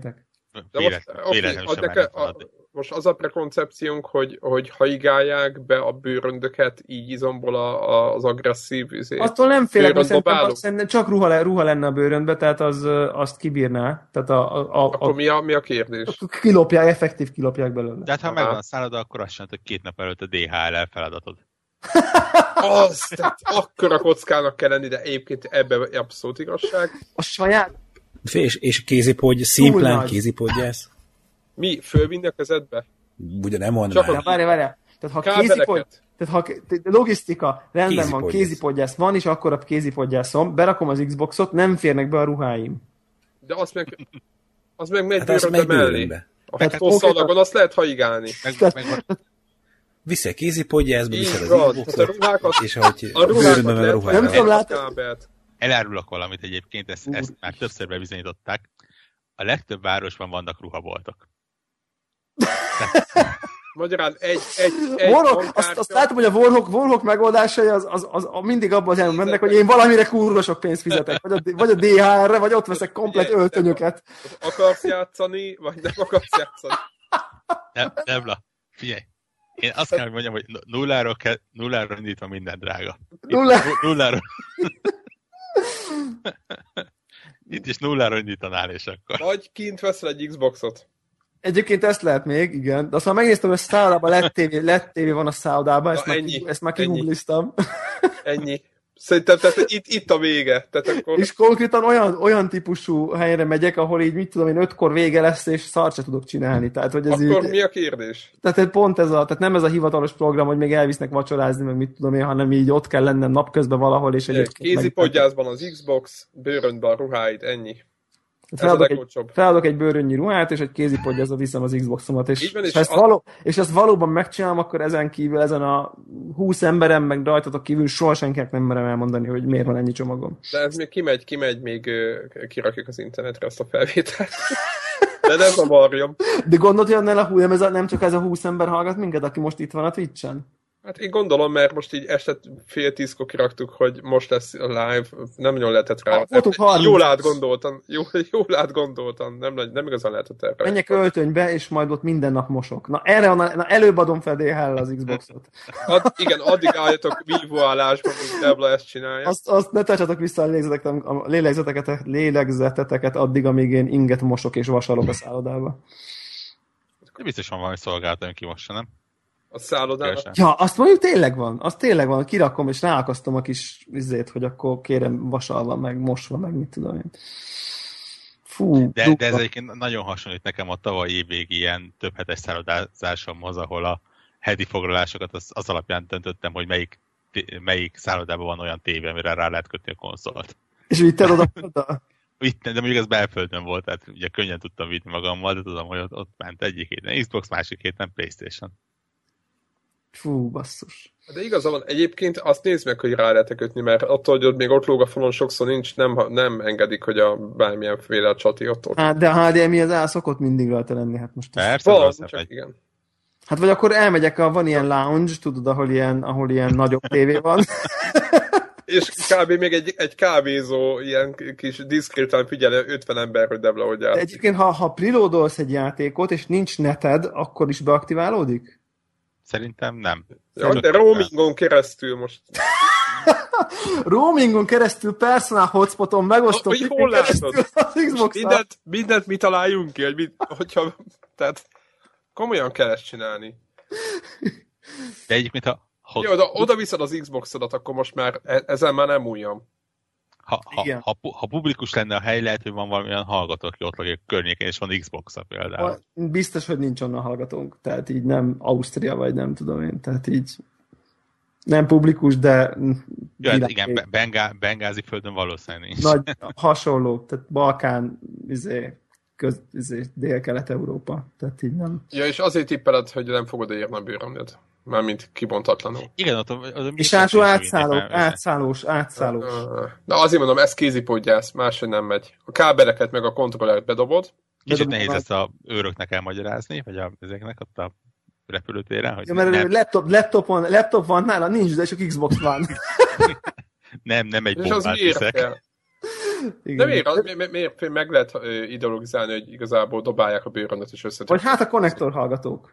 véletlenül sem neke, a, most az a prekoncepciónk, hogy, hogy haigálják be a bőröndöket így izomból a, a, az agresszív izé, attól nem félek, mert szerintem, szerintem csak ruha, le, ruha lenne a bőröndbe, tehát az, azt kibírná. Tehát a, a, a, Akkor a, mi, a, mi a kérdés? Kilopják, effektív kilopják belőle. De hát ha megvan a szálloda, akkor azt sem, hogy két nap előtt a dé há el feladatod. Az, tehát akkora kockának kell lenni, de egyébként ebben abszolút igazság. A saját... És, és kézipodgy, szimplán kézipodgyász. Mi? Fölvinni a kezedbe? Ugye nem mondd már. Várj, várj, várj. Tehát ha kézipodgy... Tehát ha logisztika, rendben van, kézipodgyász van, és akkor a kézipodgyászom, berakom az Xboxot, nem férnek be a ruháim. De azt meg... Az meg megy hát bőrönbe mellé. A hosszalagon azt lehet haigálni. Meg, meg, viszel kézipodgyászba, viszed az Xboxot, és ahogy bőröndbe meg a ruhára. Nem tudom látni. Elárulok valamit egyébként, ezt, ezt már többször bebizonyították. A legtöbb városban vannak ruhaboltok. Magyarán egy, egy, egy Warhawk, azt, azt látom, hogy a Warhawk, Warhawk megoldásai az, az, az, az mindig abban az elmondom mennek, hogy én valamire kurva sok pénzt fizetek. Vagy a, vagy a dé há er-re, vagy ott veszek komplet öltönyöket. Akarsz játszani, vagy nem akarsz játszani? Nem, Debla, figyelj. Én azt kell, hogy mondjam, hogy nulláról, kell, nulláról indítva minden drága. Nullá... Nulláról. Itt is nulláról indítanál, és akkor. Vagy kint veszel egy Xboxot. Egyébként ezt lehet még, igen. De azt már megnéztem, hogy a szállodában lett tévé, lett tévé van a szállodában, ezt, ennyi, már, ezt már kigoogliztam. Ennyi. Szerintem tehát itt, itt a vége. Tehát akkor... És konkrétan olyan, olyan típusú helyre megyek, ahol így, mit tudom én, ötkor vége lesz, és szart se tudok csinálni. Tehát, hogy ez akkor így, mi a kérdés? Tehát pont ez a, tehát nem ez a hivatalos program, hogy még elvisznek vacsorázni, meg mit tudom én, hanem így ott kell lennem napközben valahol, és egyébként... Kézipodgyászban az Xbox, bőröndben a ruháid, ennyi. Feladok egy, feladok egy bőrönnyi ruhát, és egy kézipodgyászba viszem az Xboxomat, és, és, ezt az... való, és ezt valóban megcsinálom, akkor ezen kívül, ezen a húsz emberem, meg rajtatok kívül soha senkinek nem merem elmondani, hogy miért van ennyi csomagom. De ez még kimegy, kimegy, még kirakjuk az internetre azt a felvételt. De nem zavarjam. De gondolod, hogy a, nem, ez a, nem csak ez a húsz ember hallgat minket, aki most itt van a Twitch-en? Hát én gondolom, mert most így este fél tízkor kiraktuk, hogy most lesz a live, nem nagyon lehetett rá. Ah, jól átgondoltam, jól, jól átgondoltam, nem, nem igazán lehetett erre. Menjek öltönybe, és majd ott minden nap mosok. Na erre van, na előbb adom fel dé há el az Xboxot. Ad, igen, addig álljatok vívó állásba, hogy Debla ezt csinálja. Azt, azt ne tartsatok vissza a lélegzeteket, a lélegzeteket, lélegzeteteket addig, amíg én inget mosok és vasalok a szállodába. De biztos van valami szolgálat, ami kimossa, nem? A szállodában. Ja, azt mondjuk tényleg van. Az tényleg van. Kirakom és ráakasztom a kis vizét, hogy akkor kérem vasalva, meg mosva, meg mit tudom én. Fú, de, de ez egyébként nagyon hasonlít nekem a tavalyi évvégi ilyen több hetes szállodázásomhoz, ahol a heti foglalásokat az, az alapján döntöttem, hogy melyik, melyik szállodában van olyan tévé, amire rá lehet kötni a konzolt. És vitted oda? Itt, de mondjuk ez belföldön volt, tehát ugye könnyen tudtam vinni magammal, de tudom, hogy ott, ott ment egyik héten Xbox, másik héten PlayStation. Fú, basszus. De igaza van, egyébként azt nézd meg, hogy rá lehet kötni, mert attól, hogy ott még ott lóg a falon sokszor nincs, nem, nem engedik, hogy a bármilyen féle csati ott ott. Hát, de a há dé em i az el szokott mindig rajta lenni, hát most... Persze, van, csak egy... igen. Hát vagy akkor elmegyek, a, van ilyen lounge, tudod, ahol ilyen, ahol ilyen nagyobb tévé van. És kb. Még egy, egy kávézó, ilyen kis diszkrétán figyelő ötven ember, hogy Debla hogy játszik. Egyébként, ha, ha prilódolsz egy játékot, és nincs neted, akkor is beaktiválódik? Szerintem nem. Ja, de roamingon keresztül most. Roamingon keresztül personal hotspoton megosztom. Hogy hol látod? Mindent, mindent mi találjunk ki, hogy mit, hogyha, tehát komolyan kell ezt csinálni. De egyébként ha... Hot... Jó, oda, oda viszed az Xboxodat, akkor most már ezen már nem újjam. Ha, ha, ha, ha publikus lenne a hely, lehet, hogy van valamilyen hallgató, aki ott lakik környékén, és van Xbox-a például. Biztos, hogy nincs onnan hallgatónk. Tehát így nem Ausztria, vagy nem tudom én. Tehát így nem publikus, de... Jó, hát igen, Bengá, Bengázi földön valószínűleg nincs. Nagy hasonló, tehát Balkán, izé, köz, izé, Dél-Kelet-Európa. Tehát így nem... Ja, és azért tippeled, hogy nem fogod érni a bőrömöd. Mármint kibontatlanul. Igen, ott a, az és átszó átszállós, átszállós, átszállós. Na azért mondom, ez kézipodgyász, máshogy nem megy. A kábeleket meg a kontrollert bedobod. Kicsit nehéz ezt a őröknek elmagyarázni, vagy a, ezeknek ott a repülőtéren. Hogy ja, mert nem... laptop, laptopon, laptop van nála, nincs, de csak Xbox van. nem, nem egy bombát viszek. De miért, miért, miért meg lehet ideologizálni, hogy igazából dobálják a bőröndöt és összetek? Vagy hát a konnektor hallgatók.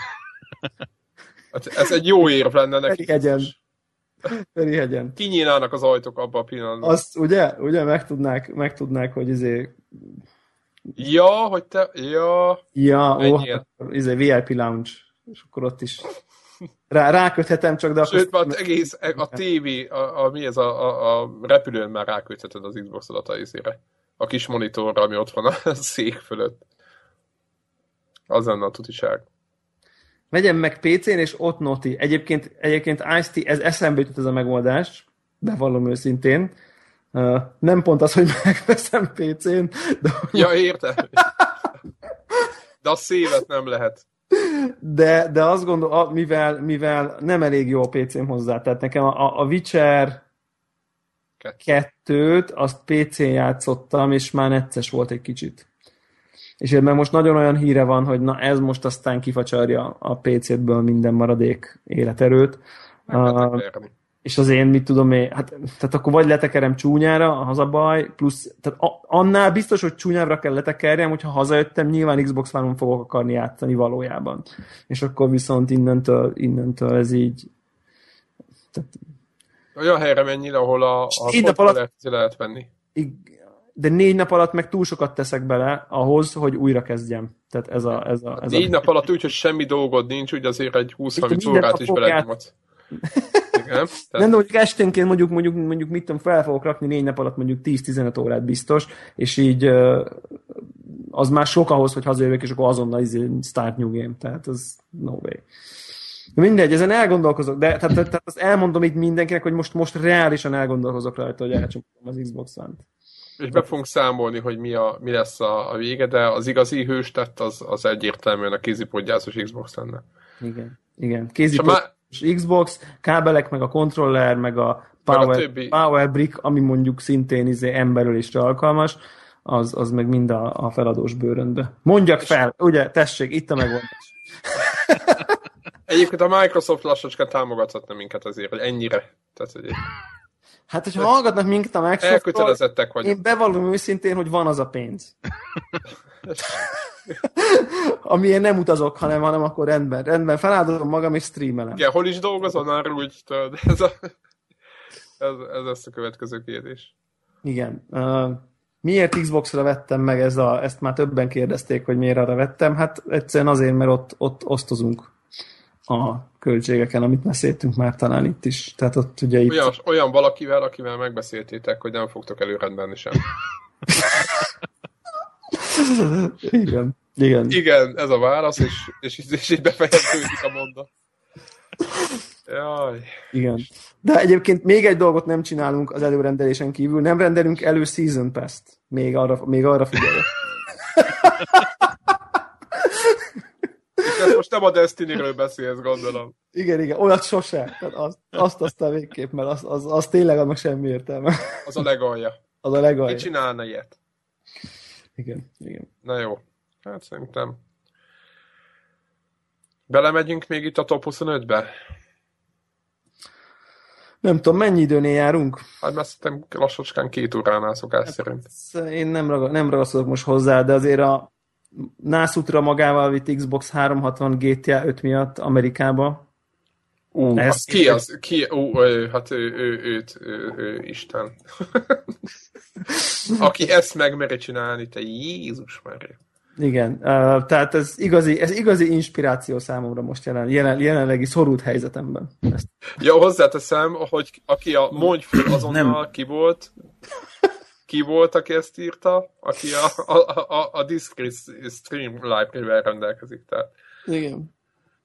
Hát ez egy jó érv lenne neki. Ferihegyen. Ferihegyen. Kinyílnának az ajtók abban a pillanatban. Azt ugye, ugye megtudnák, megtudnák, hogy izé... Ja, hogy te... Ja, ja ó, hát, izé vé i pé lounge. És akkor ott is rá, ráköthetem csak, de... Sőt, már egész a tévé, a, a, mi ez, a, a, a repülőn már rákötheted az Xbox-odat a izére. A kis monitorra, ami ott van a szék fölött. Az lenne a tutiság. Vegyem meg pé cén, és ott noti. Egyébként, egyébként Ice-T, ez eszembe jutott ez a megoldás, bevallom őszintén. Uh, nem pont az, hogy megveszem pé cén, de... Ja, értem. De a szévet nem lehet. De, de azt gondolom, mivel, mivel nem elég jó a pé cém hozzá, tehát nekem a, a Witcher kettőt, azt pé cén játszottam, és már necces volt egy kicsit. És mert most nagyon olyan híre van, hogy na ez most aztán kifacsarja a pé céből minden maradék életerőt. Uh, és az én, mit tudom én, hát, tehát akkor vagy letekerem csúnyára, az a baj, plusz, tehát a, annál biztos, hogy csúnyára kell letekerjem, hogyha hazajöttem, nyilván Xbox One-on fogok akarni játszani valójában. És akkor viszont innentől, innentől ez így... Tehát, olyan helyre menjél, ahol a, a nap alatt, lehet, lehet venni. De négy nap alatt meg túl sokat teszek bele ahhoz, hogy újra kezdjem. Tehát ez a... Ez a, ez négy a... nap alatt úgy, hogy semmi dolgod nincs, úgy azért egy húsz-harminc órát is belegyomadsz. Igen, nem, de mondjuk esténként mondjuk, mondjuk, mondjuk mit tudom, fel fogok rakni négy nap alatt mondjuk tíz-tizenöt órát biztos, és így az már sok ahhoz, hogy hazajövök, és akkor azonnal izé start new game, tehát az no way. Mindegy, ezen elgondolkozok, de tehát, tehát azt elmondom itt mindenkinek, hogy most, most reálisan elgondolkozok rajta, hogy elcsomagolom az Xbox One-t. És be fogunk számolni, hogy mi, a, mi lesz a, a vége, de az igazi hőstett az, az egyértelműen a kézipodgyászos Xbox lenne. Igen, igen. Kézipodgyászos Xbox, kábelek, meg a kontroller, meg a Power, meg a Power Brick, ami mondjuk szintén izé emberölésre alkalmas, az, az meg mind a, a feladós bőrönbe. Mondjak fel, ugye, tessék, itt a megoldás. Egyébként a Microsoft lassacskán támogathatna minket azért, hogy ennyire. Tehát, hogy... Hát, hogyha hallgatnak minket a Microsoft-tól, elkötelezettek vagyunk. Én bevallom őszintén, hogy van az a pénz. Amiért nem utazok, hanem, hanem akkor rendben. Rendben, feláldozom magam és streamelem. Igen, hol is dolgozol? Arra úgy, tudod, ez, a, ez, ez lesz a következő kérdés. Igen. Uh, miért Xbox-ra vettem meg, ez a, ezt már többen kérdezték, hogy miért arra vettem. Hát egyszerűen azért, mert ott, ott osztozunk a költségeken, amit beszéltünk már talán itt is. Tehát ott ugye itt... Olyan, olyan valakivel, akivel megbeszéltétek, hogy nem fogtok előrendben sem. Igen. Igen. Igen, ez a válasz, és, és, és így befejeződik a mondat. Jaj. Igen. De egyébként még egy dolgot nem csinálunk az előrendelésen kívül, nem rendelünk elő Season Pass-t. Még arra, még arra figyelek. És most nem a Destiny-ről beszélsz, gondolom. Igen, igen, olyat sose. Tehát azt, azt aztán végképp, mert az, az, az tényleg annak semmi értelme. Az a legalja. Az a legalja. Ki csinálna ilyet? Igen, igen. Na jó. Hát szerintem belemegyünk még itt a top huszonötbe? Nem tudom, mennyi időnél járunk? Hát mert szerintem lassacskán két óránál szokás hát, szerint. Én nem, ragad, nem ragaszkodok most hozzá, de azért a nászútra magával vitt Xbox háromszázhatvan gé té á öt miatt Amerikába. Ú, az ki az? Ki? Ú, ő, hát ő, ő, őt, ő, ő, Isten. Aki ezt megmeri csinálni, te Jézus Mária. Igen, uh, tehát ez igazi, ez igazi inspiráció számomra most jelen, jelen, jelenlegi szorult helyzetemben. Ezt. Ja, hozzáteszem, hogy aki a mondj föl azonnal ki volt, ki volt, aki ezt írta, aki a, a, a, a Discrete Stream Library-vel rendelkezik. Tehát. Igen.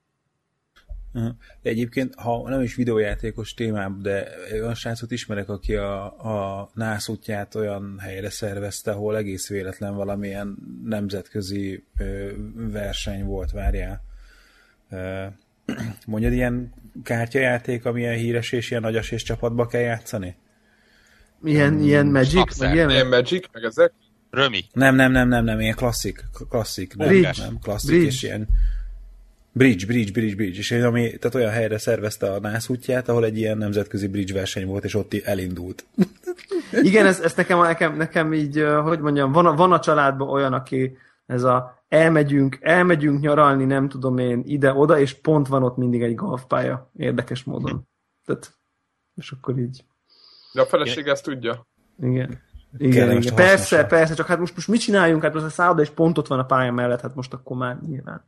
De egyébként, ha nem is videójátékos témában, de olyan srácot ismerek, aki a, a nász útját olyan helyre szervezte, ahol egész véletlen valamilyen nemzetközi ö, verseny volt, várjál. Ö, mondjad, ilyen kártyajáték, amilyen híres és ilyen agyas és csapatba kell játszani? Ilyen, hmm, ilyen Magic? Meg ilyen, ilyen Magic, meg ezek? Römi. Nem, nem, nem, nem, nem, ilyen klasszik. klasszik nem, Bridge. nem, klasszik, Bridge. És ilyen Bridge, bridge, bridge, bridge. És ami, tehát olyan helyre szervezte a nász útját, ahol egy ilyen nemzetközi bridge verseny volt, és ott elindult. Igen, ez, ez nekem, nekem, nekem így, hogy mondjam, van a, van a családban olyan, aki ez a elmegyünk, elmegyünk nyaralni, nem tudom én, ide-oda, és pont van ott mindig egy golfpálya, érdekes módon. Tehát, és akkor így. De a feleség ezt tudja. Igen. Igen, igen. Persze, persze, csak hát most, most mit csináljunk? Hát most a szálloda és pont ott van a pálya mellett, hát most akkor már nyilván.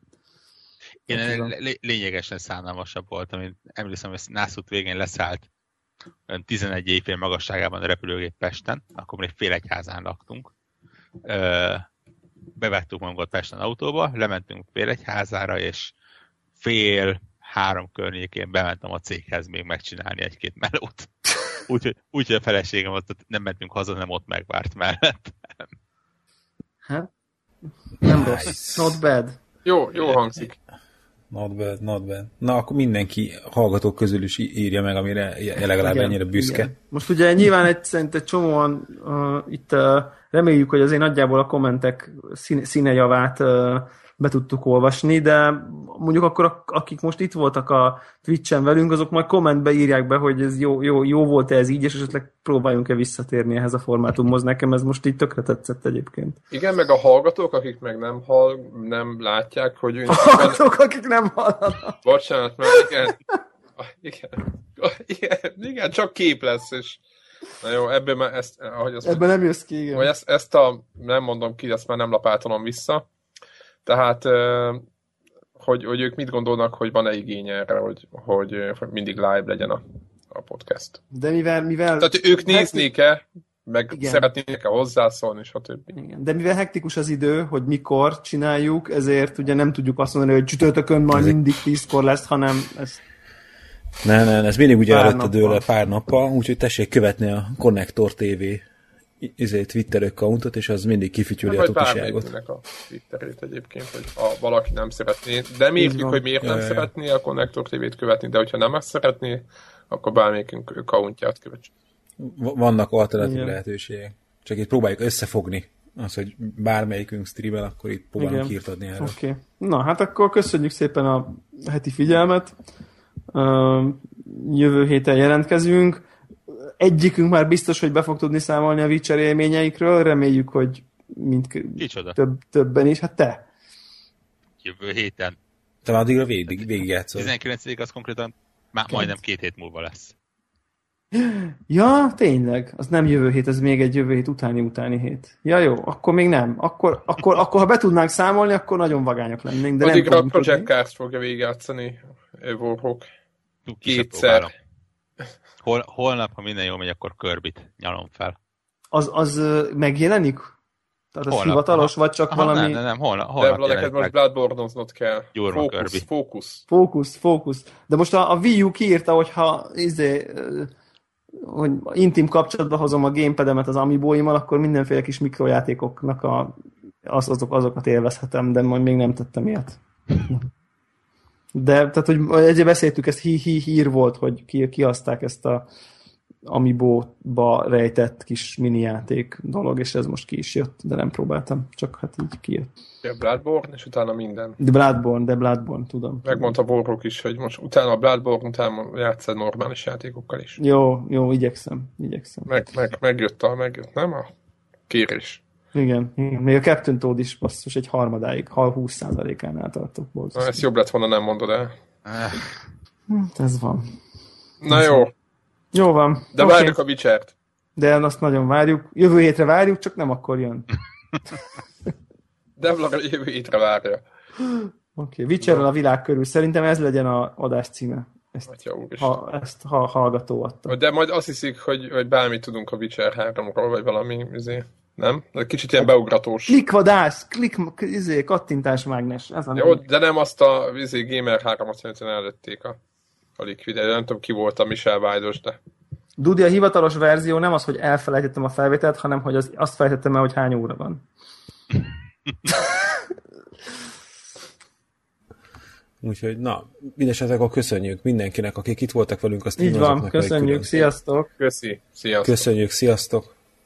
Én lé- lényegesen szánalmasabb voltam. Én emlékszem, hogy Nászút végén leszállt tizenegy éjfél magasságában a repülőgép Pesten, akkor még Félegyházán laktunk. Ö, bevettük magunkat Pesten autóba, lementünk Félegyházára, és fél három környékén bementem a céghez még megcsinálni egy-két melót. Úgyhogy úgy, a feleségem ott nem mentünk haza, nem ott megvárt mellett. Hát, nem rossz. Not bad. Jó, jó hangzik. Not bad, not bad. Na, akkor mindenki hallgatók közül is írja meg, amire legalább igen, ennyire büszke. Igen. Most ugye nyilván egy, szerint egy csomóan uh, itt uh, reméljük, hogy azért nagyjából a kommentek színe, színejavát uh, be tudtuk olvasni, de mondjuk akkor akik most itt voltak a Twitch-en velünk, azok majd kommentbe írják be, hogy ez jó, jó, jó volt-e ez így, és esetleg próbáljunk-e visszatérni ehhez a formátumhoz. Nekem ez most így tökre tetszett egyébként. Igen, meg a hallgatók, akik meg nem hall, nem látják, hogy... A hallgatók, benne... akik nem hallanak. Bocsánat, mert igen. Igen. igen. Igen, csak kép lesz, és... Na jó, ebből már ezt... Ahogy azt ebben nem jössz ki, igen. Hogy ezt, ezt a... Nem mondom ki, ezt már nem lapátolom vissza. Tehát, hogy, hogy ők mit gondolnak, hogy van-e igény erre, hogy, hogy mindig live legyen a, a podcast. De mivel... mivel Tehát ők néznék-e, meg igen. szeretnék-e hozzászólni, stb. Igen. De mivel hektikus az idő, hogy mikor csináljuk, ezért ugye nem tudjuk azt mondani, hogy csütörtökön majd mindig tízkor lesz, hanem ez... Nem, nem, ez mindig ugye előtte dől a pár nappal, úgyhogy tessék követni a Connector té vé izé, Twitter accountot, és az mindig kifütyüli a tutiságot. A Twitterét egyébként, hogy ha valaki nem szeretné, de mi értjük, hogy miért nem ja, szeretné a Connector té vét követni, de hogyha nem ezt szeretné, akkor bármelyikünk accountját követjük. Vannak alternatív igen. lehetőségek. Csak itt próbáljuk összefogni az, hogy bármelyikünk streamel, akkor itt próbálunk hírt adni erről. Okay. Na, hát akkor köszönjük szépen a heti figyelmet. Uh, jövő héten jelentkezünk. Egyikünk már biztos, hogy be fog tudni számolni a Witcher élményeikről. Reméljük, hogy mind több, többen is. Hát te. Jövő héten. Te már addigra végig, végigjátszol. tizenkilencedik az konkrétan már majdnem két hét múlva lesz. Ja, tényleg. Az nem jövő hét, ez még egy jövő hét utáni utáni hét. Ja jó, akkor még nem. Akkor, akkor, akkor ha be tudnánk számolni, akkor nagyon vagányak lennénk. De addigra a Project Cars fogja végigjátszani Warhawk. Kétszer. Hol, holnap, ha minden jól megy, akkor Kirbyt nyalom fel. Az, az megjelenik? Tehát az holnap, hivatalos, aha, vagy csak aha, valami... Nem, nem, nem, holnap, holnap de neked most Bloodborne-oznod kell. Fókusz, fókusz. Fókusz, fókusz. De most a, a Wii U kiírta, hogyha izé, hogy intim kapcsolatba hozom a gamepademet az Amiibo-immal, akkor mindenféle kis mikrojátékoknak a, az, azok, azokat élvezhetem, de majd még nem tettem ilyet. De, tehát, hogy egyébként beszéltük, ezt hí, hí, hír volt, hogy ki, kiaszták ezt a Amiibo-ba rejtett kis minijáték dolog, és ez most ki is jött, de nem próbáltam, csak hát így kijött. De Bloodborne, és utána minden. De Bloodborne, de Bloodborne, tudom. Megmondta Borrók is, hogy most utána a Bloodborne, utána játszad normális játékokkal is. Jó, jó, igyekszem, igyekszem. Meg, meg, megjött, a, megjött, nem a kérés. Igen, igen, még a Captain Toad is basszus egy harmadáig, ha húsz százalékánál tartok. Na, ezt jobb lett volna, nem mondod el. Hát ez van. Na ez jó. Van. Jó van. De okay. Várjuk a Witchert. De azt nagyon várjuk. Jövő hétre várjuk, csak nem akkor jön. De jövő hétre várja. Oké, okay. Witcherről a világ körül. Szerintem ez legyen a adás címe. Ezt, Atya, ha, ezt ha hallgató adta. De majd azt hiszik, hogy, hogy bármit tudunk a Witcher háromról, vagy valami izé. Nem? Kicsit ilyen beugratós. Klikvadász, klik, izé, kattintásmágnes. Ez a jó, de nem azt a izé, Gamer hármat szerintem előtték a, a Liquid. Nem tudom, ki volt a Michel Vájdos, de... Dudi, a hivatalos verzió nem az, hogy elfelejtettem a felvételt, hanem hogy az, azt felejtettem el, hogy hány óra van. Úgyhogy, na, mindesetre köszönjük mindenkinek, akik itt voltak velünk a streamon. Így van, köszönjük, sziasztok! Köszi, sziasztok! Köszönjük, sziasztok!